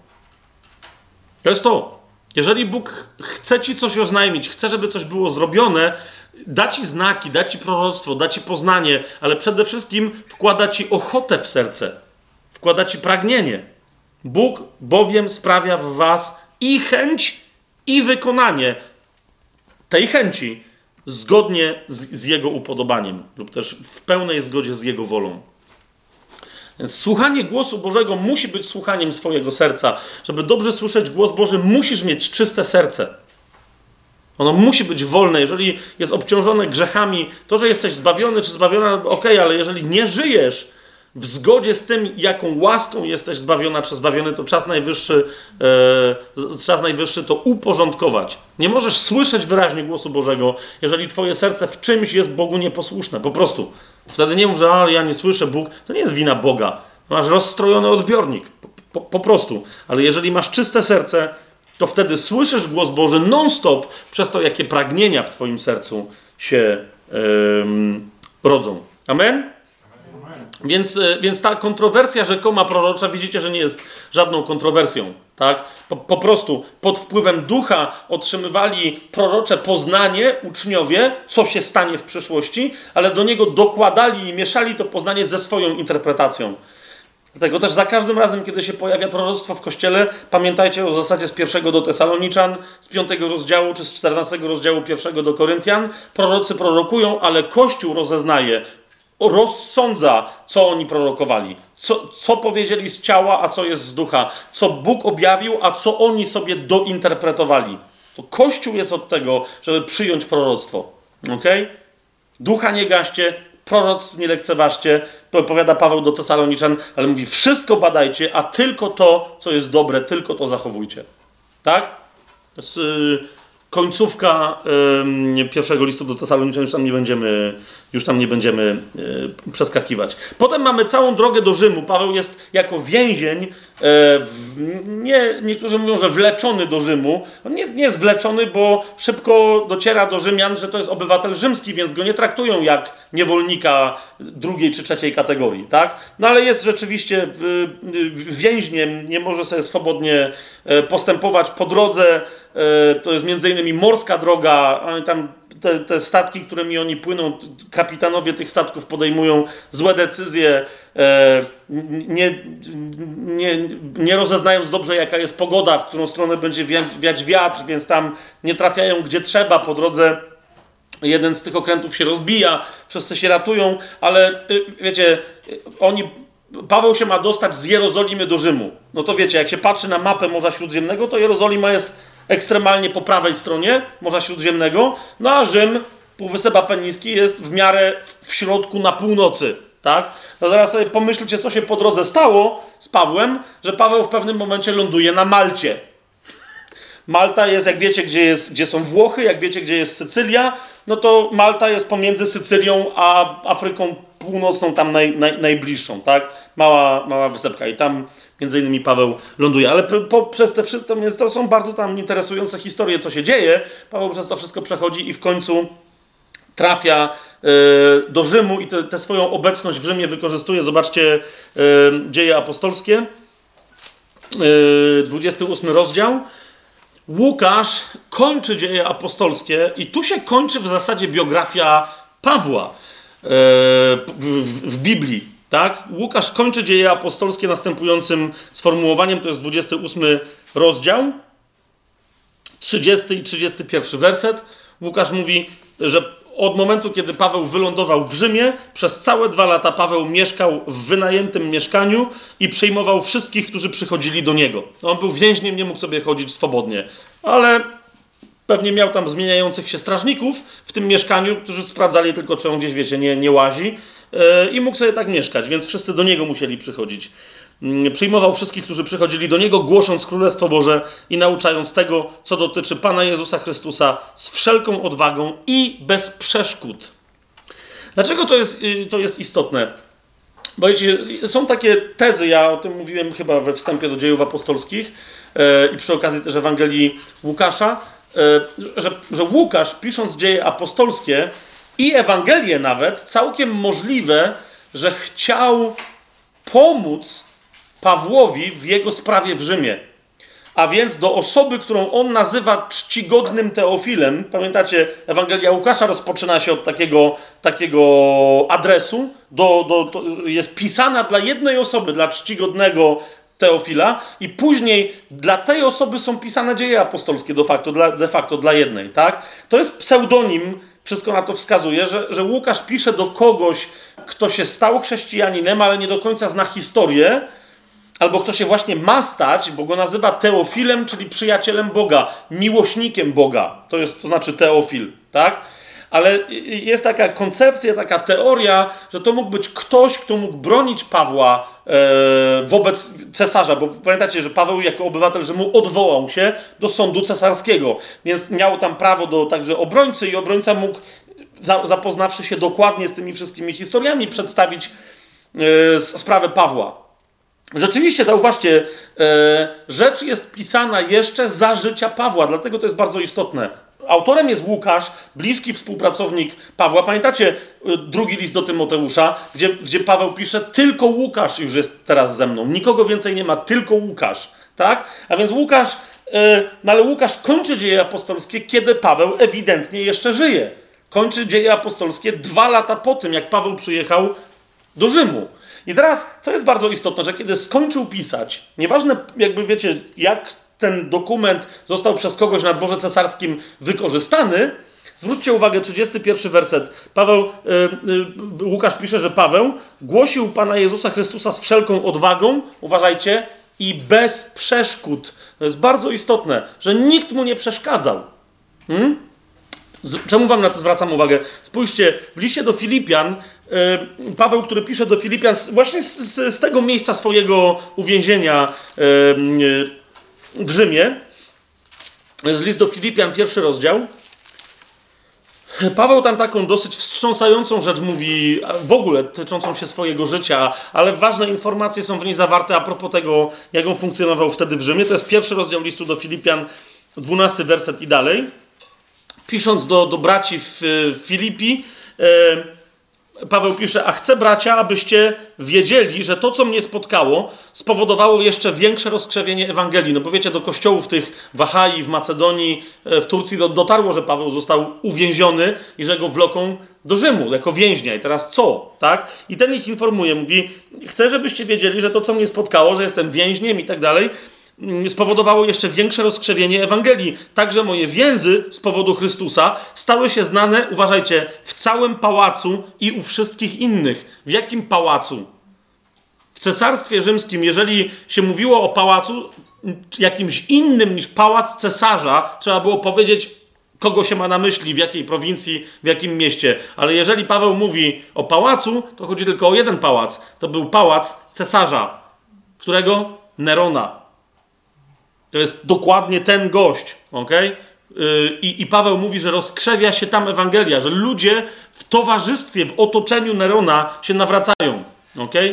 Speaker 1: To jest to. Jeżeli Bóg chce ci coś oznajmić, chce, żeby coś było zrobione, da ci znaki, da ci proroctwo, da ci poznanie, ale przede wszystkim wkłada ci ochotę w serce. Wkłada ci pragnienie. Bóg bowiem sprawia w was i chęć, i wykonanie tej chęci zgodnie z Jego upodobaniem lub też w pełnej zgodzie z Jego wolą. Więc słuchanie głosu Bożego musi być słuchaniem swojego serca. Żeby dobrze słyszeć głos Boży, musisz mieć czyste serce. Ono musi być wolne. Jeżeli jest obciążone grzechami, to, że jesteś zbawiony czy zbawiona, okej, ale jeżeli nie żyjesz w zgodzie z tym, jaką łaską jesteś zbawiona czy zbawiony, to czas najwyższy to uporządkować. Nie możesz słyszeć wyraźnie głosu Bożego, jeżeli twoje serce w czymś jest Bogu nieposłuszne. Po prostu. Wtedy nie mów, że ale ja nie słyszę, Bóg. To nie jest wina Boga. Masz rozstrojony odbiornik. Po prostu. Ale jeżeli masz czyste serce, to wtedy słyszysz głos Boży non-stop przez to, jakie pragnienia w twoim sercu się rodzą. Amen? Więc ta kontrowersja rzekoma prorocza, widzicie, że nie jest żadną kontrowersją. Tak? Po prostu pod wpływem ducha otrzymywali prorocze poznanie uczniowie, co się stanie w przyszłości, ale do niego dokładali i mieszali to poznanie ze swoją interpretacją. Dlatego też za każdym razem, kiedy się pojawia proroctwo w Kościele, pamiętajcie o zasadzie z 1 do Tesaloniczan, z 5 rozdziału, czy z 14 rozdziału 1 do Koryntian. Prorocy prorokują, ale Kościół rozeznaje, rozsądza, co oni prorokowali. Co powiedzieli z ciała, a co jest z ducha. Co Bóg objawił, a co oni sobie dointerpretowali. To Kościół jest od tego, żeby przyjąć proroctwo. Okay? Ducha nie gaście, proroc nie lekceważcie, powiada Paweł do Tesaloniczan, ale mówi, wszystko badajcie, a tylko to, co jest dobre, tylko to zachowujcie. Tak? To jest końcówka pierwszego listu do Tesaloniczan, już tam nie będziemy przeskakiwać. Potem mamy całą drogę do Rzymu. Paweł jest jako więzień, niektórzy mówią, że wleczony do Rzymu. On nie jest wleczony, bo szybko dociera do Rzymian, że to jest obywatel rzymski, więc go nie traktują jak niewolnika drugiej czy trzeciej kategorii. Tak? No ale jest rzeczywiście więźniem, nie może sobie swobodnie postępować po drodze. To jest między innymi morska droga, tam te statki, którymi oni płyną, kapitanowie tych statków podejmują złe decyzje, nie rozeznając dobrze, jaka jest pogoda, w którą stronę będzie wiać wiatr, więc tam nie trafiają gdzie trzeba po drodze. Jeden z tych okrętów się rozbija, wszyscy się ratują, ale wiecie, Paweł się ma dostać z Jerozolimy do Rzymu. No to wiecie, jak się patrzy na mapę Morza Śródziemnego, to Jerozolima jest ekstremalnie po prawej stronie Morza Śródziemnego, no a Rzym, Półwysep Apeniński, jest w miarę w środku na północy, tak? No teraz sobie pomyślcie, co się po drodze stało z Pawłem, że Paweł w pewnym momencie ląduje na Malcie. Malta jest, jak wiecie, gdzie są Włochy, jak wiecie, gdzie jest Sycylia, no to Malta jest pomiędzy Sycylią a Afryką Północną, tam najbliższą, tak? Mała wysepka i tam między innymi Paweł ląduje. Ale przez te wszystko, więc to są bardzo tam interesujące historie, co się dzieje. Paweł przez to wszystko przechodzi i w końcu trafia do Rzymu i tę swoją obecność w Rzymie wykorzystuje. Zobaczcie Dzieje Apostolskie, 28 rozdział. Łukasz kończy Dzieje Apostolskie i tu się kończy w zasadzie biografia Pawła w Biblii. Tak? Łukasz kończy Dzieje Apostolskie następującym sformułowaniem, to jest 28 rozdział, 30 i 31 werset. Łukasz mówi, że od momentu, kiedy Paweł wylądował w Rzymie, przez całe 2 lata Paweł mieszkał w wynajętym mieszkaniu i przyjmował wszystkich, którzy przychodzili do niego. On był więźniem, nie mógł sobie chodzić swobodnie, ale pewnie miał tam zmieniających się strażników w tym mieszkaniu, którzy sprawdzali tylko, czy on gdzieś, wiecie, nie łazi i mógł sobie tak mieszkać, więc wszyscy do niego musieli przychodzić. Przyjmował wszystkich, którzy przychodzili do niego, głosząc Królestwo Boże i nauczając tego, co dotyczy Pana Jezusa Chrystusa z wszelką odwagą i bez przeszkód. Dlaczego to jest istotne? Bo są takie tezy, ja o tym mówiłem chyba we wstępie do Dziejów Apostolskich i przy okazji też Ewangelii Łukasza, że Łukasz, pisząc Dzieje Apostolskie i Ewangelię nawet, całkiem możliwe, że chciał pomóc Pawłowi w jego sprawie w Rzymie. A więc do osoby, którą on nazywa czcigodnym Teofilem. Pamiętacie, Ewangelia Łukasza rozpoczyna się od takiego adresu. Jest pisana dla jednej osoby, dla czcigodnego Teofila i później dla tej osoby są pisane Dzieje Apostolskie de facto dla jednej. Tak? To jest pseudonim, wszystko na to wskazuje, że Łukasz pisze do kogoś, kto się stał chrześcijaninem, ale nie do końca zna historię, albo kto się właśnie ma stać, bo go nazywa Teofilem, czyli przyjacielem Boga, miłośnikiem Boga. To znaczy Teofil, tak? Ale jest taka koncepcja, taka teoria, że to mógł być ktoś, kto mógł bronić Pawła wobec cesarza, bo pamiętacie, że Paweł jako obywatel Rzymu odwołał się do sądu cesarskiego, więc miał tam prawo do także obrońcy i obrońca mógł, zapoznawszy się dokładnie z tymi wszystkimi historiami, przedstawić sprawę Pawła. Rzeczywiście, zauważcie, rzecz jest pisana jeszcze za życia Pawła, dlatego to jest bardzo istotne. autorem jest Łukasz, bliski współpracownik Pawła. Pamiętacie drugi list do Tymoteusza, gdzie Paweł pisze, tylko Łukasz już jest teraz ze mną. Nikogo więcej nie ma, tylko Łukasz. Tak? A więc Łukasz, no ale Łukasz kończy dzieje apostolskie, kiedy Paweł ewidentnie jeszcze żyje. Kończy dzieje apostolskie 2 lata po tym, jak Paweł przyjechał do Rzymu. I teraz, co jest bardzo istotne, że kiedy skończył pisać, nieważne jakby wiecie, jak ten dokument został przez kogoś na dworze cesarskim wykorzystany, zwróćcie uwagę, 31 werset. Łukasz pisze, że Paweł głosił Pana Jezusa Chrystusa z wszelką odwagą, uważajcie, i bez przeszkód. To jest bardzo istotne, że nikt mu nie przeszkadzał. Czemu wam na to zwracam uwagę? Spójrzcie, w liście do Filipian, Paweł, który pisze do Filipian właśnie z tego miejsca swojego uwięzienia w Rzymie, jest list do Filipian, 1 rozdział. Paweł tam taką dosyć wstrząsającą rzecz mówi, w ogóle tyczącą się swojego życia, ale ważne informacje są w niej zawarte a propos tego, jak on funkcjonował wtedy w Rzymie. To jest 1 rozdział listu do Filipian, 12 werset i dalej. Pisząc do braci w Filipi, Paweł pisze, a chcę, bracia, abyście wiedzieli, że to, co mnie spotkało, spowodowało jeszcze większe rozkrzewienie Ewangelii. No bo wiecie, do kościołów tych w Achai, w Macedonii, w Turcji dotarło, że Paweł został uwięziony i że go wloką do Rzymu jako więźnia. I teraz co? Tak? I ten ich informuje, mówi, chcę, żebyście wiedzieli, że to, co mnie spotkało, że jestem więźniem i tak dalej, spowodowało jeszcze większe rozkrzewienie Ewangelii. Także moje więzy z powodu Chrystusa stały się znane, uważajcie, w całym pałacu i u wszystkich innych. W jakim pałacu? W Cesarstwie Rzymskim, jeżeli się mówiło o pałacu jakimś innym niż pałac cesarza, trzeba było powiedzieć, kogo się ma na myśli, w jakiej prowincji, w jakim mieście. Ale jeżeli Paweł mówi o pałacu, to chodzi tylko o jeden pałac. To był pałac cesarza. Którego? Nerona. To jest dokładnie ten gość, okej? I Paweł mówi, że rozkrzewia się tam Ewangelia, że ludzie w towarzystwie, w otoczeniu Nerona się nawracają, okej?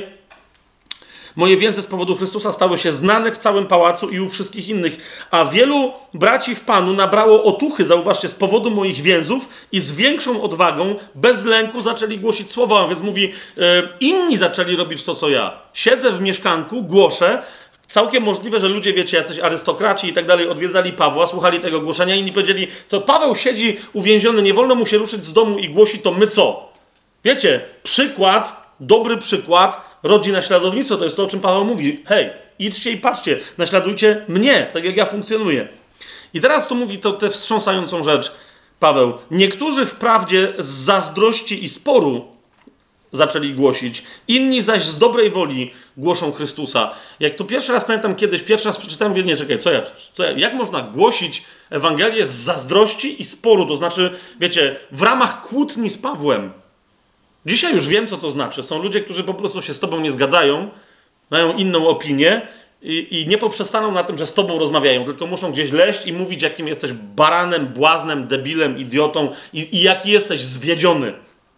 Speaker 1: Moje więzy z powodu Chrystusa stały się znane w całym pałacu i u wszystkich innych, a wielu braci w Panu nabrało otuchy, zauważcie, z powodu moich więzów i z większą odwagą, bez lęku zaczęli głosić słowa, a więc mówi, inni zaczęli robić to, co ja. Siedzę w mieszkanku, głoszę. Całkiem możliwe, że ludzie, wiecie, jacyś arystokraci i tak dalej odwiedzali Pawła, słuchali tego głoszenia i inni powiedzieli, to Paweł siedzi uwięziony, nie wolno mu się ruszyć z domu i głosi, to my co? Wiecie, przykład, dobry przykład rodzi naśladownictwo, to jest to, o czym Paweł mówi. Hej, idźcie i patrzcie, naśladujcie mnie, tak jak ja funkcjonuję. I teraz tu mówi tę wstrząsającą rzecz Paweł. Niektórzy wprawdzie z zazdrości i sporu zaczęli głosić, inni zaś z dobrej woli głoszą Chrystusa. Jak to pierwszy raz pamiętam kiedyś, pierwszy raz przeczytałem, mówię, nie, czekaj, jak można głosić Ewangelię z zazdrości i sporu, to znaczy, wiecie, w ramach kłótni z Pawłem. Dzisiaj już wiem, co to znaczy. Są ludzie, którzy po prostu się z tobą nie zgadzają, mają inną opinię i nie poprzestaną na tym, że z tobą rozmawiają, tylko muszą gdzieś leść i mówić, jakim jesteś baranem, błaznem, debilem, idiotą i jaki jesteś zwiedziony.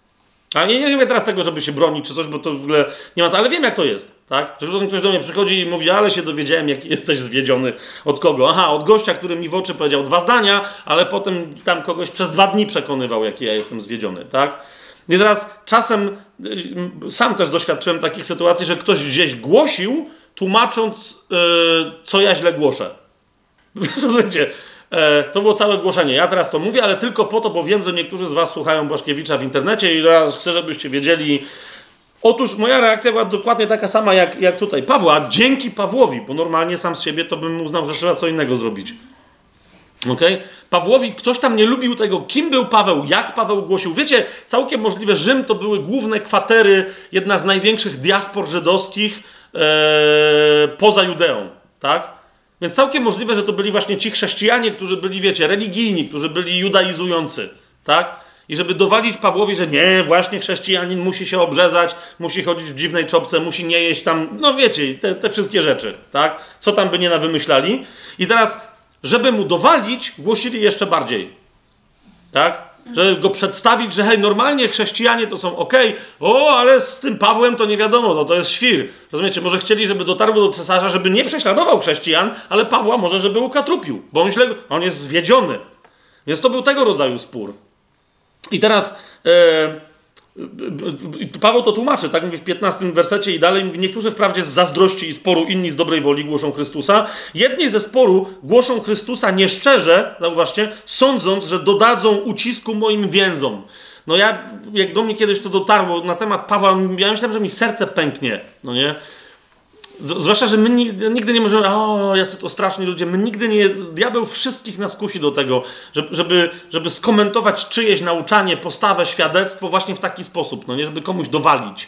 Speaker 1: A nie mówię teraz tego, żeby się bronić czy coś, bo to w ogóle nie ma... Ale wiem, jak to jest, tak? Że potem ktoś do mnie przychodzi i mówi, ale się dowiedziałem, jaki jesteś zwiedziony. Od kogo? Aha, od gościa, który mi w oczy powiedział 2 zdania, ale potem tam kogoś przez 2 dni przekonywał, jaki ja jestem zwiedziony, tak? I teraz czasem sam też doświadczyłem takich sytuacji, że ktoś gdzieś głosił, tłumacząc, co ja źle głoszę. Rozumiecie? To było całe głoszenie. Ja teraz to mówię, ale tylko po to, bo wiem, że niektórzy z was słuchają Błaszkiewicza w internecie i teraz chcę, żebyście wiedzieli. Otóż moja reakcja była dokładnie taka sama jak tutaj. Pawła, dzięki Pawłowi, bo normalnie sam z siebie to bym uznał, że trzeba co innego zrobić. Okay? Pawłowi, ktoś tam nie lubił tego, kim był Paweł, jak Paweł głosił. Wiecie, całkiem możliwe, Rzym to były główne kwatery, jedna z największych diaspor żydowskich poza Judeą, tak? Więc całkiem możliwe, że to byli właśnie ci chrześcijanie, którzy byli, wiecie, religijni, którzy byli judaizujący, tak? I żeby dowalić Pawłowi, że nie, właśnie chrześcijanin musi się obrzezać, musi chodzić w dziwnej czopce, musi nie jeść tam, no wiecie, te wszystkie rzeczy, tak? Co tam by nie nawymyślali. I teraz, żeby mu dowalić, głosili jeszcze bardziej, tak? Żeby go przedstawić, że hej, normalnie chrześcijanie to są okej, ale z tym Pawłem to nie wiadomo, to jest świr. Rozumiecie, może chcieli, żeby dotarło do cesarza, żeby nie prześladował chrześcijan, ale Pawła może, żeby ukatrupił, bo on jest zwiedziony. Więc to był tego rodzaju spór. I teraz Paweł to tłumaczy, tak mówi w 15 wersecie i dalej, mówi, niektórzy wprawdzie z zazdrości i sporu, inni z dobrej woli głoszą Chrystusa. Jedni ze sporu głoszą Chrystusa nieszczerze, zauważcie, sądząc, że dodadzą ucisku moim więzom. No jak do mnie kiedyś to dotarło na temat Pawła, ja myślałem, że mi serce pęknie, no nie? Zwłaszcza, że my nigdy nie możemy, jacy to straszni ludzie, my nigdy nie, diabeł wszystkich nas kusi do tego, żeby skomentować czyjeś nauczanie, postawę, świadectwo właśnie w taki sposób, no nie, żeby komuś dowalić.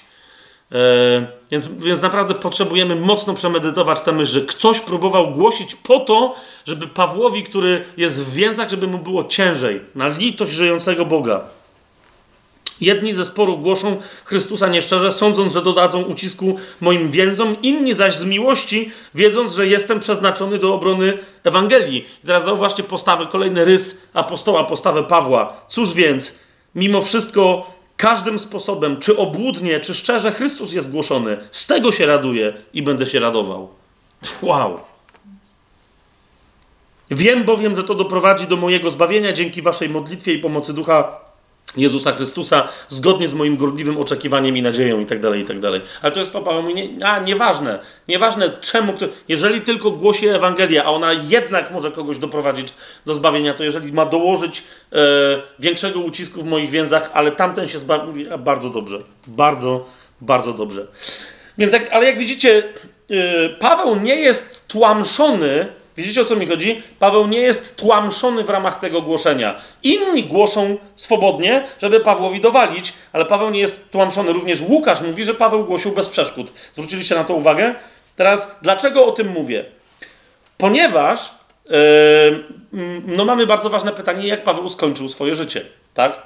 Speaker 1: Więc naprawdę potrzebujemy mocno przemedytować tę myśl, że ktoś próbował głosić po to, żeby Pawłowi, który jest w więzach, żeby mu było ciężej, na litość żyjącego Boga. Jedni ze sporu głoszą Chrystusa nieszczerze, sądząc, że dodadzą ucisku moim więzom, inni zaś z miłości, wiedząc, że jestem przeznaczony do obrony Ewangelii. I teraz zauważcie postawę, kolejny rys apostoła, postawę Pawła. Cóż więc, mimo wszystko, każdym sposobem, czy obłudnie, czy szczerze, Chrystus jest głoszony. Z tego się raduję i będę się radował. Wow! Wiem bowiem, że to doprowadzi do mojego zbawienia dzięki waszej modlitwie i pomocy Ducha Jezusa Chrystusa, zgodnie z moim gorliwym oczekiwaniem i nadzieją i tak dalej, i tak dalej. Ale to jest to, Paweł mówi, nieważne. Nieważne czemu, jeżeli tylko głosi Ewangelię, a ona jednak może kogoś doprowadzić do zbawienia, to jeżeli ma dołożyć większego ucisku w moich więzach, ale tamten się zbawi, bardzo dobrze. Bardzo, bardzo dobrze. Więc ale jak widzicie, Paweł nie jest tłamszony. Widzicie, o co mi chodzi? Paweł nie jest tłamszony w ramach tego głoszenia. Inni głoszą swobodnie, żeby Pawłowi dowalić, ale Paweł nie jest tłamszony. Również Łukasz mówi, że Paweł głosił bez przeszkód. Zwróciliście na to uwagę? Teraz, dlaczego o tym mówię? Ponieważ mamy bardzo ważne pytanie, jak Paweł skończył swoje życie. Tak?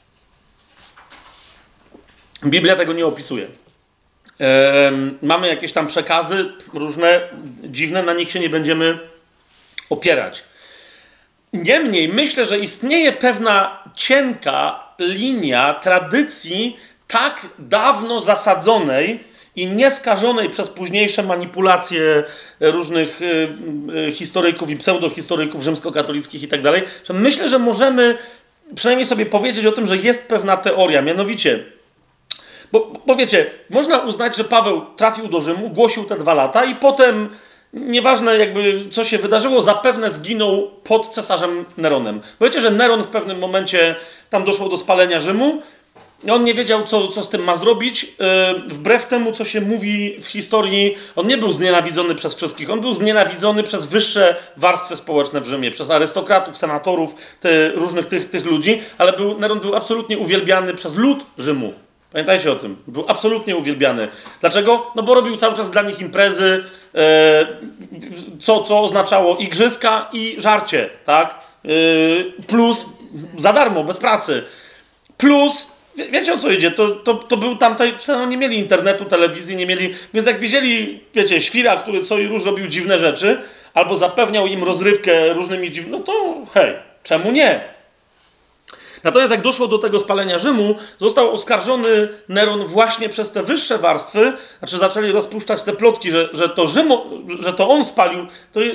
Speaker 1: Biblia tego nie opisuje. Mamy jakieś tam przekazy różne, dziwne, na nich się nie będziemy opierać. Niemniej myślę, że istnieje pewna cienka linia tradycji tak dawno zasadzonej i nieskażonej przez późniejsze manipulacje różnych historyków i pseudohistoryków rzymskokatolickich i tak dalej, że myślę, że możemy przynajmniej sobie powiedzieć o tym, że jest pewna teoria, mianowicie bo wiecie, można uznać, że Paweł trafił do Rzymu, głosił te 2 lata i potem, nieważne jakby co się wydarzyło, zapewne zginął pod cesarzem Neronem. Bo wiecie, że Neron w pewnym momencie, tam doszło do spalenia Rzymu, on nie wiedział, co z tym ma zrobić. Wbrew temu, co się mówi w historii, on nie był znienawidzony przez wszystkich. On był znienawidzony przez wyższe warstwy społeczne w Rzymie, przez arystokratów, senatorów, różnych tych ludzi, ale Neron był absolutnie uwielbiany przez lud Rzymu. Pamiętajcie o tym. Był absolutnie uwielbiany. Dlaczego? No bo robił cały czas dla nich imprezy, co oznaczało igrzyska i żarcie, tak? Plus za darmo, bez pracy. Plus, wiecie o co idzie? To był tamtej, nie mieli internetu, telewizji, nie mieli, więc jak widzieli, wiecie, świra, który co i róż robił dziwne rzeczy, albo zapewniał im rozrywkę różnymi dziwnymi, no to hej, czemu nie? Natomiast jak doszło do tego spalenia Rzymu, został oskarżony Neron właśnie przez te wyższe warstwy, znaczy zaczęli rozpuszczać te plotki, że to on spalił,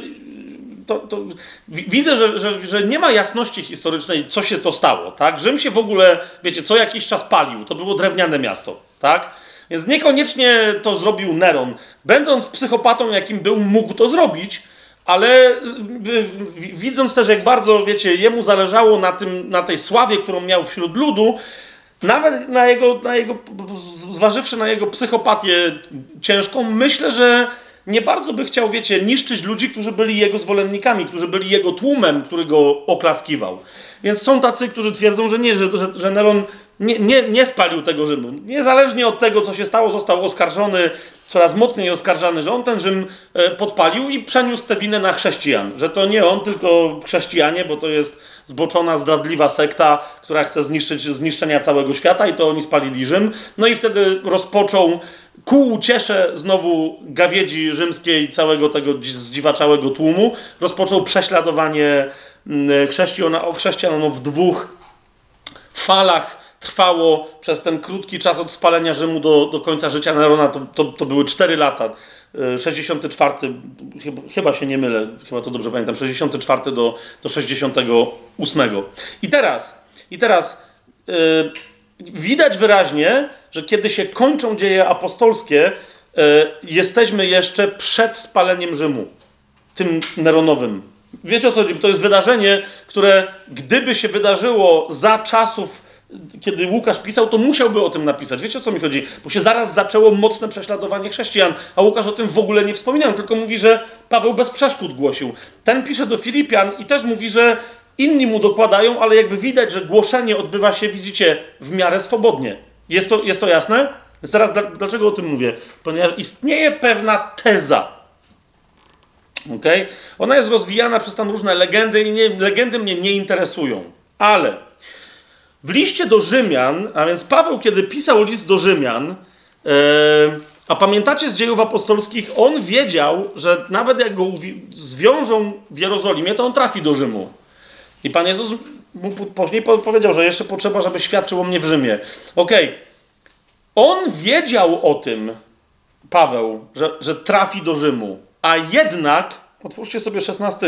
Speaker 1: widzę, że nie ma jasności historycznej, co się to stało, tak? Rzym się w ogóle, wiecie, co jakiś czas palił, to było drewniane miasto, tak? Więc niekoniecznie to zrobił Neron. Będąc psychopatą, jakim był, mógł to zrobić, ale widząc też, jak bardzo, wiecie, jemu zależało na tej sławie, którą miał wśród ludu, nawet zważywszy na jego psychopatię ciężką, myślę, że nie bardzo by chciał, wiecie, niszczyć ludzi, którzy byli jego zwolennikami, którzy byli jego tłumem, który go oklaskiwał. Więc są tacy, którzy twierdzą, że nie, że Neron nie spalił tego Rzymu. Niezależnie od tego, co się stało, został oskarżony, coraz mocniej oskarżany, że on ten Rzym podpalił i przeniósł tę winę na chrześcijan. Że to nie on, tylko chrześcijanie, bo to jest zboczona, zdradliwa sekta, która chce zniszczenia całego świata i to oni spalili Rzym. No i wtedy rozpoczął ku uciesze znowu gawiedzi rzymskiej, całego tego zdziwaczałego tłumu, rozpoczął prześladowanie chrześcijan. Ono w 2 falach trwało przez ten krótki czas od spalenia Rzymu do końca życia Nerona. To były 4 lata. 64, chyba się nie mylę, chyba to dobrze pamiętam, 64 do 68. I teraz widać wyraźnie, że kiedy się kończą dzieje apostolskie, jesteśmy jeszcze przed spaleniem Rzymu, tym Neronowym. Wiecie o co chodzi? To jest wydarzenie, które gdyby się wydarzyło za czasów, kiedy Łukasz pisał, to musiałby o tym napisać. Wiecie o co mi chodzi? Bo się zaraz zaczęło mocne prześladowanie chrześcijan, a Łukasz o tym w ogóle nie wspominał, tylko mówi, że Paweł bez przeszkód głosił. Ten pisze do Filipian i też mówi, że inni mu dokładają, ale jakby widać, że głoszenie odbywa się, widzicie, w miarę swobodnie. Jest to jasne? Więc teraz dlaczego o tym mówię? Ponieważ istnieje pewna teza. Okay? Ona jest rozwijana przez tam różne legendy i legendy mnie nie interesują. Ale w liście do Rzymian, a więc Paweł, kiedy pisał list do Rzymian, a pamiętacie z dziejów apostolskich, on wiedział, że nawet jak go zwiążą w Jerozolimie, to on trafi do Rzymu. I Pan Jezus mu później powiedział, że jeszcze potrzeba, żeby świadczył o mnie w Rzymie. Okej. On wiedział o tym, Paweł, że trafi do Rzymu. A jednak, otwórzcie sobie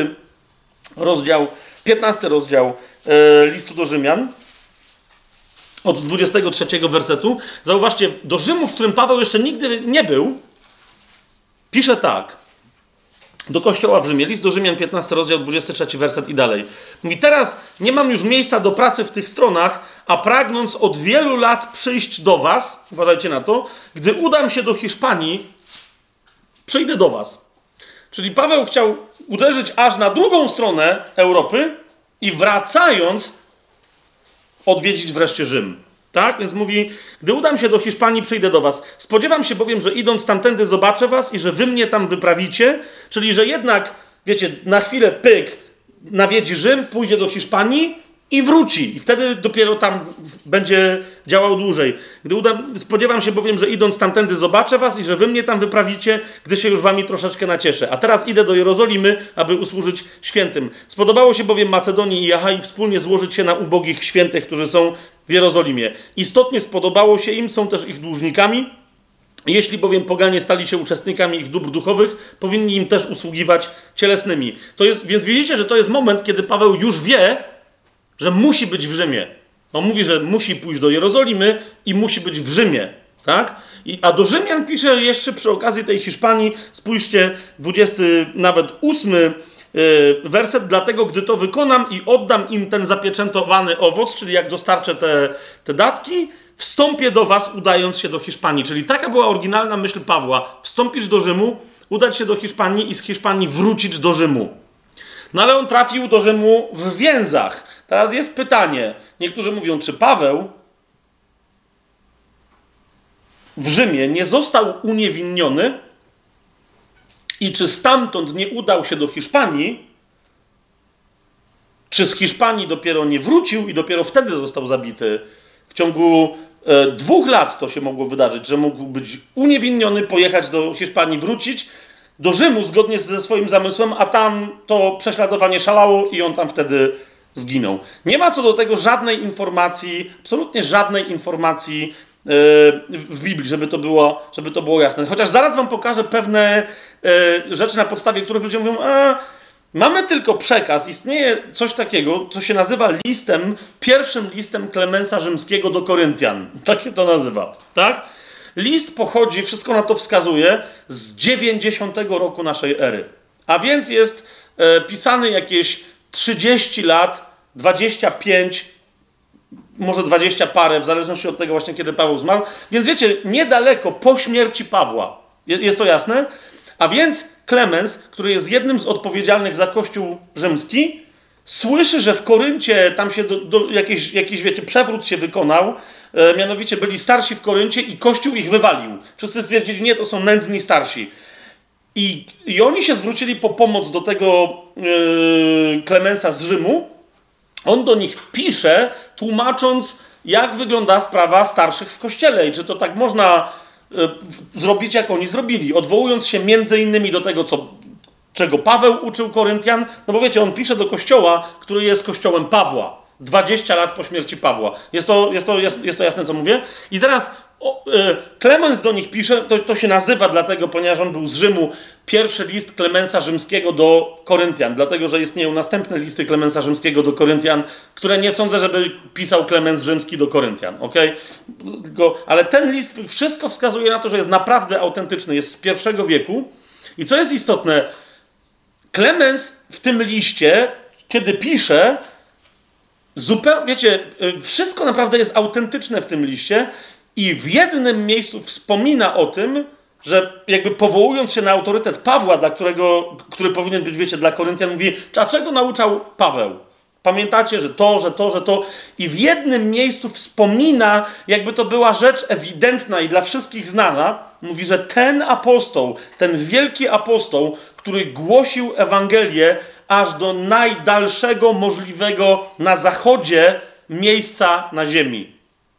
Speaker 1: 15 rozdział listu do Rzymian, od 23 wersetu. Zauważcie, do Rzymu, w którym Paweł jeszcze nigdy nie był, pisze tak. Do kościoła w Rzymie, list do Rzymian, 15 rozdział, 23 werset i dalej. Mówi, teraz nie mam już miejsca do pracy w tych stronach, a pragnąc od wielu lat przyjść do was, uważajcie na to, gdy udam się do Hiszpanii, przyjdę do was. Czyli Paweł chciał uderzyć aż na drugą stronę Europy i wracając odwiedzić wreszcie Rzym. Tak? Więc mówi, gdy udam się do Hiszpanii, przyjdę do was. Spodziewam się bowiem, że idąc tamtędy zobaczę was i że wy mnie tam wyprawicie. Czyli, że jednak, wiecie, na chwilę pyk nawiedzi Rzym, pójdzie do Hiszpanii i wróci. I wtedy dopiero tam będzie działał dłużej. Spodziewam się bowiem, że idąc tamtędy zobaczę was i że wy mnie tam wyprawicie, gdy się już wami troszeczkę nacieszę. A teraz idę do Jerozolimy, aby usłużyć świętym. Spodobało się bowiem Macedonii i Achai wspólnie złożyć się na ubogich świętych, którzy są w Jerozolimie. Istotnie spodobało się im, są też ich dłużnikami. Jeśli bowiem poganie stali się uczestnikami ich dóbr duchowych, powinni im też usługiwać cielesnymi. Więc widzicie, że to jest moment, kiedy Paweł już wie, że musi być w Rzymie. On mówi, że musi pójść do Jerozolimy i musi być w Rzymie. Tak? A do Rzymian pisze jeszcze przy okazji tej Hiszpanii, spójrzcie, 28 werset, dlatego gdy to wykonam i oddam im ten zapieczętowany owoc, czyli jak dostarczę te datki, wstąpię do was, udając się do Hiszpanii. Czyli taka była oryginalna myśl Pawła. Wstąpić do Rzymu, udać się do Hiszpanii i z Hiszpanii wrócić do Rzymu. No ale on trafił do Rzymu w więzach. Teraz jest pytanie. Niektórzy mówią, czy Paweł w Rzymie nie został uniewinniony i czy stamtąd nie udał się do Hiszpanii, czy z Hiszpanii dopiero nie wrócił i dopiero wtedy został zabity. W ciągu 2 lat to się mogło wydarzyć, że mógł być uniewinniony, pojechać do Hiszpanii, wrócić do Rzymu zgodnie ze swoim zamysłem, a tam to prześladowanie szalało i on tam wtedy zginął. Nie ma co do tego żadnej informacji, absolutnie żadnej informacji w Biblii, żeby to było jasne. Chociaż zaraz wam pokażę pewne rzeczy, na podstawie których ludzie mówią, mamy tylko przekaz, istnieje coś takiego, co się nazywa pierwszym listem Klemensa Rzymskiego do Koryntian. Tak się to nazywa, tak? List pochodzi, wszystko na to wskazuje, z 90 roku naszej ery. A więc jest pisany jakieś 30 lat, 25, może 20 parę, w zależności od tego właśnie, kiedy Paweł zmarł. Więc wiecie, niedaleko po śmierci Pawła. Jest to jasne? A więc Klemens, który jest jednym z odpowiedzialnych za Kościół rzymski, słyszy, że w Koryncie tam się jakiś, wiecie, przewrót się wykonał, mianowicie byli starsi w Koryncie i Kościół ich wywalił. Wszyscy stwierdzili, nie, to są nędzni starsi. I oni się zwrócili po pomoc do tego Klemensa z Rzymu. On do nich pisze, tłumacząc, jak wygląda sprawa starszych w Kościele i czy to tak można zrobić, jak oni zrobili. Odwołując się między innymi do tego, czego Paweł uczył Koryntian, no bo wiecie, on pisze do kościoła, który jest kościołem Pawła. 20 lat po śmierci Pawła. Jest to jasne, co mówię? I teraz Klemens do nich pisze, to się nazywa dlatego, ponieważ on był z Rzymu, pierwszy list Klemensa Rzymskiego do Koryntian, dlatego, że istnieją następne listy Klemensa Rzymskiego do Koryntian, które nie sądzę, żeby pisał Klemens Rzymski do Koryntian, okej? Ale ten list, wszystko wskazuje na to, że jest naprawdę autentyczny, jest z I wieku. I co jest istotne, Klemens w tym liście, kiedy pisze, zupełnie, wiecie, wszystko naprawdę jest autentyczne w tym liście i w jednym miejscu wspomina o tym, że jakby powołując się na autorytet Pawła, który powinien być, wiecie, dla Koryntian, mówi, a czego nauczał Paweł? Pamiętacie, że to. I w jednym miejscu wspomina, jakby to była rzecz ewidentna i dla wszystkich znana, mówi, że ten apostoł, ten wielki apostoł, który głosił Ewangelię aż do najdalszego możliwego na zachodzie miejsca na ziemi.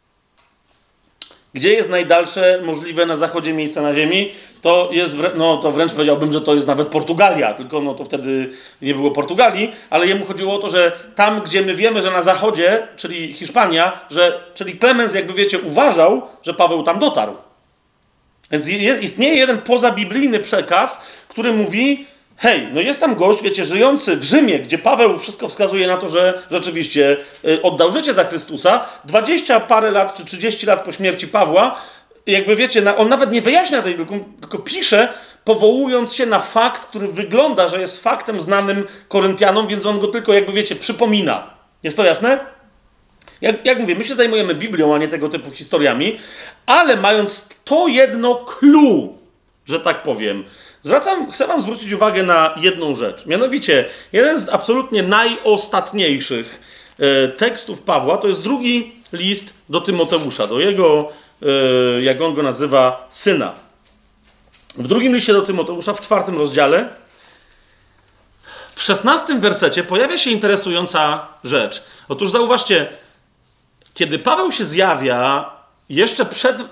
Speaker 1: Gdzie jest najdalsze możliwe na zachodzie miejsca na ziemi? To jest, to wręcz powiedziałbym, że to jest nawet Portugalia, tylko to wtedy nie było Portugalii, ale jemu chodziło o to, że tam, gdzie my wiemy, że na zachodzie, czyli Hiszpania, czyli Klemens, jakby wiecie, uważał, że Paweł tam dotarł. Więc istnieje jeden pozabiblijny przekaz, który mówi, hej, jest tam gość, wiecie, żyjący w Rzymie, gdzie Paweł wszystko wskazuje na to, że rzeczywiście oddał życie za Chrystusa. 20 parę lat, czy 30 lat po śmierci Pawła, jakby wiecie, on nawet nie wyjaśnia tej, tylko pisze, powołując się na fakt, który wygląda, że jest faktem znanym Koryntianom, więc on go tylko, jakby wiecie, przypomina. Jest to jasne? Jak mówię, my się zajmujemy Biblią, a nie tego typu historiami, ale mając to jedno clue, że tak powiem, chcę wam zwrócić uwagę na jedną rzecz. Mianowicie, jeden z absolutnie najostatniejszych tekstów Pawła to jest drugi list do Tymoteusza, do jego, jak on go nazywa, syna. W drugim liście do Tymoteusza, w 4 rozdziale, w 16 wersecie pojawia się interesująca rzecz. Otóż zauważcie, kiedy Paweł się zjawia jeszcze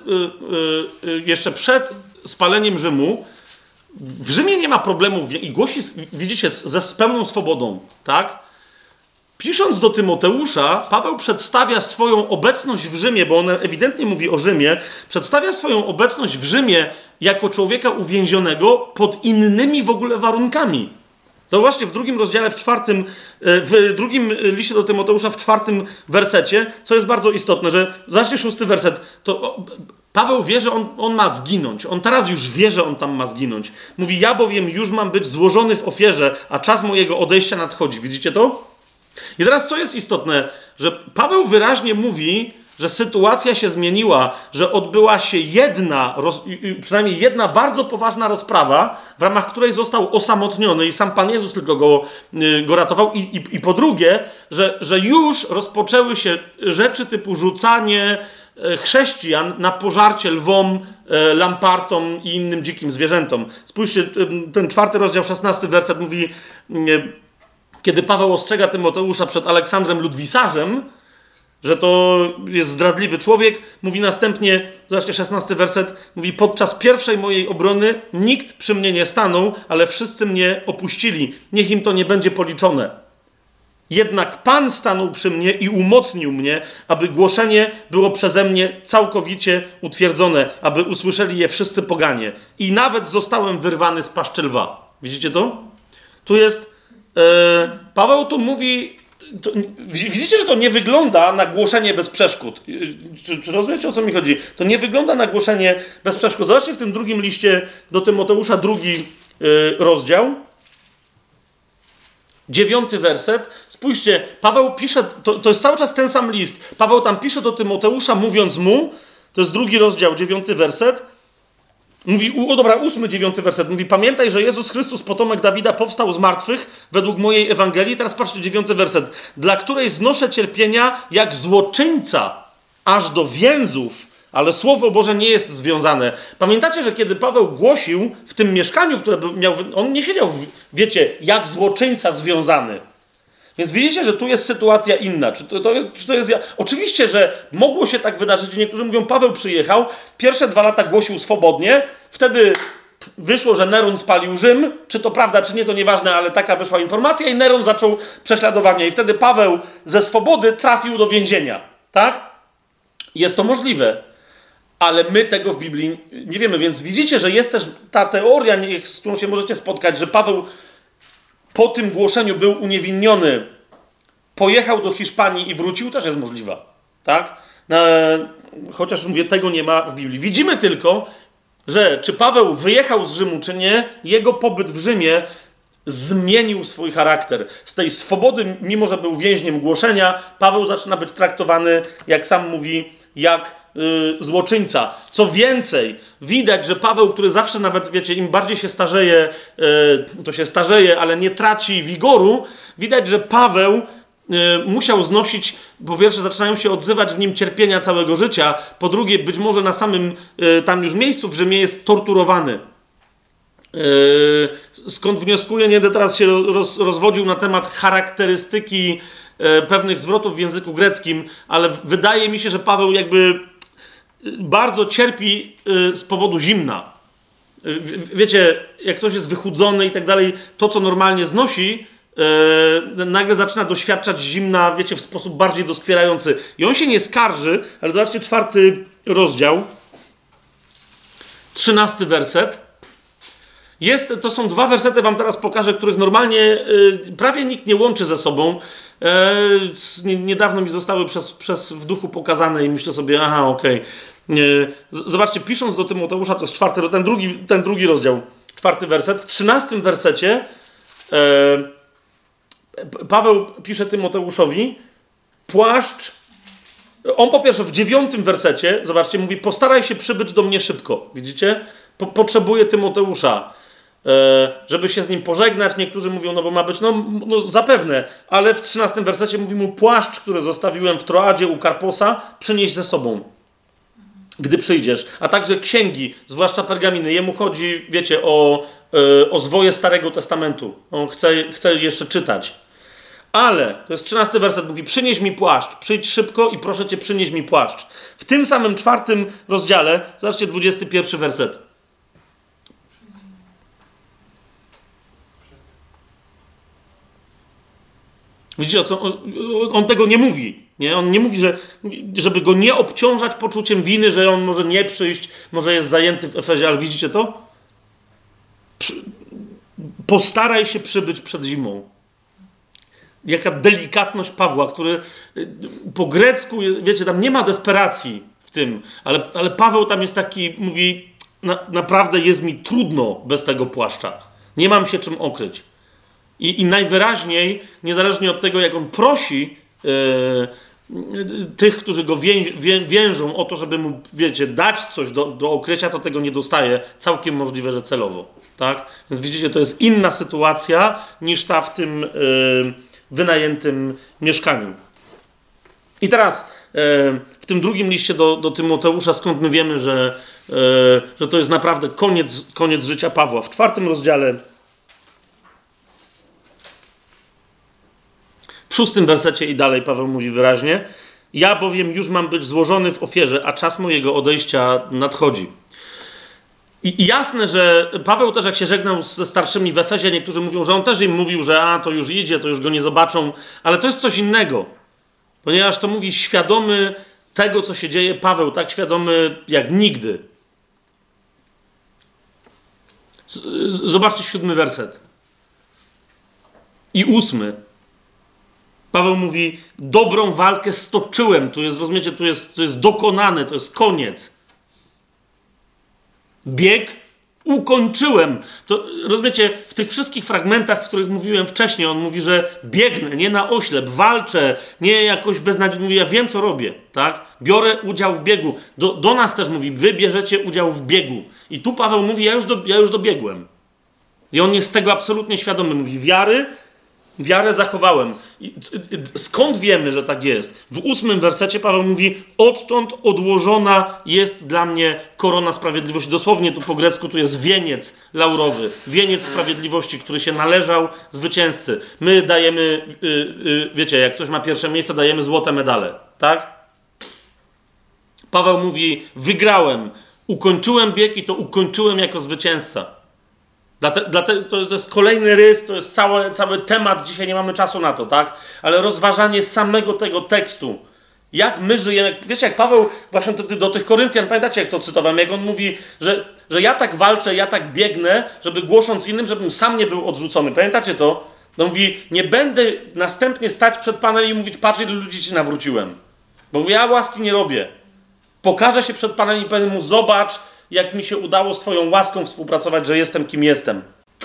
Speaker 1: przed spaleniem Rzymu, w Rzymie nie ma problemów i głosi, widzicie, z pełną swobodą, tak? Pisząc do Tymoteusza, Paweł przedstawia swoją obecność w Rzymie, bo on ewidentnie mówi o Rzymie, przedstawia swoją obecność w Rzymie jako człowieka uwięzionego pod innymi w ogóle warunkami. Zauważcie, w drugim rozdziale, w drugim liście do Tymoteusza, w 4 wersecie, co jest bardzo istotne, że, zobaczcie 6 werset, to Paweł wie, że on ma zginąć. On teraz już wie, że on tam ma zginąć. Mówi, ja bowiem już mam być złożony w ofierze, a czas mojego odejścia nadchodzi. Widzicie to? I teraz co jest istotne, że Paweł wyraźnie mówi, że sytuacja się zmieniła, że odbyła się przynajmniej jedna bardzo poważna rozprawa, w ramach której został osamotniony i sam Pan Jezus tylko go ratował. I po drugie, że już rozpoczęły się rzeczy typu rzucanie chrześcijan na pożarcie lwom, lampartom i innym dzikim zwierzętom. Spójrzcie, ten 4 rozdział, 16 werset mówi, kiedy Paweł ostrzega Tymoteusza przed Aleksandrem Ludwisarzem, że to jest zdradliwy człowiek, mówi następnie, zobaczcie 16 werset, mówi, podczas pierwszej mojej obrony nikt przy mnie nie stanął, ale wszyscy mnie opuścili. Niech im to nie będzie policzone. Jednak Pan stanął przy mnie i umocnił mnie, aby głoszenie było przeze mnie całkowicie utwierdzone, aby usłyszeli je wszyscy poganie. I nawet zostałem wyrwany z paszczy lwa. Widzicie to? Tu jest, Paweł tu mówi, widzicie, że to nie wygląda na głoszenie bez przeszkód. Czy rozumiecie, o co mi chodzi? To nie wygląda na głoszenie bez przeszkód. Zobaczcie w tym drugim liście do Tymoteusza, 2 rozdział, 9 werset. Spójrzcie, Paweł pisze, to jest cały czas ten sam list. Paweł tam pisze do Tymoteusza, mówiąc mu, to jest 2 rozdział, 9 werset. Mówi, 8, 9 werset. Mówi, pamiętaj, że Jezus Chrystus, potomek Dawida, powstał z martwych według mojej Ewangelii. Teraz patrzcie, 9 werset. Dla której znoszę cierpienia jak złoczyńca, aż do więzów, ale Słowo Boże nie jest związane. Pamiętacie, że kiedy Paweł głosił w tym mieszkaniu, które miał, on nie siedział, wiecie, jak złoczyńca związany. Więc widzicie, że tu jest sytuacja inna. Czy to jest... Oczywiście, że mogło się tak wydarzyć. Niektórzy mówią, Paweł przyjechał, pierwsze 2 lata głosił swobodnie, wtedy wyszło, że Neron spalił Rzym. Czy to prawda, czy nie, to nieważne, ale taka wyszła informacja i Neron zaczął prześladowanie. I wtedy Paweł ze swobody trafił do więzienia. Tak? Jest to możliwe. ale my tego w Biblii nie wiemy, więc widzicie, że jest też ta teoria, z którą się możecie spotkać, że Paweł po tym głoszeniu był uniewinniony, pojechał do Hiszpanii i wrócił, też jest możliwa, tak? Chociaż mówię, tego nie ma w Biblii. Widzimy tylko, że czy Paweł wyjechał z Rzymu, czy nie, jego pobyt w Rzymie zmienił swój charakter. Z tej swobody, mimo że był więźniem głoszenia, Paweł zaczyna być traktowany, jak sam mówi, jak złoczyńca. Co więcej, widać, że Paweł, który zawsze nawet, wiecie, im bardziej się starzeje, to się starzeje, ale nie traci wigoru, widać, że Paweł musiał znosić, po pierwsze zaczynają się odzywać w nim cierpienia całego życia, po drugie być może na samym tam już miejscu w Rzymie jest torturowany. Skąd wnioskuję, nie będę teraz się rozwodził na temat charakterystyki pewnych zwrotów w języku greckim, ale wydaje mi się, że Paweł jakby bardzo cierpi z powodu zimna. Wiecie, jak ktoś jest wychudzony i tak dalej, to co normalnie znosi, nagle zaczyna doświadczać zimna, wiecie, w sposób bardziej doskwierający. I on się nie skarży, ale zobaczcie 4 rozdział, 13 werset. To są 2 wersety, wam teraz pokażę, których normalnie prawie nikt nie łączy ze sobą. Niedawno mi zostały w duchu pokazane i myślę sobie, aha, okej. Zobaczcie, pisząc do Tymoteusza, to jest 4, ten drugi rozdział, 4 werset. W 13 wersecie Paweł pisze Tymoteuszowi, płaszcz. On po pierwsze w 9 wersecie, zobaczcie, mówi, postaraj się przybyć do mnie szybko. Widzicie? Potrzebuję Tymoteusza, żeby się z nim pożegnać. Niektórzy mówią, no bo ma być, no zapewne, ale w 13 wersecie mówi mu, płaszcz, który zostawiłem w Troadzie u Karposa, przynieś ze sobą, gdy przyjdziesz. A także księgi, zwłaszcza pergaminy. Jemu chodzi, wiecie, o zwoje Starego Testamentu. On chce jeszcze czytać. Ale, to jest 13 werset, mówi, przynieś mi płaszcz, przyjdź szybko i proszę cię, przynieś mi płaszcz. W tym samym 4 rozdziale, zobaczcie 21 werset. Widzicie, on tego nie mówi. Nie? On nie mówi, żeby go nie obciążać poczuciem winy, że on może nie przyjść, może jest zajęty w Efezie, ale widzicie to? Postaraj się przybyć przed zimą. Jaka delikatność Pawła, który po grecku, wiecie, tam nie ma desperacji w tym, ale Paweł tam jest taki, mówi, naprawdę jest mi trudno bez tego płaszcza. Nie mam się czym okryć. I najwyraźniej, niezależnie od tego, jak on prosi tych, którzy go więżą o to, żeby mu, wiecie, dać coś do okrycia, to tego nie dostaje. Całkiem możliwe, że celowo. Tak? Więc widzicie, to jest inna sytuacja niż ta w tym wynajętym mieszkaniu. I teraz w tym drugim liście do Tymoteusza, skąd my wiemy, że to jest naprawdę koniec życia Pawła. W 4 rozdziale, w 6 wersecie i dalej Paweł mówi wyraźnie, ja bowiem już mam być złożony w ofierze, a czas mojego odejścia nadchodzi. I jasne, że Paweł też jak się żegnał ze starszymi w Efezie, niektórzy mówią, że on też im mówił, że to już idzie, to już go nie zobaczą, ale to jest coś innego. Ponieważ to mówi świadomy tego, co się dzieje Paweł, tak świadomy jak nigdy. Zobaczcie 7 werset. I 8. Paweł mówi, dobrą walkę stoczyłem. Tu jest, rozumiecie, to jest dokonane, to jest koniec. Bieg ukończyłem. To, rozumiecie, w tych wszystkich fragmentach, w których mówiłem wcześniej, on mówi, że biegnę, nie na oślep, walczę, nie jakoś beznadziejnie. Mówi, ja wiem, co robię, tak? Biorę udział w biegu. Do nas też mówi, wy bierzecie udział w biegu. I tu Paweł mówi, ja już dobiegłem. I on jest tego absolutnie świadomy. Mówi, wiarę zachowałem. Skąd wiemy, że tak jest? W 8 wersecie Paweł mówi, odtąd odłożona jest dla mnie korona sprawiedliwości. Dosłownie tu po grecku tu jest wieniec laurowy. Wieniec sprawiedliwości, który się należał zwycięzcy. My dajemy, wiecie, jak ktoś ma pierwsze miejsce, dajemy złote medale. Tak? Paweł mówi, wygrałem, ukończyłem bieg i to ukończyłem jako zwycięzca. To jest kolejny rys, to jest cały temat, dzisiaj nie mamy czasu na to, tak? Ale rozważanie samego tego tekstu Jak my żyjemy. Wiecie, jak Paweł właśnie do tych Koryntian, pamiętacie, jak to cytowałem, jak on mówi, że ja tak walczę, ja tak biegnę, żeby głosząc innym, żebym sam nie był odrzucony. Pamiętacie to? No mówi, nie będę następnie stać przed Panem i mówić, patrz, ile ludzi ci nawróciłem. Bo mówi, ja łaski nie robię. Pokażę się przed Panem i powiem mu, zobacz, jak mi się udało z Twoją łaską współpracować, że jestem kim jestem.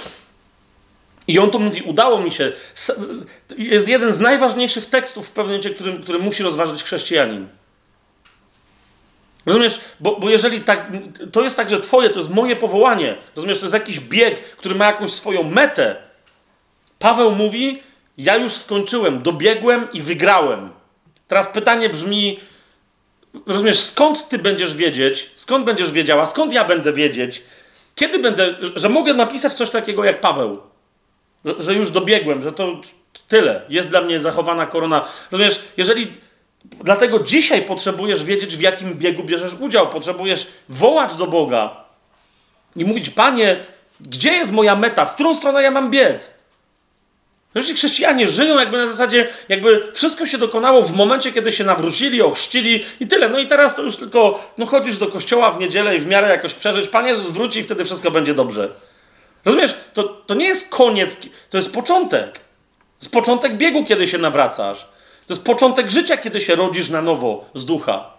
Speaker 1: I on to mówi, udało mi się. Jest jeden z najważniejszych tekstów w pewnym momencie, który musi rozważyć chrześcijanin. Rozumiesz? Bo jeżeli tak, to jest tak, że Twoje, to jest moje powołanie. Rozumiesz? To jest jakiś bieg, który ma jakąś swoją metę. Paweł mówi, ja już skończyłem, dobiegłem i wygrałem. Teraz pytanie brzmi, rozumiesz, skąd ty będziesz wiedzieć, skąd będziesz wiedziała, skąd ja będę wiedzieć, kiedy będę, że mogę napisać coś takiego jak Paweł, że już dobiegłem, że to tyle, jest dla mnie zachowana korona. Rozumiesz, jeżeli, dlatego dzisiaj potrzebujesz wiedzieć, w jakim biegu bierzesz udział, potrzebujesz wołać do Boga i mówić, Panie, gdzie jest moja meta, w którą stronę ja mam biec? Wiecie, chrześcijanie żyją jakby na zasadzie, jakby wszystko się dokonało w momencie, kiedy się nawrócili, ochrzcili i tyle. No i teraz to już tylko, chodzisz do kościoła w niedzielę i w miarę jakoś przeżyć. Pan Jezus wróci i wtedy wszystko będzie dobrze. Rozumiesz? To nie jest koniec, to jest początek. To jest początek biegu, kiedy się nawracasz. To jest początek życia, kiedy się rodzisz na nowo z ducha.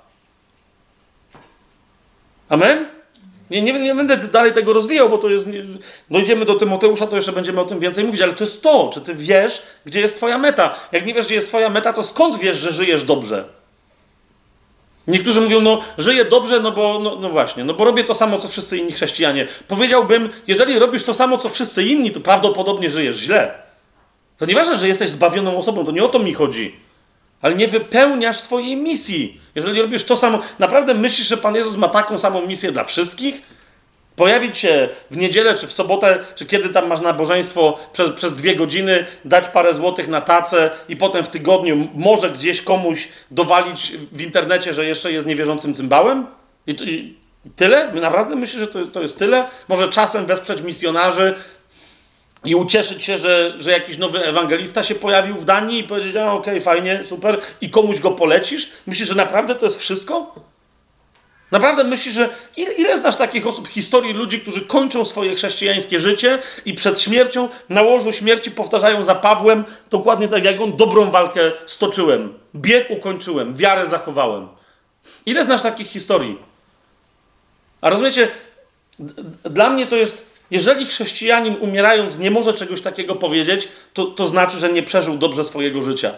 Speaker 1: Amen? Nie będę dalej tego rozwijał, bo to jest... Dojdziemy do Tymoteusza, to jeszcze będziemy o tym więcej mówić, ale to jest to, czy ty wiesz, gdzie jest twoja meta. Jak nie wiesz, gdzie jest twoja meta, to skąd wiesz, że żyjesz dobrze? Niektórzy mówią, żyję dobrze, no właśnie, bo robię to samo, co wszyscy inni chrześcijanie. Powiedziałbym, jeżeli robisz to samo, co wszyscy inni, to prawdopodobnie żyjesz źle. To nieważne, że jesteś zbawioną osobą, to nie o to mi chodzi. Ale nie wypełniasz swojej misji. Jeżeli robisz to samo, naprawdę myślisz, że Pan Jezus ma taką samą misję dla wszystkich? Pojawić się w niedzielę, czy w sobotę, czy kiedy tam masz nabożeństwo przez 2 godziny, dać parę złotych na tacę i potem w tygodniu może gdzieś komuś dowalić w internecie, że jeszcze jest niewierzącym cymbałem? I tyle? Naprawdę myślisz, że to jest tyle? Może czasem wesprzeć misjonarzy i ucieszyć się, że jakiś nowy ewangelista się pojawił w Danii i powiedzieć, okej, fajnie, super, i komuś go polecisz? Myślisz, że naprawdę to jest wszystko? Naprawdę myślisz, że... Ile znasz takich osób, historii ludzi, którzy kończą swoje chrześcijańskie życie i przed śmiercią, na łożu śmierci powtarzają za Pawłem, dokładnie tak jak on, dobrą walkę stoczyłem, bieg ukończyłem, wiarę zachowałem. Ile znasz takich historii? A rozumiecie, dla mnie to jest... Jeżeli chrześcijanin umierając nie może czegoś takiego powiedzieć, to znaczy, że nie przeżył dobrze swojego życia.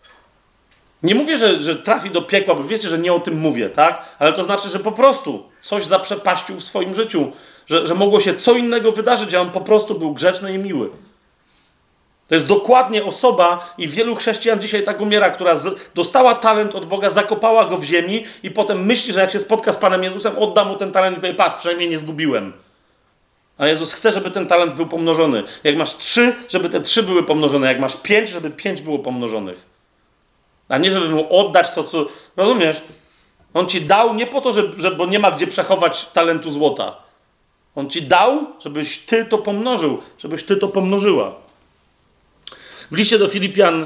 Speaker 1: Nie mówię, że trafi do piekła, bo wiecie, że nie o tym mówię, tak? Ale to znaczy, że po prostu coś zaprzepaścił w swoim życiu, że mogło się co innego wydarzyć, a on po prostu był grzeczny i miły. To jest dokładnie osoba i wielu chrześcijan dzisiaj tak umiera, która dostała talent od Boga, zakopała go w ziemi i potem myśli, że jak się spotka z Panem Jezusem, odda mu ten talent i powie, patrz, przynajmniej nie zgubiłem. A Jezus chce, żeby ten talent był pomnożony. Jak masz 3, żeby te 3 były pomnożone. Jak masz 5, żeby 5 było pomnożonych. A nie, żeby mu oddać to, co... Rozumiesz? On ci dał nie po to, bo nie ma gdzie przechować talentu złota. On ci dał, żebyś ty to pomnożył. Żebyś ty to pomnożyła. W liście do Filipian...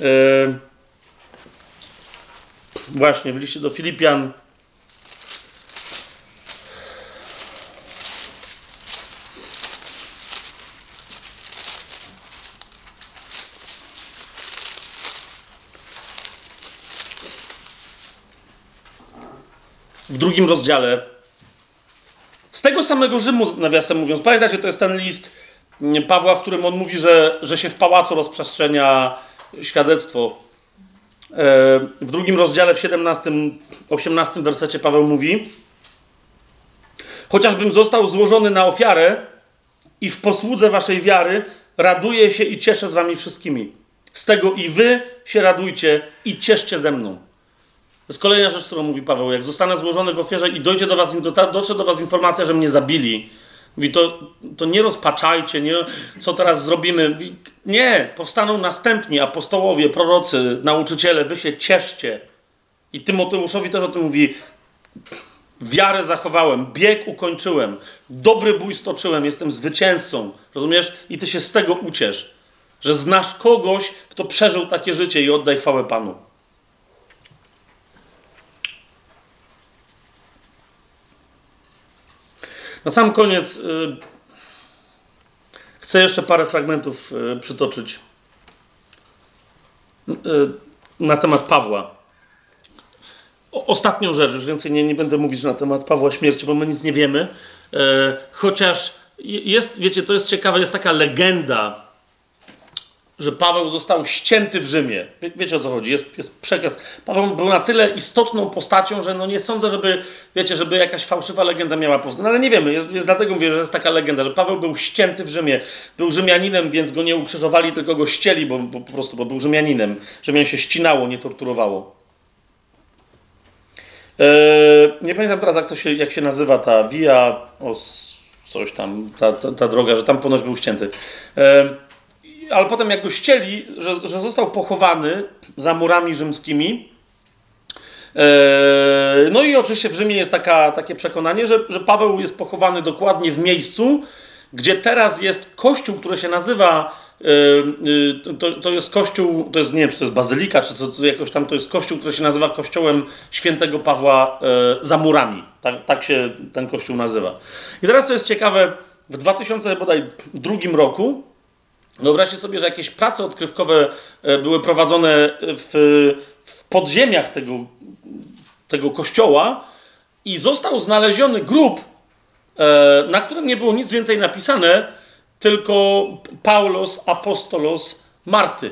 Speaker 1: Właśnie, w liście do Filipian... W 2 rozdziale, z tego samego Rzymu, nawiasem mówiąc, pamiętacie, to jest ten list Pawła, w którym on mówi, że się w pałacu rozprzestrzenia świadectwo. W 2 rozdziale, w 17-18 wersecie Paweł mówi: chociażbym został złożony na ofiarę i w posłudze waszej wiary raduję się i cieszę z wami wszystkimi. Z tego i wy się radujcie i cieszcie ze mną. To jest kolejna rzecz, którą mówi Paweł. Jak zostanę złożony w ofierze i dotrze do was informacja, że mnie zabili, mówi, to nie rozpaczajcie, nie, co teraz zrobimy. Mówi, nie, powstaną następni apostołowie, prorocy, nauczyciele, wy się cieszcie. I Tymoteuszowi też o tym mówi: wiarę zachowałem, bieg ukończyłem, dobry bój stoczyłem, jestem zwycięzcą. Rozumiesz? I ty się z tego uciesz, że znasz kogoś, kto przeżył takie życie, i oddaj chwałę Panu. Na sam koniec chcę jeszcze parę fragmentów przytoczyć na temat Pawła. Ostatnią rzecz, już więcej nie będę mówić na temat Pawła śmierci, bo my nic nie wiemy. Chociaż jest, wiecie, to jest ciekawe, jest taka legenda, że Paweł został ścięty w Rzymie. Wiecie, o co chodzi? Jest przekaz. Paweł był na tyle istotną postacią, że no nie sądzę, żeby, wiecie, żeby jakaś fałszywa legenda miała powstać. No ale nie wiemy, jest dlatego mówię, że jest taka legenda, że Paweł był ścięty w Rzymie. Był Rzymianinem, więc go nie ukrzyżowali, tylko go ścięli, bo po prostu był Rzymianinem. Rzymian się ścinało, nie torturowało. Nie pamiętam teraz, jak się nazywa ta Via, coś tam, ta droga, że tam ponoć był ścięty. Ale potem jak go ścięli, że został pochowany za murami rzymskimi. No i oczywiście w Rzymie jest takie przekonanie, że Paweł jest pochowany dokładnie w miejscu, gdzie teraz jest kościół, który się nazywa, to jest kościół, to jest, nie wiem, czy to jest bazylika, czy co jakoś tam, to jest kościół, który się nazywa kościołem świętego Pawła za murami. Tak się ten kościół nazywa. I teraz to jest ciekawe, w 2002 roku wyobraźcie sobie, że jakieś prace odkrywkowe były prowadzone w podziemiach tego kościoła i został znaleziony grób, na którym nie było nic więcej napisane, tylko Paulos Apostolos Marty.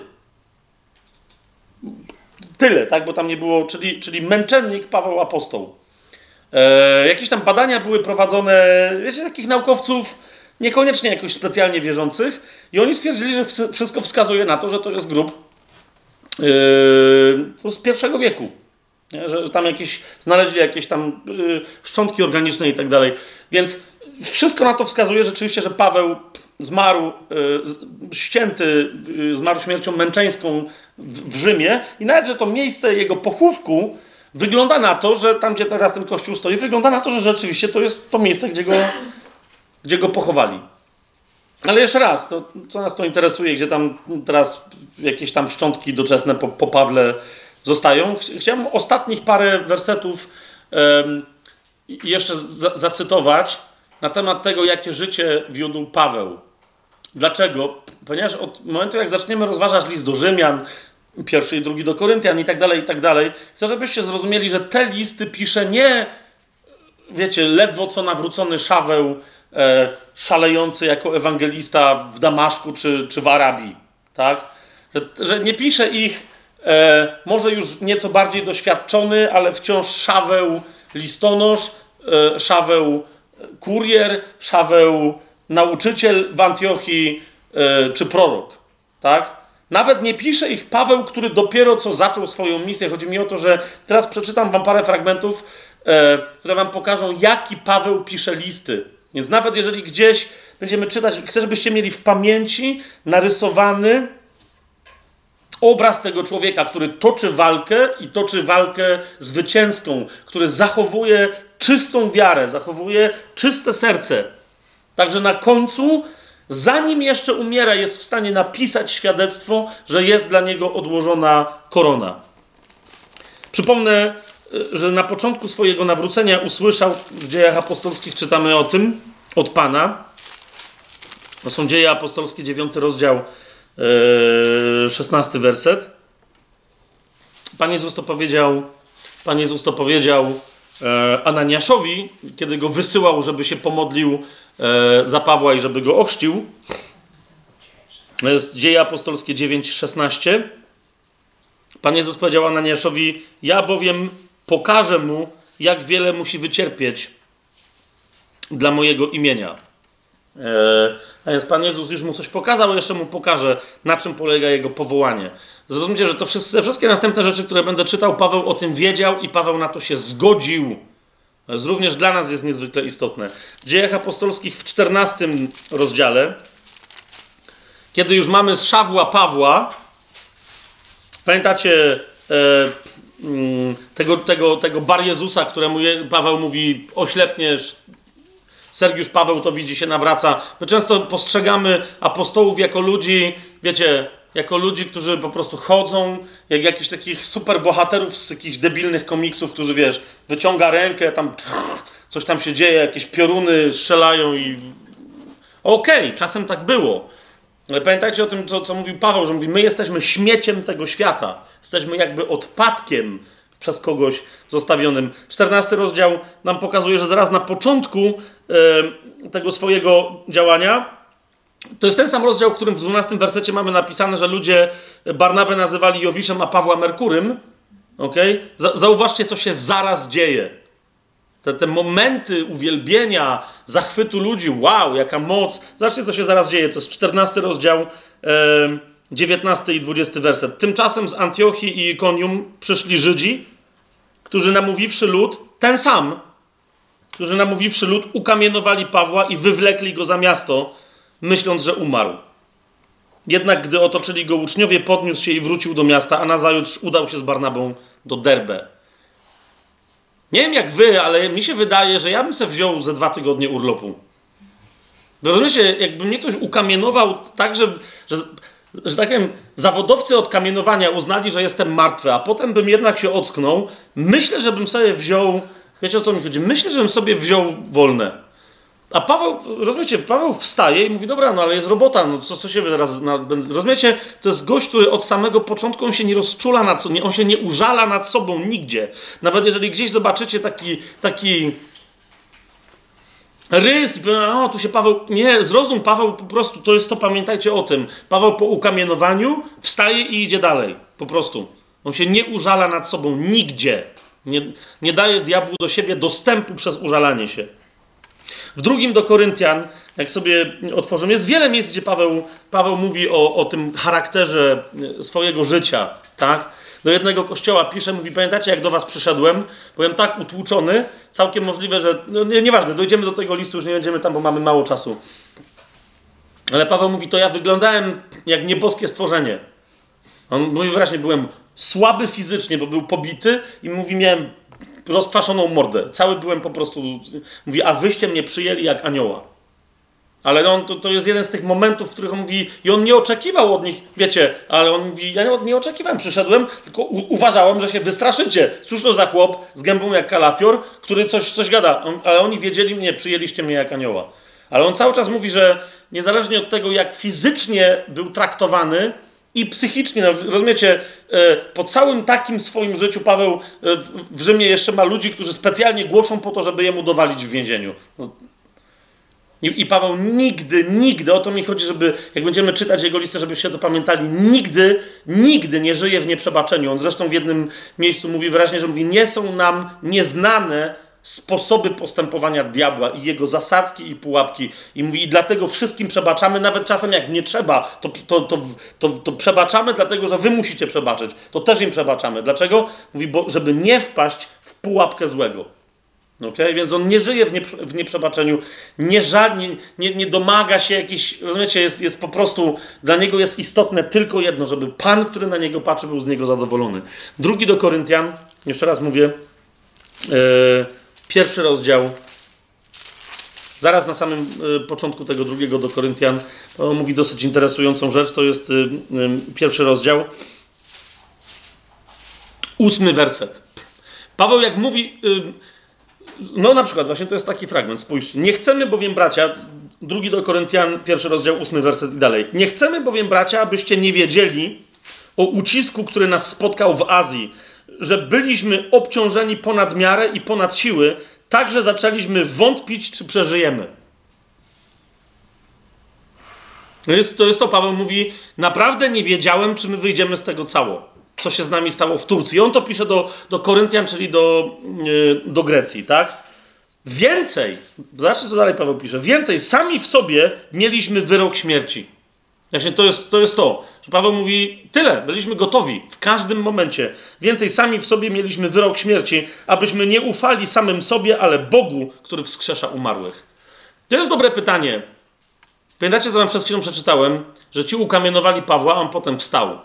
Speaker 1: Tyle, tak? Bo tam nie było, czyli męczennik Paweł Apostoł. Jakieś tam badania były prowadzone, wiecie, takich naukowców, niekoniecznie jakoś specjalnie wierzących, i oni stwierdzili, że wszystko wskazuje na to, że to jest grób z I wieku. Nie? Że tam znaleźli jakieś tam szczątki organiczne i tak dalej. Więc wszystko na to wskazuje rzeczywiście, że Paweł zmarł, ścięty, zmarł śmiercią męczeńską w Rzymie, i nawet, że to miejsce jego pochówku wygląda na to, że tam, gdzie teraz ten kościół stoi, wygląda na to, że rzeczywiście to jest to miejsce, gdzie go pochowali. Ale jeszcze raz, to, co nas to interesuje, gdzie tam teraz jakieś tam szczątki doczesne po Pawle zostają. Chciałem ostatnich parę wersetów jeszcze zacytować na temat tego, jakie życie wiódł Paweł. Dlaczego? Ponieważ od momentu, jak zaczniemy rozważać list do Rzymian, 1 i 2 do Koryntian i tak dalej, chcę, żebyście zrozumieli, że te listy pisze nie, wiecie, ledwo co nawrócony Szaweł, szalejący jako ewangelista w Damaszku czy w Arabii, tak? Że nie pisze ich może już nieco bardziej doświadczony, ale wciąż Szaweł listonosz, Szaweł kurier, Szaweł nauczyciel w Antiochii czy prorok, tak? Nawet nie pisze ich Paweł, który dopiero co zaczął swoją misję. Chodzi mi o to, że teraz przeczytam wam parę fragmentów, które wam pokażą, jaki Paweł pisze listy. Więc nawet jeżeli gdzieś będziemy czytać, chcę, żebyście mieli w pamięci narysowany obraz tego człowieka, który toczy walkę i toczy walkę zwycięską, który zachowuje czystą wiarę, zachowuje czyste serce. Także na końcu, zanim jeszcze umiera, jest w stanie napisać świadectwo, że jest dla niego odłożona korona. Przypomnę, że na początku swojego nawrócenia usłyszał, w Dziejach Apostolskich czytamy o tym, od Pana. To są Dzieje Apostolskie, 9 rozdział, 16 werset. Pan Jezus to powiedział Ananiaszowi, kiedy go wysyłał, żeby się pomodlił za Pawła i żeby go ochrzcił. To jest Dzieje Apostolskie 9:16. Pan Jezus powiedział Ananiaszowi: ja bowiem pokażę mu, jak wiele musi wycierpieć dla mojego imienia. A więc Pan Jezus już mu coś pokazał, jeszcze mu pokaże, na czym polega jego powołanie. Zrozumcie, że to wszystkie następne rzeczy, które będę czytał, Paweł o tym wiedział i Paweł na to się zgodził. To jest również dla nas jest niezwykle istotne. W Dziejach Apostolskich w 14 rozdziale, kiedy już mamy z Szawła Pawła, pamiętacie tego Bar Jezusa, któremu Paweł mówi: oślepniesz. Sergiusz Paweł to widzi, się nawraca. My często postrzegamy apostołów jako ludzi, wiecie, jako ludzi, którzy po prostu chodzą, jak jakichś takich superbohaterów z jakichś debilnych komiksów, którzy, wiesz, wyciąga rękę, tam coś tam się dzieje, jakieś pioruny strzelają i... Okej, czasem tak było. Ale pamiętajcie o tym, co mówił Paweł, że mówi, my jesteśmy śmieciem tego świata. Jesteśmy jakby odpadkiem przez kogoś zostawionym. 14 rozdział nam pokazuje, że zaraz na początku tego swojego działania, to jest ten sam rozdział, w którym w 12 wersecie mamy napisane, że ludzie Barnabę nazywali Jowiszem, a Pawła Merkurym. Okay? Zauważcie, co się zaraz dzieje. Te momenty uwielbienia, zachwytu ludzi, wow, jaka moc. Zobaczcie, co się zaraz dzieje. To jest 14 rozdział, 19 i 20 werset. Tymczasem z Antiochii i Ikonium przyszli Żydzi, którzy namówiwszy lud, ten sam, którzy namówiwszy lud, ukamienowali Pawła i wywlekli go za miasto, myśląc, że umarł. Jednak gdy otoczyli go uczniowie, podniósł się i wrócił do miasta, a nazajutrz udał się z Barnabą do Derbe. Nie wiem jak wy, ale mi się wydaje, że ja bym sobie wziął ze 2 tygodnie urlopu. Rozumiecie, jakby mnie ktoś ukamienował tak, że tak powiem, zawodowcy od kamienowania uznali, że jestem martwy, a potem bym jednak się ocknął, myślę, że bym sobie wziął, wiecie o co mi chodzi, myślę, że bym sobie wziął wolne. A Paweł, rozumiecie, Paweł wstaje i mówi, dobra, no ale jest robota, no co się teraz... Rozumiecie, to jest gość, który od samego początku, on się nie rozczula on się nie użala nad sobą nigdzie. Nawet jeżeli gdzieś zobaczycie taki rys, o, tu się Paweł... Nie, zrozum Paweł po prostu, to jest to, pamiętajcie o tym. Paweł po ukamienowaniu wstaje i idzie dalej, po prostu. On się nie użala nad sobą nigdzie. Nie daje diabłu do siebie dostępu przez użalanie się. W 2 do Koryntian, jak sobie otworzymy, jest wiele miejsc, gdzie Paweł mówi o tym charakterze swojego życia, tak? Do jednego kościoła pisze, mówi, pamiętacie jak do was przyszedłem? Byłem tak utłuczony, całkiem możliwe, że... No, nieważne, dojdziemy do tego listu, już nie będziemy tam, bo mamy mało czasu. Ale Paweł mówi, to ja wyglądałem jak nieboskie stworzenie. On mówi wyraźnie, byłem słaby fizycznie, bo był pobity i mówi, miałem rozkwaszoną mordę. Cały byłem po prostu... Mówi, a wyście mnie przyjęli jak anioła. Ale on, to jest jeden z tych momentów, w których on mówi, i on nie oczekiwał od nich, wiecie, ale on mówi, ja nie oczekiwałem, przyszedłem, tylko uważałem, że się wystraszycie. Cóż to za chłop z gębą jak kalafior, który coś gada. Ale oni wiedzieli mnie, przyjęliście mnie jak anioła. Ale on cały czas mówi, że niezależnie od tego, jak fizycznie był traktowany i psychicznie, no, rozumiecie, po całym takim swoim życiu Paweł w Rzymie jeszcze ma ludzi, którzy specjalnie głoszą po to, żeby jemu dowalić w więzieniu. No. I Paweł nigdy, o to mi chodzi, żeby, jak będziemy czytać jego listę, żebyście to pamiętali, nigdy nie żyje w nieprzebaczeniu. On zresztą w jednym miejscu mówi wyraźnie, że mówi, nie są nam nieznane sposoby postępowania diabła i jego zasadzki i pułapki. I mówi, i dlatego wszystkim przebaczamy, nawet czasem jak nie trzeba, to przebaczamy, dlatego że wy musicie przebaczyć. To też im przebaczamy. Dlaczego? Mówi, bo żeby nie wpaść w pułapkę złego. Okay? Więc on nie żyje w nieprzebaczeniu, nie domaga się jakiejś, rozumiecie, jest po prostu, dla niego jest istotne tylko jedno, żeby Pan, który na niego patrzy, był z niego zadowolony. 2 do Koryntian, jeszcze raz mówię, 1 rozdział, zaraz na samym początku tego 2 do Koryntian, on mówi dosyć interesującą rzecz, to jest 1 rozdział, 8 werset. Paweł jak mówi... No na przykład właśnie to jest taki fragment, spójrzcie. Nie chcemy bowiem, bracia, 2 do Koryntian, 1 rozdział, 8 werset i dalej. Nie chcemy bowiem, bracia, abyście nie wiedzieli o ucisku, który nas spotkał w Azji, że byliśmy obciążeni ponad miarę i ponad siły, tak, że zaczęliśmy wątpić, czy przeżyjemy. To jest to, Paweł mówi, naprawdę nie wiedziałem, czy my wyjdziemy z tego cało. Co się z nami stało w Turcji. On to pisze do Koryntian, czyli do Grecji, tak? Więcej, zobaczcie co dalej Paweł pisze, więcej, sami w sobie mieliśmy wyrok śmierci. Właśnie to jest to, że Paweł mówi, tyle, byliśmy gotowi w każdym momencie. Więcej, sami w sobie mieliśmy wyrok śmierci, abyśmy nie ufali samym sobie, ale Bogu, który wskrzesza umarłych. To jest dobre pytanie. Pamiętacie, co wam przed chwilą przeczytałem? Że ci ukamienowali Pawła, a on potem wstał.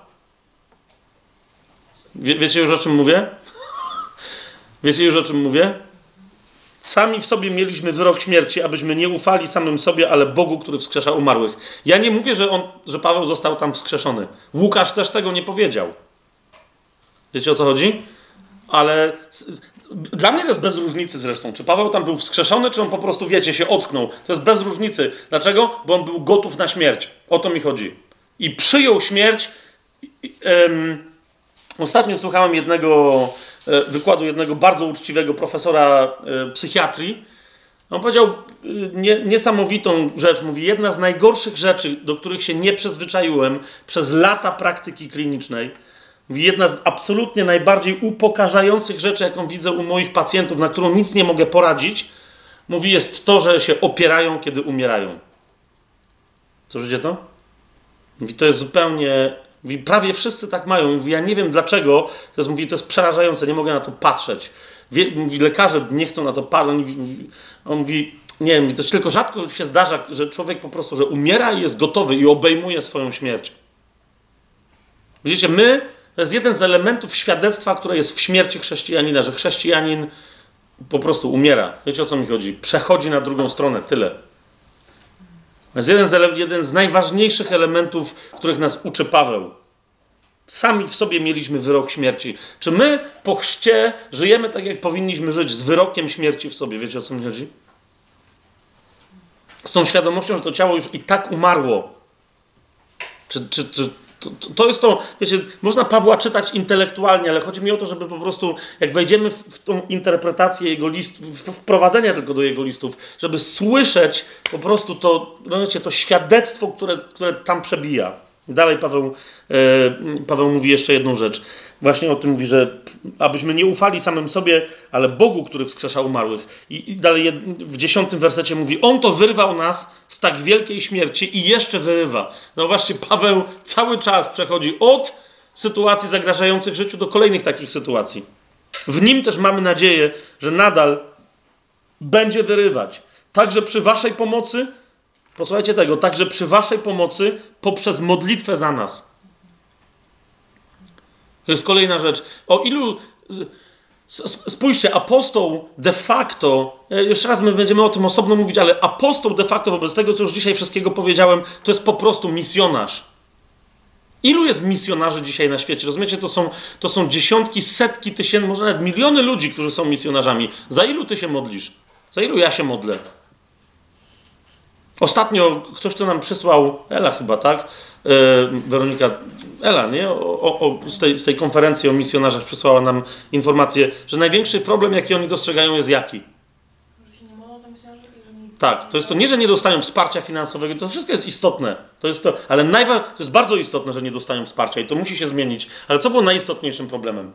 Speaker 1: Wiecie już o czym mówię? Wiecie już o czym mówię? Sami w sobie mieliśmy wyrok śmierci, abyśmy nie ufali samym sobie, ale Bogu, który wskrzesza umarłych. Ja nie mówię, że Paweł został tam wskrzeszony. Łukasz też tego nie powiedział. Wiecie o co chodzi? ale dla mnie to jest bez różnicy zresztą, czy Paweł tam był wskrzeszony, czy on po prostu, wiecie, się ocknął. To jest bez różnicy. Dlaczego? Bo on był gotów na śmierć. O to mi chodzi. I przyjął śmierć. Ostatnio słuchałem wykładu jednego bardzo uczciwego profesora psychiatrii. On powiedział niesamowitą rzecz. Mówi, jedna z najgorszych rzeczy, do których się nie przyzwyczaiłem przez lata praktyki klinicznej. Mówi, jedna z absolutnie najbardziej upokarzających rzeczy, jaką widzę u moich pacjentów, na którą nic nie mogę poradzić, mówi, jest to, że się opierają, kiedy umierają. Słyszycie to? Mówi, to jest zupełnie... Mówi, prawie wszyscy tak mają. Mówi, ja nie wiem dlaczego. To jest przerażające, nie mogę na to patrzeć. Mówi, lekarze nie chcą na to patrzeć. On mówi, nie wiem, to tylko rzadko się zdarza, że człowiek po prostu, że umiera i jest gotowy i obejmuje swoją śmierć. Widzicie, to jest jeden z elementów świadectwa, które jest w śmierci chrześcijanina, że chrześcijanin po prostu umiera. Wiecie, o co mi chodzi? Przechodzi na drugą stronę, tyle. To jest jeden z najważniejszych elementów, których nas uczy Paweł. Sami w sobie mieliśmy wyrok śmierci. Czy my po chrzcie żyjemy tak, jak powinniśmy żyć, z wyrokiem śmierci w sobie? Wiecie, o co mi chodzi? Z tą świadomością, że to ciało już i tak umarło. To jest to, wiecie, można Pawła czytać intelektualnie, ale chodzi mi o to, żeby po prostu, jak wejdziemy w tą interpretację jego listów, wprowadzenia tylko do jego listów, żeby słyszeć po prostu to świadectwo, które tam przebija. Dalej Paweł mówi jeszcze jedną rzecz. Właśnie o tym mówi, że abyśmy nie ufali samym sobie, ale Bogu, który wskrzesza umarłych. I dalej w 10 wersecie mówi, On to wyrwał nas z tak wielkiej śmierci i jeszcze wyrywa. No właśnie, Paweł cały czas przechodzi od sytuacji zagrażających życiu do kolejnych takich sytuacji. W nim też mamy nadzieję, że nadal będzie wyrywać. Także przy waszej pomocy, posłuchajcie tego, także przy waszej pomocy poprzez modlitwę za nas. To jest kolejna rzecz. O ilu... Spójrzcie, apostoł de facto, jeszcze raz my będziemy o tym osobno mówić, ale apostoł de facto wobec tego, co już dzisiaj wszystkiego powiedziałem, to jest po prostu misjonarz. Ilu jest misjonarzy dzisiaj na świecie? Rozumiecie, to są dziesiątki, setki tysięcy, może nawet miliony ludzi, którzy są misjonarzami. Za ilu ty się modlisz? Za ilu ja się modlę? Ostatnio ktoś to nam przysłał, Ela chyba, tak? Weronika, Ela, nie? Z tej konferencji o misjonarzach przysłała nam informację, że największy problem, jaki oni dostrzegają, jest jaki?
Speaker 2: Że się nie modlą za misjonarzy i że nie...
Speaker 1: Tak, to jest to nie, że nie dostają wsparcia finansowego, to wszystko jest istotne. Ale to jest bardzo istotne, że nie dostają wsparcia i to musi się zmienić. Ale co było najistotniejszym problemem?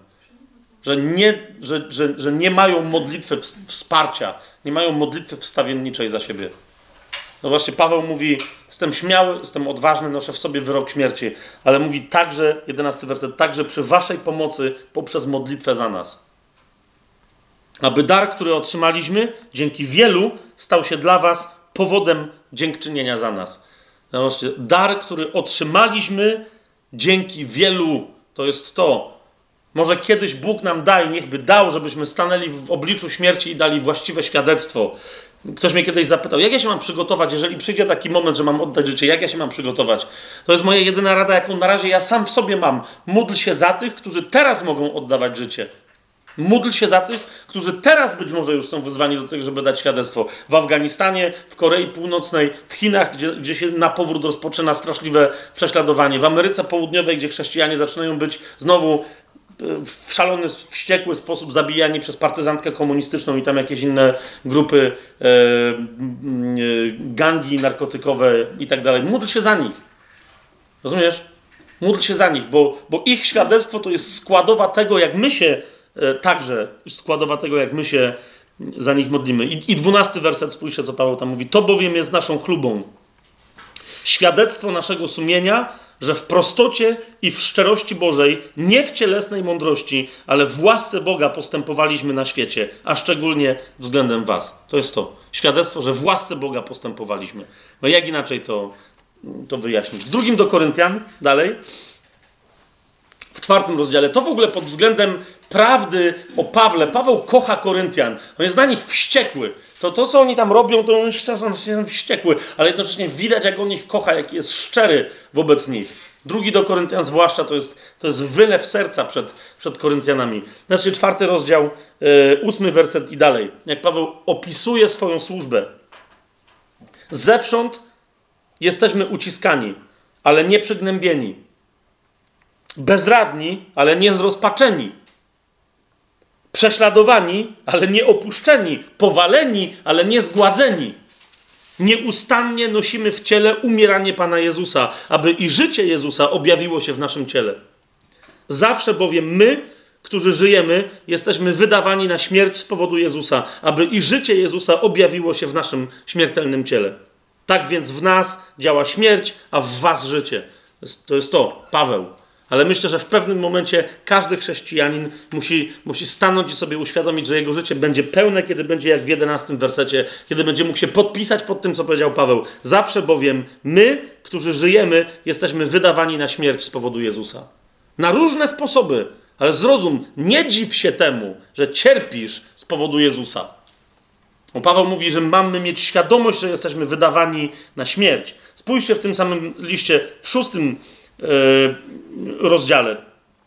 Speaker 1: Że nie mają modlitwy wsparcia, nie mają modlitwy wstawienniczej za siebie. No właśnie, Paweł mówi, jestem śmiały, jestem odważny, noszę w sobie wyrok śmierci, ale mówi także, 11 werset, także przy waszej pomocy poprzez modlitwę za nas. Aby dar, który otrzymaliśmy, dzięki wielu, stał się dla was powodem dziękczynienia za nas. No właśnie, dar, który otrzymaliśmy dzięki wielu, to jest to. Może kiedyś Bóg nam niechby dał, żebyśmy stanęli w obliczu śmierci i dali właściwe świadectwo. Ktoś mnie kiedyś zapytał, jak ja się mam przygotować, jeżeli przyjdzie taki moment, że mam oddać życie, jak ja się mam przygotować? To jest moja jedyna rada, jaką na razie ja sam w sobie mam. Módl się za tych, którzy teraz mogą oddawać życie. Módl się za tych, którzy teraz być może już są wyzwani do tego, żeby dać świadectwo. W Afganistanie, w Korei Północnej, w Chinach, gdzie się na powrót rozpoczyna straszliwe prześladowanie. W Ameryce Południowej, gdzie chrześcijanie zaczynają być znowu w szalony, wściekły sposób zabijani przez partyzantkę komunistyczną i tam jakieś inne grupy, gangi narkotykowe i tak dalej. Módl się za nich. Rozumiesz? Módl się za nich, bo ich świadectwo to jest składowa tego, jak my się za nich modlimy. I 12 werset, spójrzcie, co Paweł tam mówi. To bowiem jest naszą chlubą. Świadectwo naszego sumienia, że w prostocie i w szczerości Bożej, nie w cielesnej mądrości, ale w łasce Boga postępowaliśmy na świecie, a szczególnie względem was. To jest to. Świadectwo, że w łasce Boga postępowaliśmy. No jak inaczej to wyjaśnić? W 2 do Koryntian, dalej, w 4 rozdziale, to w ogóle pod względem prawdy o Pawle. Paweł kocha Koryntian. On jest na nich wściekły. To co oni tam robią, to on jest wściekły, ale jednocześnie widać, jak on ich kocha, jaki jest szczery wobec nich. 2 do Koryntian zwłaszcza to jest wylew serca przed Koryntianami. Znaczy 4 rozdział, 8 werset i dalej. Jak Paweł opisuje swoją służbę. Zewsząd jesteśmy uciskani, ale nie przygnębieni. Bezradni, ale nie zrozpaczeni. Prześladowani, ale nie opuszczeni. Powaleni, ale nie zgładzeni. Nieustannie nosimy w ciele umieranie Pana Jezusa, aby i życie Jezusa objawiło się w naszym ciele. Zawsze bowiem my, którzy żyjemy, jesteśmy wydawani na śmierć z powodu Jezusa, aby i życie Jezusa objawiło się w naszym śmiertelnym ciele. Tak więc w nas działa śmierć, a w was życie. To jest to, Paweł. Ale myślę, że w pewnym momencie każdy chrześcijanin musi stanąć i sobie uświadomić, że jego życie będzie pełne, kiedy będzie jak w 11 wersecie, kiedy będzie mógł się podpisać pod tym, co powiedział Paweł. Zawsze bowiem my, którzy żyjemy, jesteśmy wydawani na śmierć z powodu Jezusa. Na różne sposoby, ale zrozum, nie dziw się temu, że cierpisz z powodu Jezusa. Bo Paweł mówi, że mamy mieć świadomość, że jesteśmy wydawani na śmierć. Spójrzcie w tym samym liście, w 6 rozdziale.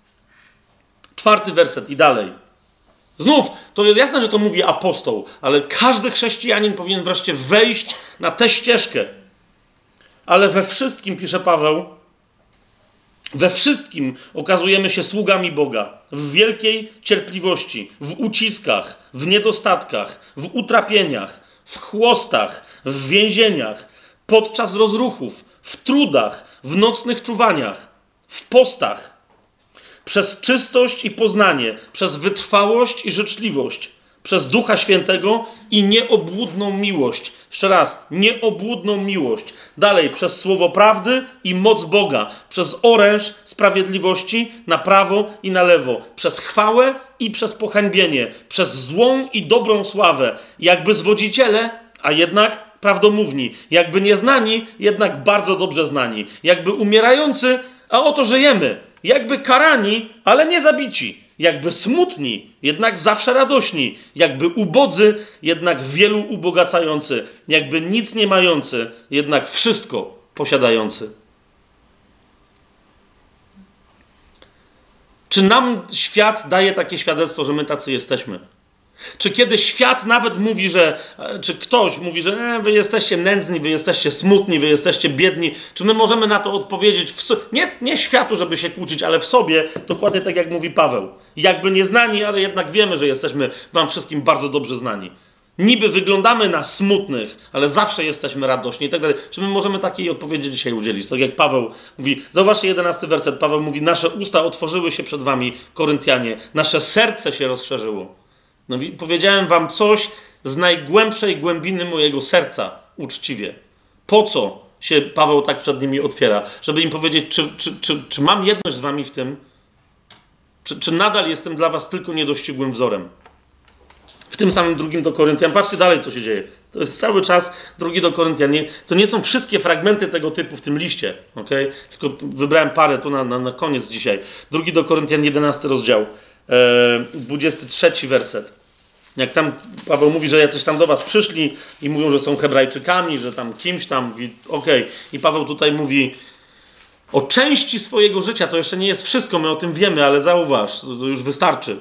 Speaker 1: 4 werset i dalej. Znów, to jest jasne, że to mówi apostoł, ale każdy chrześcijanin powinien wreszcie wejść na tę ścieżkę. Ale we wszystkim, pisze Paweł, we wszystkim okazujemy się sługami Boga. W wielkiej cierpliwości, w uciskach, w niedostatkach, w utrapieniach, w chłostach, w więzieniach, podczas rozruchów, w trudach, w nocnych czuwaniach, w postach, przez czystość i poznanie, przez wytrwałość i życzliwość, przez Ducha Świętego i nieobłudną miłość. Jeszcze raz, nieobłudną miłość. Dalej, przez słowo prawdy i moc Boga, przez oręż sprawiedliwości na prawo i na lewo, przez chwałę i przez pohańbienie, przez złą i dobrą sławę, jakby zwodziciele, a jednak prawdomówni, jakby nieznani, jednak bardzo dobrze znani, jakby umierający, a oto żyjemy, jakby karani, ale nie zabici, jakby smutni, jednak zawsze radośni, jakby ubodzy, jednak wielu ubogacający, jakby nic nie mający, jednak wszystko posiadający. Czy nam świat daje takie świadectwo, że my tacy jesteśmy? Czy kiedy świat nawet mówi, czy ktoś mówi, że wy jesteście nędzni, wy jesteście smutni, wy jesteście biedni, czy my możemy na to odpowiedzieć, nie światu, żeby się kłócić, ale w sobie, dokładnie tak jak mówi Paweł. Jakby nieznani, ale jednak wiemy, że jesteśmy wam wszystkim bardzo dobrze znani. Niby wyglądamy na smutnych, ale zawsze jesteśmy radośni i tak dalej. Czy my możemy takiej odpowiedzi dzisiaj udzielić? Tak jak Paweł mówi, zauważcie 11 werset, Paweł mówi, nasze usta otworzyły się przed wami, Koryntianie, nasze serce się rozszerzyło. No i powiedziałem wam coś z najgłębszej głębiny mojego serca, uczciwie. Po co się Paweł tak przed nimi otwiera? Żeby im powiedzieć, czy mam jedność z wami w tym? Czy nadal jestem dla was tylko niedościgłym wzorem? W tym samym 2 do Koryntian. Patrzcie dalej, co się dzieje. To jest cały czas 2 do Koryntian. To nie są wszystkie fragmenty tego typu w tym liście. Okay? Tylko wybrałem parę tu na koniec dzisiaj. 2 do Koryntian, 11 rozdział. 23 werset. Jak tam Paweł mówi, że jacyś tam do was przyszli i mówią, że są Hebrajczykami, że tam kimś tam, I Paweł tutaj mówi o części swojego życia, to jeszcze nie jest wszystko, my o tym wiemy, ale zauważ, to już wystarczy.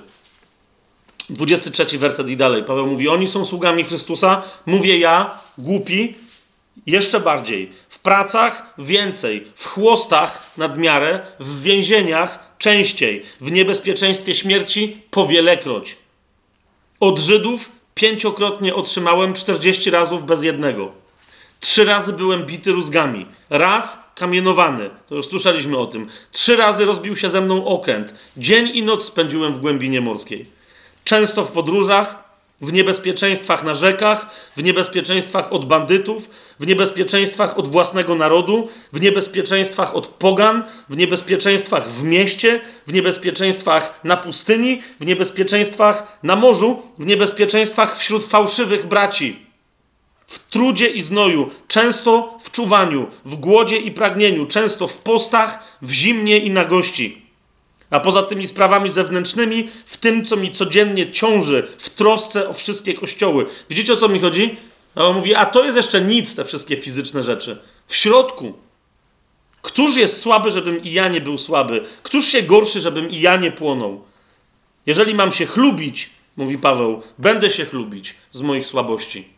Speaker 1: 23 werset i dalej. Paweł mówi, oni są sługami Chrystusa, mówię ja, głupi, jeszcze bardziej. W pracach więcej, w chłostach nadmiarę, w więzieniach częściej, w niebezpieczeństwie śmierci powielekroć. Od Żydów 5-krotnie otrzymałem 40 razów bez jednego. 3 razy byłem bity rózgami. Raz kamienowany. To już słyszeliśmy o tym. 3 razy rozbił się ze mną okręt. Dzień i noc spędziłem w głębinie morskiej. Często w podróżach, w niebezpieczeństwach na rzekach, w niebezpieczeństwach od bandytów, w niebezpieczeństwach od własnego narodu, w niebezpieczeństwach od pogan, w niebezpieczeństwach w mieście, w niebezpieczeństwach na pustyni, w niebezpieczeństwach na morzu, w niebezpieczeństwach wśród fałszywych braci. W trudzie i znoju, często w czuwaniu, w głodzie i pragnieniu, często w postach, w zimnie i nagości. A poza tymi sprawami zewnętrznymi, w tym, co mi codziennie ciąży, w trosce o wszystkie kościoły. Widzicie, o co mi chodzi? A on mówi, a to jest jeszcze nic, te wszystkie fizyczne rzeczy. W środku Któż jest słaby, żebym i ja nie był słaby? Któż się gorszy, żebym i ja nie płonął? Jeżeli mam się chlubić, mówi Paweł, będę się chlubić z moich słabości.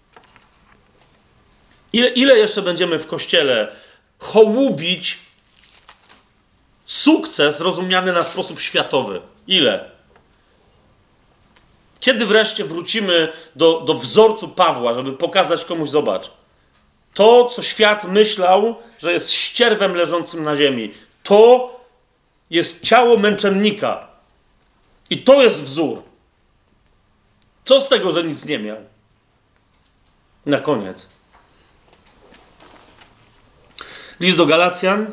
Speaker 1: Ile jeszcze będziemy w Kościele hołubić sukces rozumiany na sposób światowy? Ile? Kiedy wreszcie wrócimy do wzorcu Pawła, żeby pokazać komuś, zobacz, to, co świat myślał, że jest ścierwem leżącym na ziemi, to jest ciało męczennika. I to jest wzór. Co z tego, że nic nie miał? Na koniec. List do Galacjan.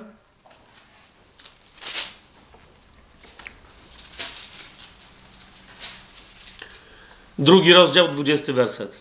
Speaker 1: Drugi rozdział, 20 werset.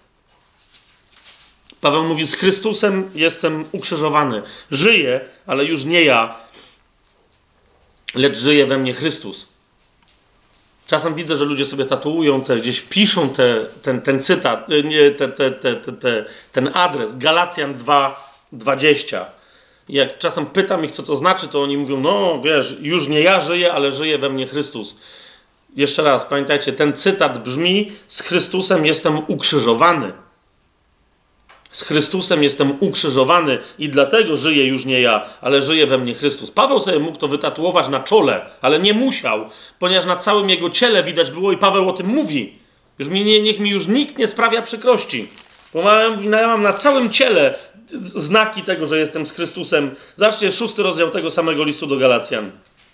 Speaker 1: Paweł mówi, z Chrystusem jestem ukrzyżowany. Żyję, ale już nie ja, lecz żyje we mnie Chrystus. Czasem widzę, że ludzie sobie tatuują gdzieś piszą ten cytat, ten adres, Galacjan 2:20. Jak czasem pytam ich, co to znaczy, to oni mówią, no wiesz, już nie ja żyję, ale żyje we mnie Chrystus. Jeszcze raz, pamiętajcie, ten cytat brzmi, z Chrystusem jestem ukrzyżowany. Z Chrystusem jestem ukrzyżowany i dlatego żyję już nie ja, ale żyje we mnie Chrystus. Paweł sobie mógł to wytatuować na czole, ale nie musiał, ponieważ na całym jego ciele widać było i Paweł o tym mówi. Niech mi już nikt nie sprawia przykrości. Bo ja mam na całym ciele znaki tego, że jestem z Chrystusem. Zobaczcie, 6 rozdział tego samego listu do Galacjan.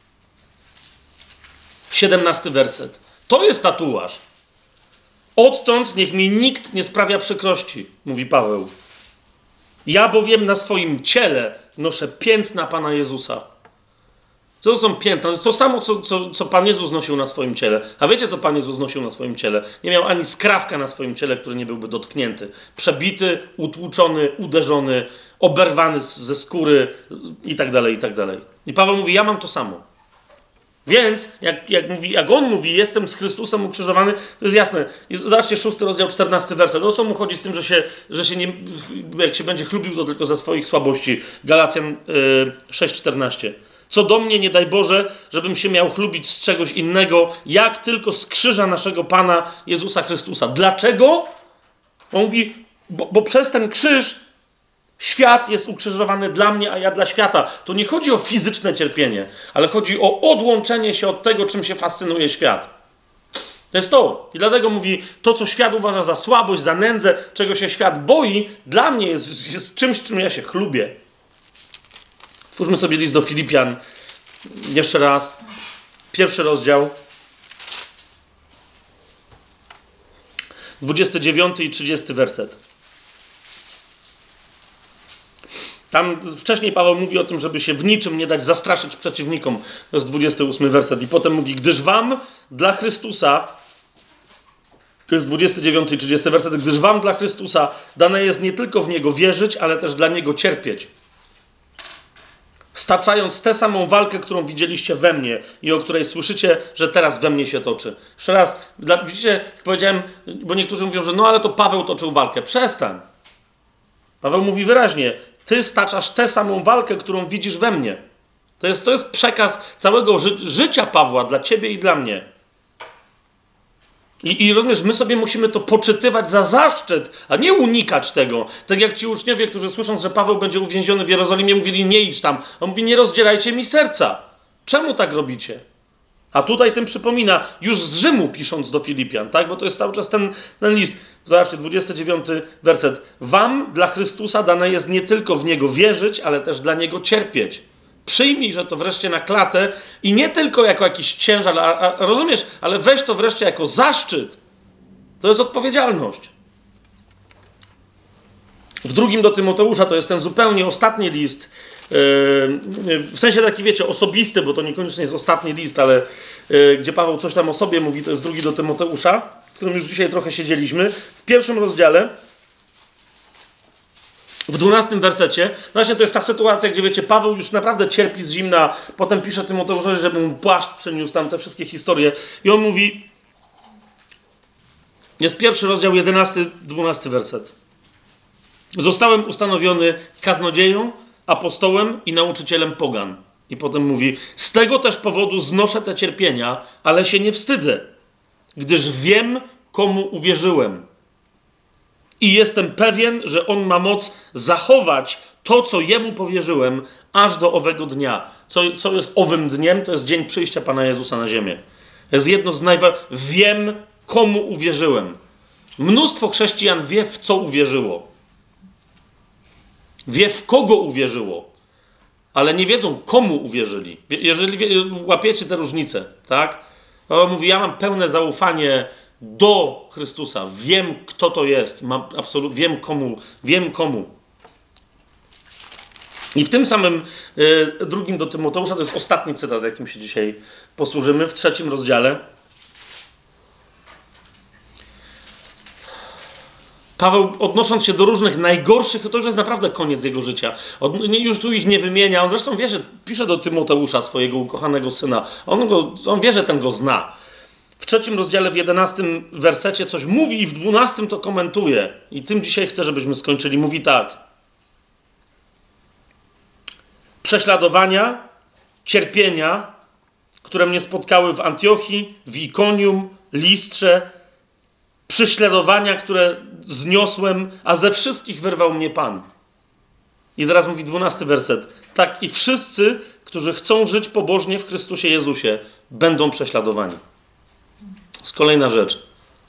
Speaker 1: 17 werset. To jest tatuaż. Odtąd niech mi nikt nie sprawia przykrości, mówi Paweł. Ja bowiem na swoim ciele noszę piętna Pana Jezusa. Co to są piętna? To jest to samo, co Pan Jezus nosił na swoim ciele. A wiecie, co Pan Jezus nosił na swoim ciele? Nie miał ani skrawka na swoim ciele, który nie byłby dotknięty. Przebity, utłuczony, uderzony, oberwany ze skóry i tak dalej, i tak dalej. I Paweł mówi, ja mam to samo. Więc, jak on mówi, jestem z Chrystusem ukrzyżowany, to jest jasne. Zobaczcie, 6 rozdział, 14 werset. O co mu chodzi z tym, że się nie, jak się będzie chlubił, to tylko ze swoich słabości. Galacjan 6:14. Co do mnie, nie daj Boże, żebym się miał chlubić z czegoś innego, jak tylko z krzyża naszego Pana Jezusa Chrystusa. Dlaczego? On mówi, bo przez ten krzyż świat jest ukrzyżowany dla mnie, a ja dla świata. To nie chodzi o fizyczne cierpienie, ale chodzi o odłączenie się od tego, czym się fascynuje świat. To jest to. I dlatego mówi, to co świat uważa za słabość, za nędzę, czego się świat boi, dla mnie jest czymś, czym ja się chlubię. Twórzmy sobie list do Filipian. Jeszcze raz. 1 rozdział. 29 i 30 werset. Tam wcześniej Paweł mówi o tym, żeby się w niczym nie dać zastraszyć przeciwnikom. To jest 28 werset. I potem mówi, gdyż wam dla Chrystusa, to jest 29 i 30 werset, gdyż wam dla Chrystusa dane jest nie tylko w Niego wierzyć, ale też dla Niego cierpieć. Staczając tę samą walkę, którą widzieliście we mnie i o której słyszycie, że teraz we mnie się toczy. Jeszcze raz, widzicie, jak powiedziałem, bo niektórzy mówią, że no ale to Paweł toczył walkę. Przestań. Paweł mówi wyraźnie, ty staczasz tę samą walkę, którą widzisz we mnie. To jest przekaz całego życia Pawła dla ciebie i dla mnie. I rozumiesz, my sobie musimy to poczytywać za zaszczyt, a nie unikać tego. Tak jak ci uczniowie, którzy słysząc, że Paweł będzie uwięziony w Jerozolimie, mówili, nie idź tam. On mówi, nie rozdzierajcie mi serca. Czemu tak robicie? A tutaj tym przypomina, już z Rzymu pisząc do Filipian, tak? Bo to jest cały czas ten list. Zobaczcie, 29 werset. Wam dla Chrystusa dane jest nie tylko w Niego wierzyć, ale też dla Niego cierpieć. Przyjmij, że to wreszcie na klatę i nie tylko jako jakiś ciężar, rozumiesz, ale weź to wreszcie jako zaszczyt. To jest odpowiedzialność. W drugim do Tymoteusza, to jest ten zupełnie ostatni list, w sensie taki, wiecie, osobisty, bo to niekoniecznie jest ostatni list, ale gdzie Paweł coś tam o sobie mówi, to jest drugi do Tymoteusza, w którym już dzisiaj trochę siedzieliśmy. W 1 rozdziale, w 12 wersecie, właśnie to jest ta sytuacja, gdzie wiecie, Paweł już naprawdę cierpi z zimna, potem pisze Tymoteuszowi, żeby mu płaszcz przyniósł, tam te wszystkie historie i on mówi, jest 1 rozdział, 11-12 werset. Zostałem ustanowiony kaznodzieją, apostołem i nauczycielem pogan. I potem mówi, z tego też powodu znoszę te cierpienia, ale się nie wstydzę, gdyż wiem, komu uwierzyłem. I jestem pewien, że on ma moc zachować to, co jemu powierzyłem, aż do owego dnia. Co jest owym dniem? To jest dzień przyjścia Pana Jezusa na ziemię. To jest jedno z najważniejszych. Wiem, komu uwierzyłem. Mnóstwo chrześcijan wie, w co uwierzyło. Wie, w kogo uwierzyło. Ale nie wiedzą, komu uwierzyli. Jeżeli łapiecie te różnice, tak? On mówi, ja mam pełne zaufanie do Chrystusa. Wiem, kto to jest. Wiem komu. I w tym samym drugim do Tymoteusza, to jest ostatni cytat, jakim się dzisiaj posłużymy, w 3 rozdziale. Paweł, odnosząc się do różnych najgorszych, to już jest naprawdę koniec jego życia. Już tu ich nie wymienia. On zresztą wie, że pisze do Tymoteusza, swojego ukochanego syna. On wie, że ten go zna. W 3 rozdziale, w 11 wersecie coś mówi i w 12 to komentuje. I tym dzisiaj chcę, żebyśmy skończyli. Mówi tak. Prześladowania, cierpienia, które mnie spotkały w Antiochii, w Ikonium, Listrze, prześladowania, które zniosłem, a ze wszystkich wyrwał mnie Pan. I teraz mówi 12 werset. Tak i wszyscy, którzy chcą żyć pobożnie w Chrystusie Jezusie, będą prześladowani. To jest kolejna rzecz.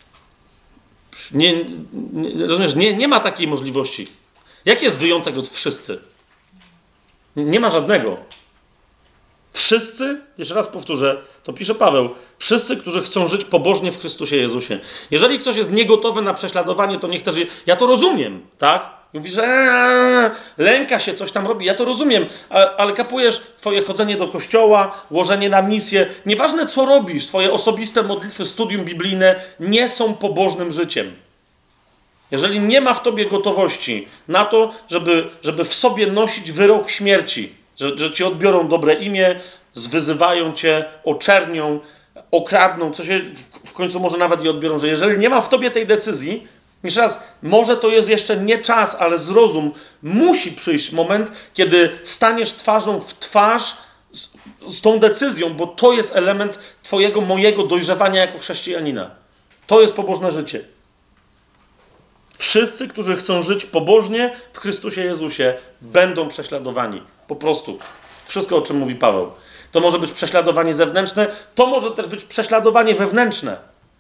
Speaker 1: Rozumiesz, nie ma takiej możliwości. Jaki jest wyjątek od wszyscy? Nie ma żadnego. Wszyscy, jeszcze raz powtórzę, to pisze Paweł, wszyscy, którzy chcą żyć pobożnie w Chrystusie Jezusie. Jeżeli ktoś jest niegotowy na prześladowanie, to niech też... Ja to rozumiem, tak? Mówi, że lęka się, coś tam robi. Ja to rozumiem, ale kapujesz, twoje chodzenie do kościoła, łożenie na misję, nieważne co robisz, twoje osobiste modlitwy, studium biblijne nie są pobożnym życiem. Jeżeli nie ma w tobie gotowości na to, żeby w sobie nosić wyrok śmierci, że ci odbiorą dobre imię, zwyzywają cię, oczernią, okradną, co się w końcu może nawet i odbiorą, że jeżeli nie ma w tobie tej decyzji, jeszcze raz, może to jest jeszcze nie czas, ale zrozum, musi przyjść moment, kiedy staniesz twarzą w twarz z tą decyzją, bo to jest element mojego dojrzewania jako chrześcijanina. To jest pobożne życie. Wszyscy, którzy chcą żyć pobożnie w Chrystusie Jezusie, będą prześladowani. Po prostu. Wszystko, o czym mówi Paweł. To może być prześladowanie zewnętrzne, to może też być prześladowanie wewnętrzne.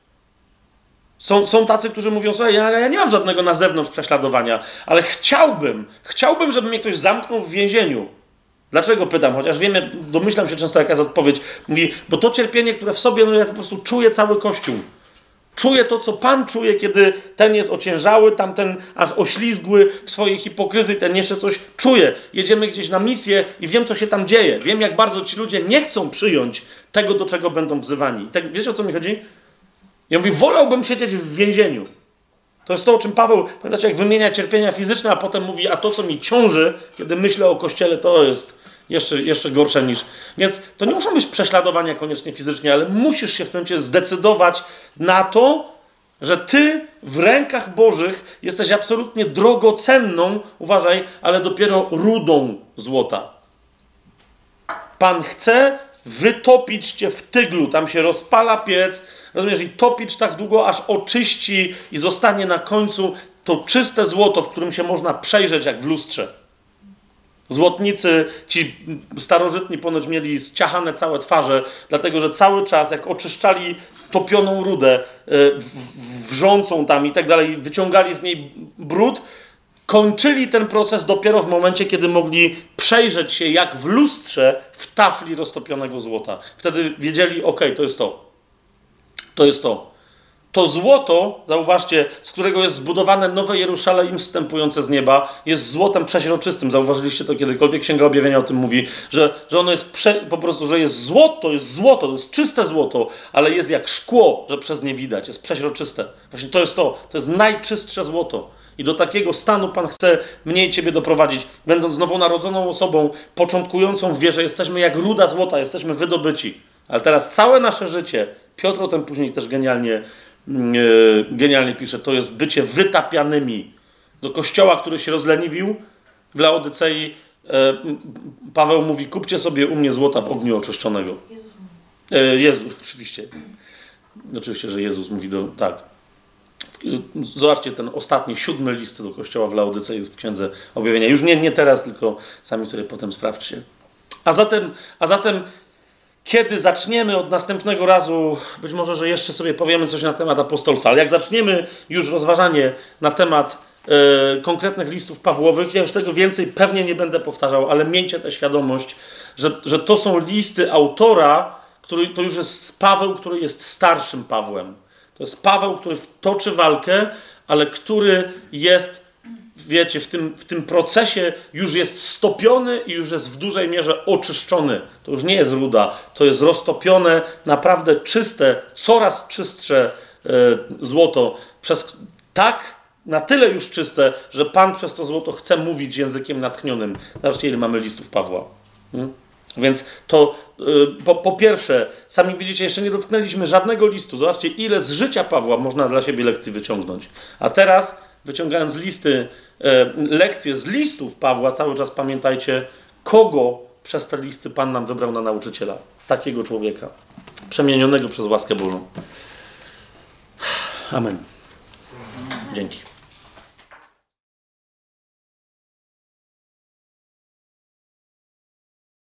Speaker 1: Są tacy, którzy mówią, słuchaj, ja nie mam żadnego na zewnątrz prześladowania, ale chciałbym, żeby mnie ktoś zamknął w więzieniu. Dlaczego pytam? Chociaż wiem, domyślam się często, jaka jest odpowiedź. Mówi, bo to cierpienie, które w sobie, ja po prostu czuję cały Kościół. Czuję to, co Pan czuje, kiedy ten jest ociężały, tamten aż oślizgły w swojej hipokryzji, ten jeszcze coś czuje. Jedziemy gdzieś na misję i wiem, co się tam dzieje. Wiem, jak bardzo ci ludzie nie chcą przyjąć tego, do czego będą wzywani. Tak, wiecie, o co mi chodzi? Ja mówię, wolałbym siedzieć w więzieniu. To jest to, o czym Paweł, pamiętacie, jak wymienia cierpienia fizyczne, a potem mówi, a to, co mi ciąży, kiedy myślę o Kościele, to jest jeszcze gorsze niż... Więc to nie muszą być prześladowania koniecznie fizycznie, ale musisz się w tym momencie zdecydować na to, że ty w rękach Bożych jesteś absolutnie drogocenną, uważaj, ale dopiero rudą złota. Pan chce wytopić cię w tyglu, tam się rozpala piec, rozumiesz, i topić tak długo, aż oczyści i zostanie na końcu to czyste złoto, w którym się można przejrzeć jak w lustrze. Złotnicy, ci starożytni ponoć mieli zciachane całe twarze, dlatego że cały czas, jak oczyszczali topioną rudę, wrzącą tam i tak dalej, wyciągali z niej brud, kończyli ten proces dopiero w momencie, kiedy mogli przejrzeć się jak w lustrze w tafli roztopionego złota. Wtedy wiedzieli, okej, to jest to. To jest to. To złoto, zauważcie, z którego jest zbudowane nowe Jerusalem zstępujące z nieba, jest złotem przeźroczystym. Zauważyliście to kiedykolwiek? Księga Objawienia o tym mówi, że ono jest po prostu, że jest złoto, to jest czyste złoto, ale jest jak szkło, że przez nie widać, jest przeźroczyste. Właśnie to jest najczystsze złoto. I do takiego stanu Pan chce mnie i ciebie doprowadzić. Będąc nowonarodzoną osobą, początkującą w wierze, jesteśmy jak ruda złota, jesteśmy wydobyci. Ale teraz całe nasze życie, Piotr o tym później też genialnie pisze, to jest bycie wytapianymi. Do kościoła, który się rozleniwił w Laodycei, Paweł mówi, kupcie sobie u mnie złota w ogniu oczyszczonego.
Speaker 2: Jezus mówi.
Speaker 1: Jezus, oczywiście. Oczywiście, że Jezus mówi tak. Zobaczcie ten ostatni, 7 list do kościoła w Laodycei jest w Księdze Objawienia. Już nie teraz, tylko sami sobie potem sprawdźcie. A zatem kiedy zaczniemy od następnego razu, być może, że jeszcze sobie powiemy coś na temat apostolstwa, ale jak zaczniemy już rozważanie na temat konkretnych listów Pawłowych, ja już tego więcej pewnie nie będę powtarzał, ale miejcie tę świadomość, że to są listy autora, to już jest Paweł, który jest starszym Pawłem. To jest Paweł, który toczy walkę, ale który jest, wiecie, w tym procesie już jest stopiony i już jest w dużej mierze oczyszczony. To już nie jest ruda, to jest roztopione, naprawdę czyste, coraz czystsze złoto. Na tyle już czyste, że Pan przez to złoto chce mówić językiem natchnionym. Zobaczcie, ile mamy listów Pawła. Więc to po pierwsze, sami widzicie, jeszcze nie dotknęliśmy żadnego listu. Zobaczcie, ile z życia Pawła można dla siebie lekcji wyciągnąć. A teraz, wyciągając lekcje z listów Pawła, cały czas pamiętajcie, kogo przez te listy Pan nam wybrał na nauczyciela. Takiego człowieka, przemienionego przez łaskę Bożą. Amen. Dzięki.